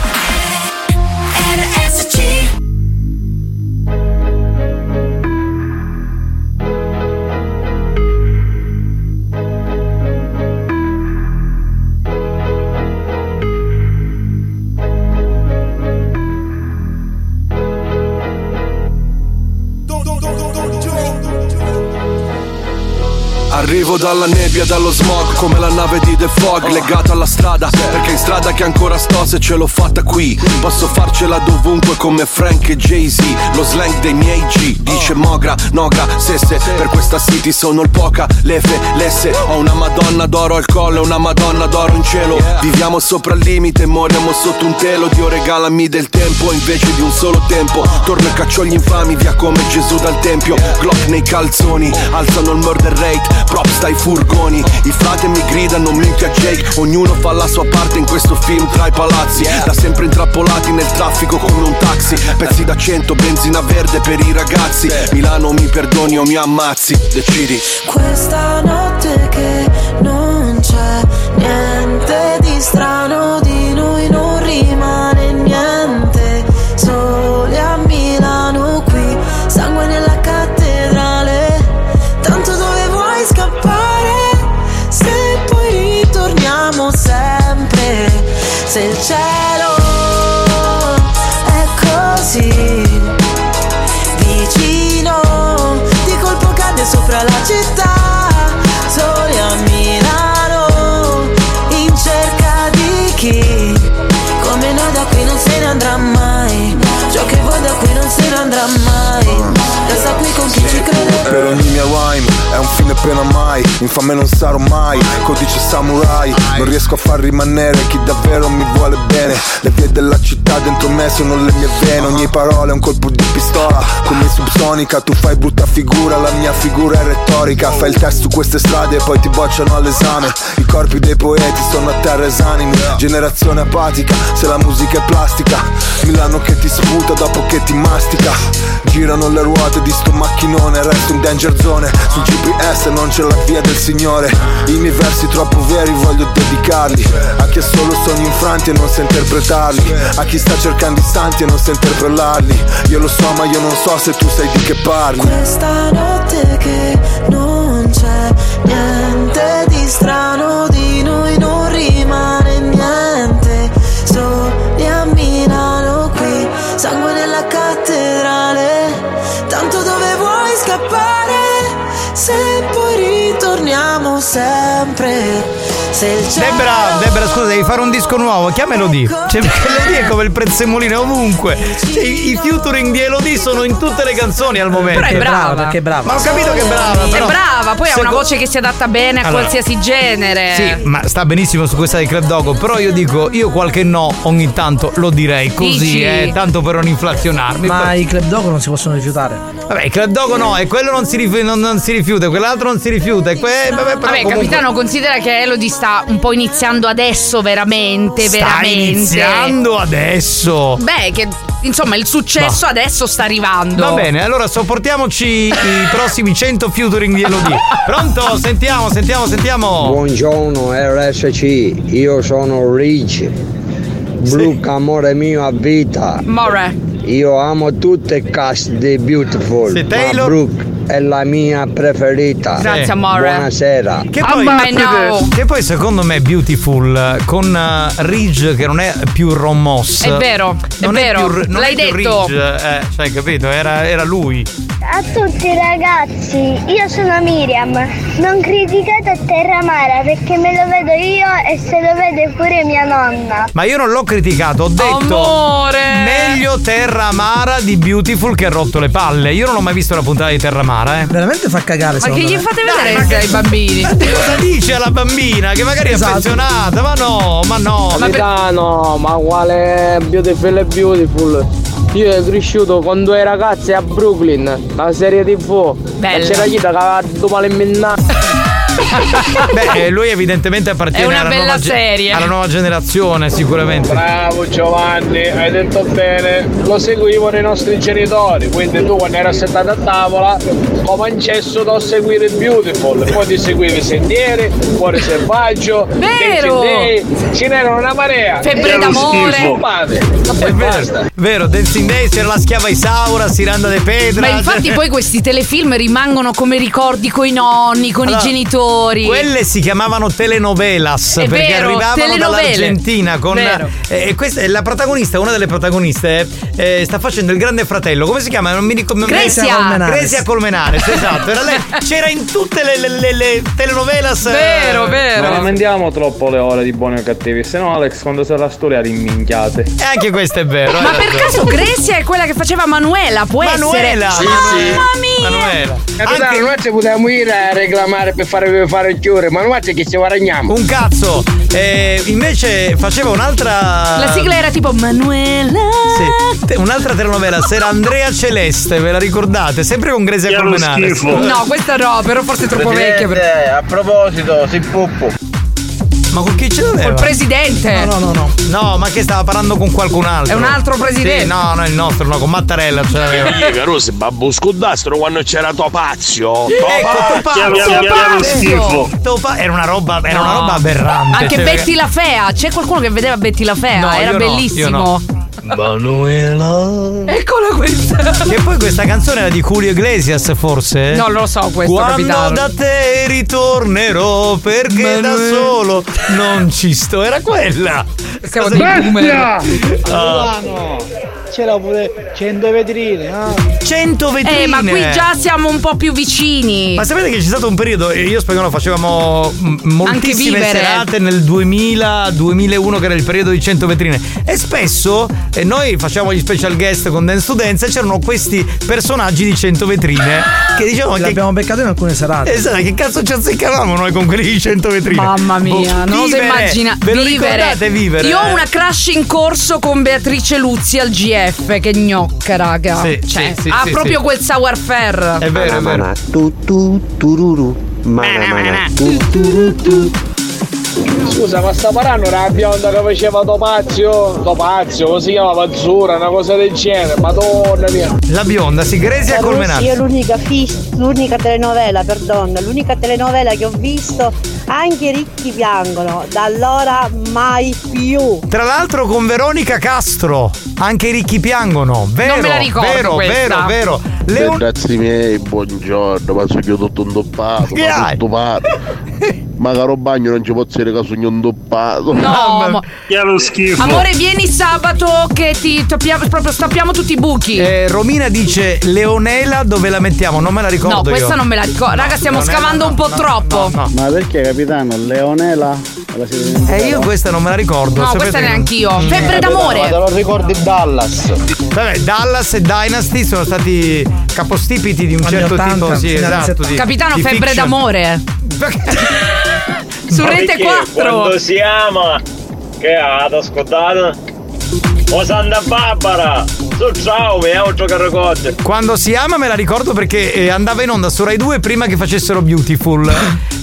Arrivo dalla nebbia, dallo smog, come la nave di The Fog, legato alla strada, perché in strada che ancora sto, se ce l'ho fatta qui posso farcela dovunque come Frank e Jay-Z. Lo slang dei miei G dice mogra, noga, sesse. Per questa city sono il poca, lefe, lesse. Ho una madonna d'oro al collo e una madonna d'oro in cielo. Viviamo sopra il limite, moriamo sotto un telo. Dio regalami del tempo invece di un solo tempo. Torno e caccio gli infami via come Gesù dal tempio. Glock nei calzoni, alzano il murder rate, props dai furgoni. I frate mi gridano minchia Jake. Ognuno fa la sua parte in questo film tra i palazzi. Da sempre intrappolati nel traffico come un taxi. Pezzi da 100, benzina verde per i ragazzi. Milano mi perdoni o mi ammazzi, decidi. Questa notte che non c'è niente di strano, di noi non rimane niente. Soli a Milano qui, sangue nella cattedrale. Tanto dove vuoi scappare, se poi ritorniamo sempre. Se il cielo è così vicino, di colpo cade sopra la città. Soli a Milano, in cerca di chi come noi da qui non se ne andrà mai. Ciò che vuoi da qui non se ne andrà mai. Resta qui con chi ci crede. Per ogni mia rhyme è un fine pena mai. Infame non sarò mai, codice samurai. Non riesco a far rimanere chi davvero mi vuole bene. Le vie della città dentro me sono le mie vene. Ogni parola è un colpo di pistola, come subsonica. Tu fai brutta figura, la mia figura è retorica. Fai il test su queste strade e poi ti bocciano all'esame. I corpi dei poeti sono a terra esanimi. Generazione apatica, se la musica è plastica. Milano che ti sputa dopo che ti mastica. Girano le ruote di sto macchinone, resto in danger zone. Sul GPS non c'è la via del Signore. I miei versi troppo veri voglio dedicarli a chi ha solo sogni infranti e non sa interpretarli, a chi sta cercando istanti e non sa interpellarli. Io lo so ma io non so se tu sai di che parli. Questa notte che non c'è niente di strano, di noi non rimane niente. Soli a Milano qui, sangue nella cattedrale. Tanto dove vuoi scappare, se poi ritorniamo sempre. Se il cielo Debra, scusa, devi fare un disco nuovo, chiama Elodie. Cioè, perché Elodie è come il prezzemolino, è ovunque. Cioè, i featuring di Elodie sono in tutte le canzoni al momento. Però è brava. Perché è brava. Ma ho capito che è brava, però. È brava, poi ha una voce che si adatta bene a qualsiasi genere. Sì, ma sta benissimo su questa di Club Dogo. Però io dico, qualche no ogni tanto lo direi così, tanto per non inflazionarmi. Ma i Club Dogo non si possono rifiutare. Vabbè, il Club Dogo no, e quello non si rifiuta, quell'altro non si rifiuta. Vabbè, comunque... capitano, considera che Elodie sta un po' iniziando adesso, veramente. Iniziando adesso. Beh, che insomma il successo adesso sta arrivando. Va bene, allora sopportiamoci i prossimi 100 featuring di Elodie. Pronto? Sentiamo. Buongiorno RSC, io sono Rich. Brooke, amore mio a vita. More. Io amo tutte le cast di Beautiful. Se ma Taylor... Brooke è la mia preferita. Grazie amore. Buonasera. Che poi secondo me Beautiful con Ridge, che non è più Ron Moss. È vero, non è vero. Non l'hai è più detto. Ridge, cioè, capito? Era lui. A tutti ragazzi, io sono Miriam. Non criticate Terramara perché me lo vedo io e se lo vede pure mia nonna. Ma io non l'ho criticato, ho detto amore, meglio Terramara di Beautiful che ha rotto le palle. Io non ho mai visto una puntata di Terramara, Veramente fa cagare. Ma che gli fate vedere ai bambini? Cosa dice alla bambina? Che magari è affezionata? Ma no. Capitano, ma quale Beautiful e Beautiful? Io ero cresciuto con due ragazze a Brooklyn, la serie TV. Bella. E c'era chi da aveva due male in Beh, lui evidentemente appartiene alla nuova generazione, sicuramente. Bravo Giovanni, hai detto bene. Lo seguivano i nostri genitori, quindi tu quando eri settato a tavola cominciato a seguire Beautiful, poi ti seguivi Sentieri, Cuore Selvaggio, vero, ce n'erano una marea. Febbre d'amore. È vero, Dancing Days, c'era la schiava Isaura, Siranda de Pedra. Ma infatti poi questi telefilm rimangono come ricordi con i nonni, con i genitori. Quelle si chiamavano telenovelas, è perché vero, arrivavano dall'Argentina con questa è la protagonista, una delle protagoniste sta facendo Il Grande Fratello. Come si chiama? Non mi ricordo. Grecia Colmenares, esatto, era lei. C'era in tutte le telenovelas. Vero. Non lamentiamo troppo le ore di Buoni o Cattivi, se no Alex quando se la storia rimminchiate. E anche questo è vero. Ma per caso Grecia è quella che faceva Manuela? Può essere? Sì. Mamma mia. Manuela. Capitano, noi ci potevamo ir a reclamare per fare il chiure, ma noi che ci guadagniamo. Un cazzo. Invece faceva un'altra. La sigla era tipo Manuela. Sì. Un'altra telenovela era Andrea Celeste, ve la ricordate? Sempre con Grecia Colmenares. No, questa no, però forse è troppo vecchia. A proposito, si puppo. Ma con chi ce l'aveva? Col presidente. No, ma che stava parlando con qualcun altro? È un altro presidente. Sì, no, il nostro, no, con Mattarella ce l'aveva. Carosi, babbo scudastro quando c'era Topazio. Era una roba aberrante. Anche Betty la Fea. C'è qualcuno che vedeva Betty la Fea? No, era bellissimo. Manuela. Eccola questa. Che poi questa canzone era di Julio Iglesias, forse? Non lo so questo, Quando capitano. da te ritornerò perché da solo non ci sto. Era quella. Siamo dei boomer. C'era pure 100 vetrine. 100 vetrine. Ma qui già siamo un po' più vicini. Ma sapete che c'è stato un periodo, e io e Spagnolo facevamo moltissime serate nel 2000-2001, che era il periodo di 100 vetrine, e spesso noi facevamo gli special guest con Dance to Dance e c'erano questi personaggi di 100 vetrine che dicevano che l'abbiamo beccato in alcune serate. Esatto, che cazzo ci azzeccavamo noi con quelli di 100 vetrine? Mamma mia, non si immagina. Ve lo ricordate vivere? Io ho una crush in corso con Beatrice Luzzi al GF, che gnocca, raga. Sì, ha proprio quel savoir-faire. È vero, è vero. Scusa, ma sta parlando la bionda che faceva Topazio, come si chiama, Azzurra, una cosa del genere, madonna mia. La bionda, sì, Grecia Colmenares. Io l'unica telenovela che ho visto, anche i ricchi piangono, da allora mai più. Tra l'altro con Veronica Castro, anche i ricchi piangono, vero? Non me la ricordo vero. Ragazzi miei, buongiorno, ma sono io tutto un doppato, Ma caro bagno non ci può essere che sogno un doppato. No, che è lo schifo. amore, vieni sabato che ti proprio stappiamo tutti i buchi. Romina dice Leonela, dove la mettiamo? Non me la ricordo. No, questa non me la ricordo. Raga, stiamo Leonela, scavando un po' troppo. Ma perché, capitano? Leonela? Io questa non me la ricordo. No, questa neanch'io. Febbre d'amore. Ma te lo ricordi Dallas? Vabbè, Dallas e Dynasty sono stati capostipiti di un certo 80, tipo. Sì, esatto. Capitano, di febbre fiction. d'amore. Su Rete 4. Quando si ama, che ha ascoltato? O Santa Barbara, su ciao, mi ho giocato con. Quando si ama me la ricordo perché andava in onda su Rai 2 prima che facessero Beautiful.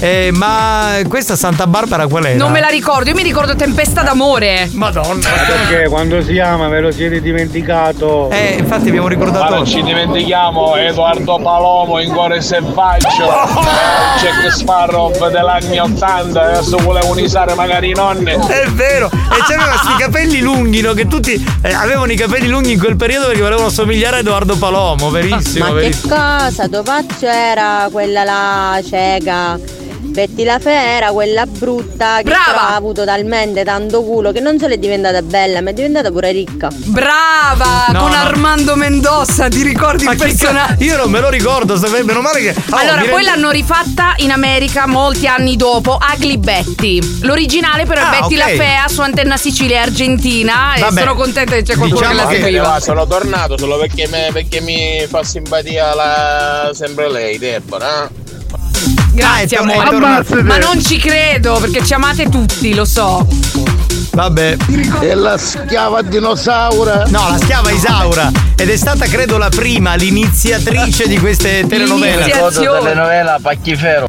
Ma questa Santa Barbara qual era? Non me la ricordo, io mi ricordo Tempesta d'amore. Madonna. Perché quando si ama ve lo siete dimenticato? Infatti abbiamo ricordato. Ma non ci dimentichiamo Edoardo Palomo in Cuore Selvaggio, Jack Sparrow degli anni 80, adesso vuole unizzare magari i nonni. È vero, e c'aveva sti capelli lunghi, no? Che tutti avevano i capelli lunghi in quel periodo perché volevano somigliare a Edoardo Palomo, verissimo. Ma verissimo. che cosa? Topazio era quella là cieca. Betty la Fe era quella brutta che però ha avuto talmente tanto culo che non solo è diventata bella, ma è diventata pure ricca. Brava! No, con no. Armando Mendoza, ti ricordi il personaggio? Io non me lo ricordo, meno male che. Allora, poi l'hanno rifatta in America molti anni dopo, Ugly Betty. L'originale però è Betty la Fea su Antenna Sicilia e Argentina. Vabbè. E sono contenta che c'è qualcuno che la seguiva. Sono tornato solo perché mi fa simpatia sempre lei, Deborah. Grazie amore. Ma non ci credo perché ci amate tutti, lo so. Vabbè. E la schiava dinosaura? No, la schiava Isaura. Ed è stata credo la prima, l'iniziatrice di queste telenovela. Telenovela Pacchifero.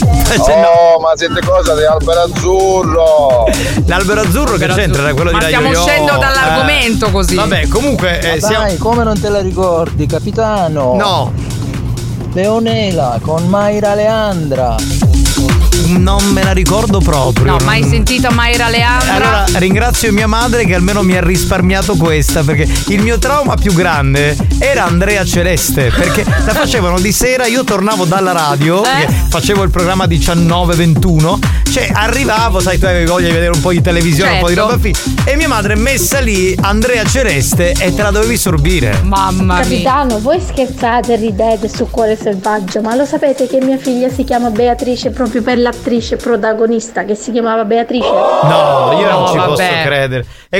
Oh, ma siete cosa di Albero Azzurro? L'Albero Azzurro che c'entra? Era quello Ma di stiamo Yo-Yo. uscendo dall'argomento così. Vabbè, comunque Dai, come non te la ricordi, capitano? No. Leonela con Mayra Leandra. Non me la ricordo proprio. No, mai sentita Mayra Leandra? Allora ringrazio mia madre che almeno mi ha risparmiato questa, perché il mio trauma più grande era Andrea Celeste, perché la facevano di sera, io tornavo dalla radio, perché facevo il programma 19-21, cioè arrivavo, sai, tu avevi voglia di vedere un po' di televisione, un po' di roba e mia madre messa lì Andrea Celeste e te la dovevi sorbire. Mamma Capitano, voi scherzate e ridete su Cuore Selvaggio, ma lo sapete che mia figlia si chiama Beatrice proprio per l'attrice protagonista che si chiamava Beatrice? No, io non ci vabbè. posso credere. È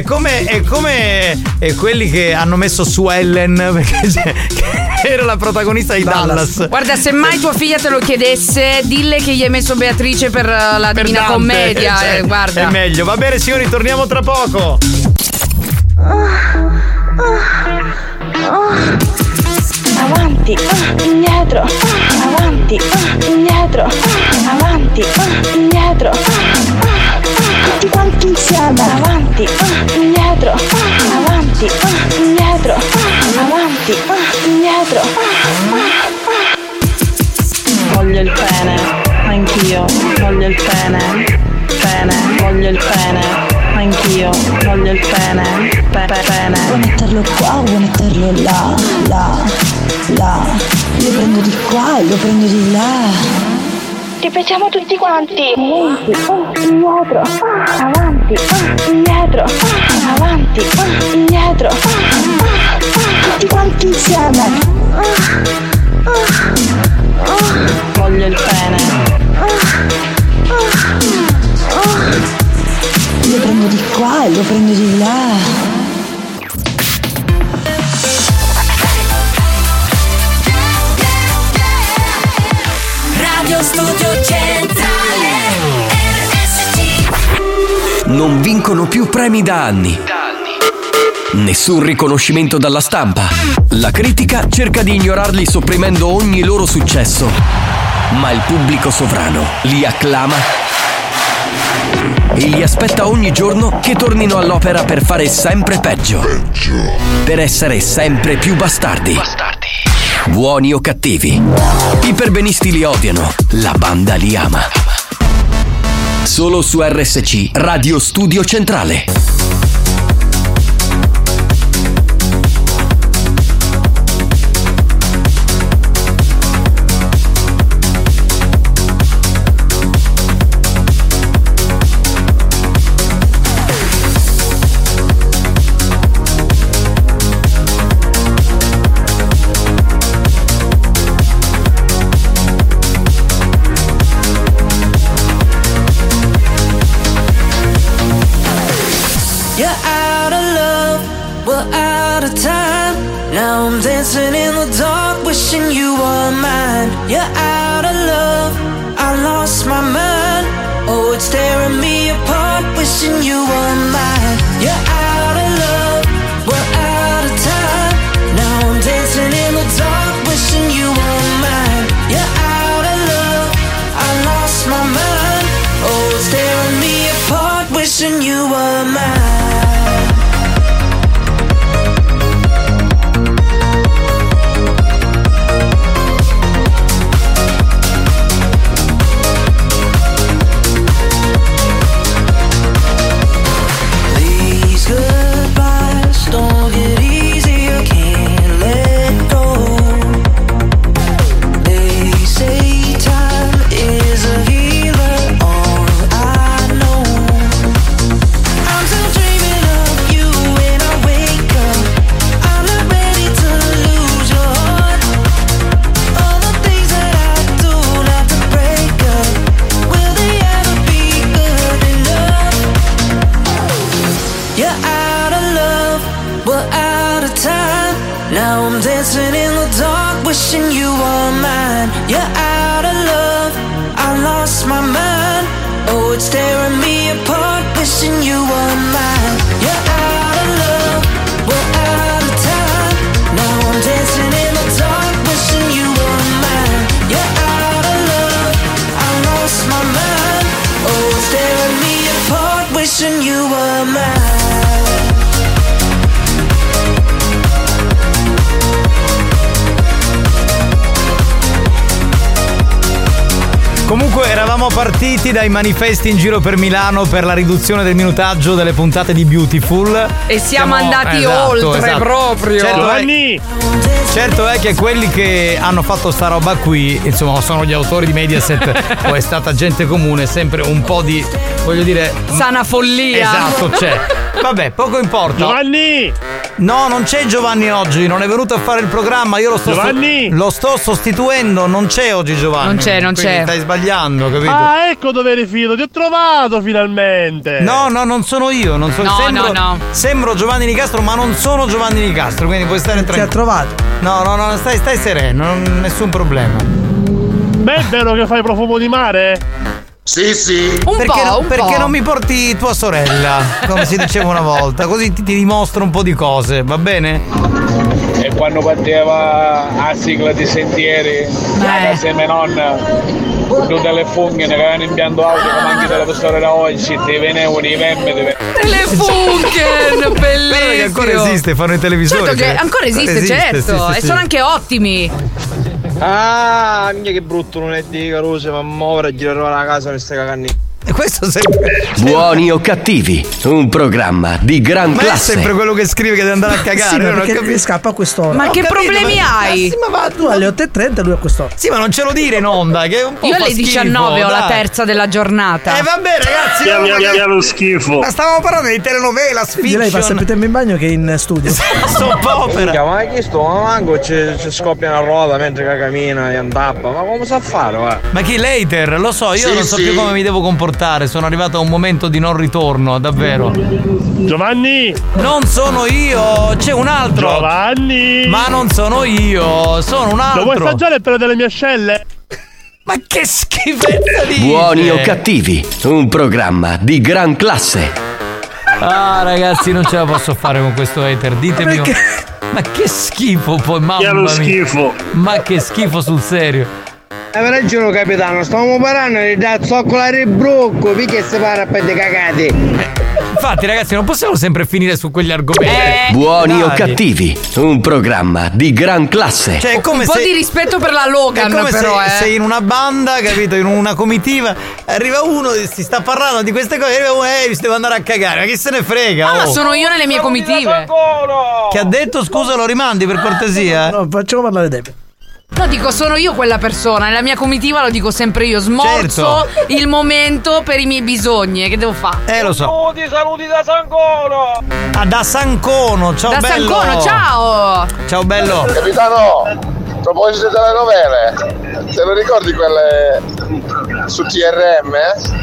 come quelli che hanno messo su Ellen perché che era la protagonista di Dallas. Guarda, se mai tua figlia te lo chiedesse, dille che gli hai messo Beatrice per la Divina Dante, Commedia. cioè, Guarda. è meglio. Va bene signori, torniamo tra poco. Avanti, indietro, avanti, indietro, avanti, indietro, tutti quanti insieme, avanti, indietro, avanti, indietro, avanti, indietro. Voglio il pene, anch'io, voglio il pene, voglio il pene. Anch'io voglio il pene, pene. Vuoi metterlo qua, vuoi metterlo là, là. Lo prendo di qua e lo prendo di là. Ripetiamo tutti quanti. Indietro, avanti, indietro, avanti, indietro. Tutti quanti insieme. Voglio il pene. Lo prendo di qua e lo prendo di là. Radio Studio Centrale RSC. Non vincono più premi da anni. Nessun riconoscimento dalla stampa. La critica cerca di ignorarli sopprimendo ogni loro successo. Ma il pubblico sovrano li acclama e li aspetta ogni giorno che tornino all'opera per fare sempre peggio. Per essere sempre più bastardi. Buoni o cattivi. I perbenisti li odiano, la banda li ama. Solo su RSC, Radio Studio Centrale. wishing you were mine. You're out of love, I lost my mind. Oh, it's tearing me apart, wishing you were mine. You're out of love, we're out of time. Now I'm dancing in the dark, wishing you were mine. You're out of love, I lost my mind. Oh, it's tearing me apart, wishing you were mine. Wishing you were mine. You're out of love, I lost my mind. Oh, it's tearing me apart, wishing you were mine. You're out of love, we're out of time. Now I'm dancing in the dark, wishing you were mine. You're out of love, I lost my mind. Oh, it's tearing me apart, wishing you were mine. Comunque eravamo partiti dai manifesti in giro per Milano per la riduzione del minutaggio delle puntate di Beautiful e siamo andati oltre proprio. Certo è che quelli che hanno fatto sta roba qui, insomma, sono gli autori di Mediaset o è stata gente comune, sempre un po' di, voglio dire, sana follia. Esatto, c'è. Vabbè, poco importa. Giovanni! No, non c'è Giovanni oggi, non è venuto a fare il programma, io lo sto sostituendo, non c'è oggi Giovanni. Non c'è. Stai sbagliando, capito? Ah, ecco dove eri finito, ti ho trovato finalmente. No, non sono io, non sono sembro Giovanni Nicastro, ma non sono Giovanni Nicastro, quindi puoi stare tranquillo. Ti ha trovato? No, stai sereno, nessun problema. Beh, è vero che fai profumo di mare? Sì. Perché non mi porti tua sorella, come si diceva una volta, così ti dimostro un po' di cose, va bene? E quando batteva a sigla di Sentieri, da casa mia nonna, con tutte le funghe che avevano impianto auto come anche della storia da oggi, ti venivano i memme. Telefunken, bellissimo. Che ancora esiste, fanno i televisori. Certo che ancora esiste, certo, e sono anche ottimi. Ah, mia che brutto lunedì, Caruso, ma ora girerò a casa per stai cagando. E questo sempre. Buoni o cattivi, un programma di gran classe. È sempre quello che scrive che deve andare a cagare. Sì, perché mi scappa a quest'ora. Ma che problemi hai? Sì, ma va tu alle 8:30 lui a quest'ora. Sì, ma non ce lo dire in onda, che è un po'. Io alle 19 ho la terza della giornata. Vabbè, ragazzi. Che lo schifo. Ma stavamo parlando di telenovela, fiction. Lei passa più tempo in bagno che in studio. Soppopera. Ma che sto? Ma manco ci scoppia una ruota mentre che cammina e andappa. Ma come sa fare? Ma chi later? Lo so, io non so più come mi devo comportare. Sono arrivato a un momento di non ritorno, davvero. Giovanni! Non sono io, c'è un altro. Giovanni! Ma non sono io, sono un altro. Lo vuoi assaggiare il pelo delle mie ascelle? Ma che schifezza di. Buoni o cattivi, un programma di gran classe. Ah, ragazzi, non ce la posso fare con questo hater, ditemi. Ma che schifo poi, mamma mia. Che lo schifo. Ma che schifo sul serio. Aveva ragione capitano, stavamo parlando di da zoccolare il brocco, perché si para a pelle cagate. Infatti ragazzi non possiamo sempre finire su quegli argomenti. Buoni o cattivi, un programma di gran classe. Cioè, come un po' di rispetto per la Logan, è come però se sei in una banda, capito, in una comitiva, arriva uno, si sta parlando di queste cose, arriva uno, mi devo andare a cagare, ma chi se ne frega? Ma sono io nelle mie comitive. Che ha detto, scusa, lo rimandi per cortesia? No, facciamo parlare Debbie. No, dico, sono io quella persona. Nella mia comitiva lo dico sempre io. Smorzo il momento per i miei bisogni. Che devo fare? Lo so. Saluti da Sancono. Ah, da Sancono, ciao da bello. Da Sancono, ciao. Ciao bello. Capitano, a proposito delle novele, te lo ricordi quelle su TRM?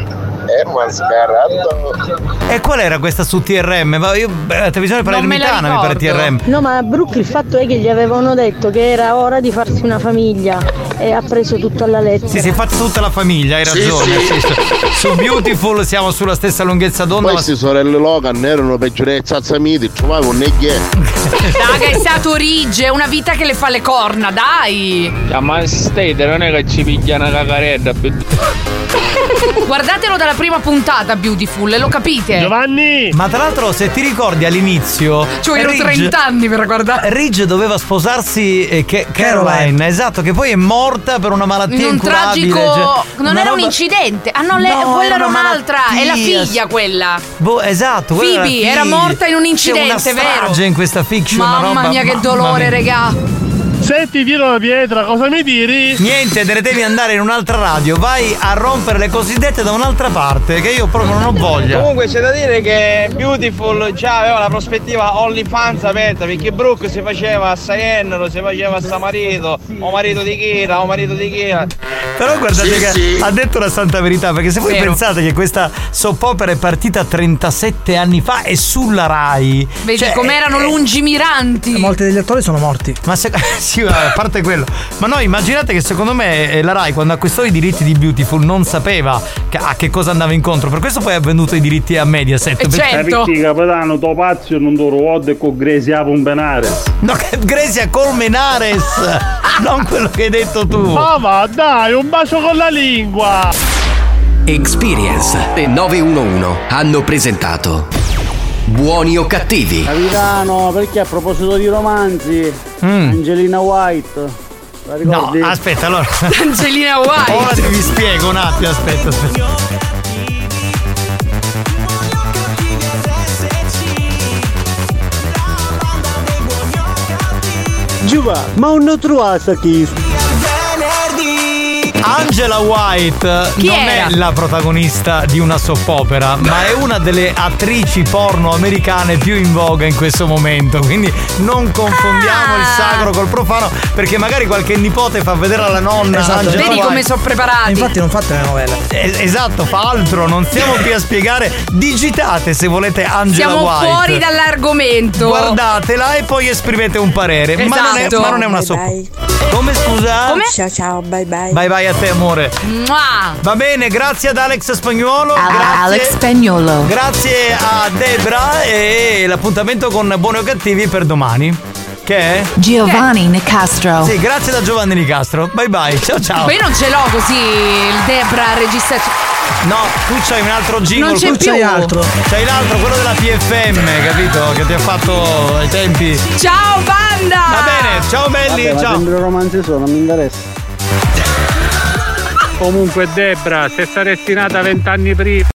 è mascarato. E qual era questa su TRM? Io la televisione palermitana mi pare TRM. No, ma Brooke il fatto è che gli avevano detto che era ora di farsi una famiglia e ha preso tutto alla lettera. Sì, si è fatta tutta la famiglia, hai ragione. Sì. Su Beautiful siamo sulla stessa lunghezza d'onda. Queste sorelle Logan erano peggiori zazzamiti, trovavo un neghe. Raga, è stato Ridge, è una vita che le fa le corna, dai. Ma State non è che ci piglia una cacaretta. Guardatelo dalla prima puntata Beautiful, lo capite? Giovanni! Ma tra l'altro, se ti ricordi all'inizio, Cioè ero 30 anni per guardare. Ridge doveva sposarsi Caroline, esatto, che poi è morta per una malattia un incurabile. tragico. Non era un incidente. Ah no, quella era un'altra. È la figlia quella. Esatto, Phoebe era morta in un incidente, vero? C'è in questa fiction. Mamma mia, che dolore, regà. Se ti tiro la pietra, cosa mi tiri? Niente, te ne devi andare in un'altra radio. Vai a rompere le cosiddette da un'altra parte, che io proprio non ho voglia. Comunque c'è da dire che Beautiful già aveva la prospettiva OnlyFans aperta, perché Brooke si faceva a Sayenno, si faceva a sta marito, o marito di Kira, o marito di Kira. Però guardate che ha detto la santa verità, perché se voi pensate che questa soap opera è partita 37 anni fa e sulla Rai, vedi com'erano lungimiranti. Molti degli attori sono morti. Ma sì, a parte quello. Ma no, immaginate che secondo me la Rai, quando acquistò i diritti di Beautiful, non sapeva a che cosa andava incontro. Per questo poi ha venduto i diritti a Mediaset. Certo. Perché capitano Topazio non do ruode con Gresia Pombenares. No, Gresia Colmenares. Non quello che hai detto tu. Ah, ma dai, un bacio con la lingua. Experience e 911 hanno presentato Buoni o cattivi? Capitano, perché a proposito di romanzi, Angelina White, la ricordi? No, aspetta, allora. Angelina White. Ora vi spiego un attimo, aspetta. Giova, ma non trovato chi? Angela White Chi non era? è la protagonista di una soap opera, ma è una delle attrici porno americane più in voga in questo momento. Quindi non confondiamo il sacro col profano, perché magari qualche nipote fa vedere alla nonna. Esatto. Angela Vedi White. come sono preparati. Infatti non fate le novelle. Esatto, fa altro, non stiamo qui a spiegare. Digitate se volete Angela Siamo White. fuori dall'argomento. Guardatela e poi esprimete un parere. Esatto. Ma non è una soap. Come scusa? Come? Ciao, bye bye. Bye bye a te, amore. Mua. Va bene, grazie ad Alex Spagnuolo. Alex Spagnuolo. Grazie a Debra e l'appuntamento con Buoni o Cattivi per domani. Che è? Giovanni Nicastro. Sì, grazie da Giovanni Nicastro. Bye bye, ciao. Poi non ce l'ho così il Debra registrazione. No, tu c'hai un altro jingle. Non c'è tu più. c'hai altro. C'hai l'altro, quello della PFM, capito? Che ti ha fatto ai tempi. Ciao banda! Va bene, ciao belli, Vabbè, ciao. ma sempre romanzi sono, non mi interessa. Comunque Debra, se saresti nata 20 anni prima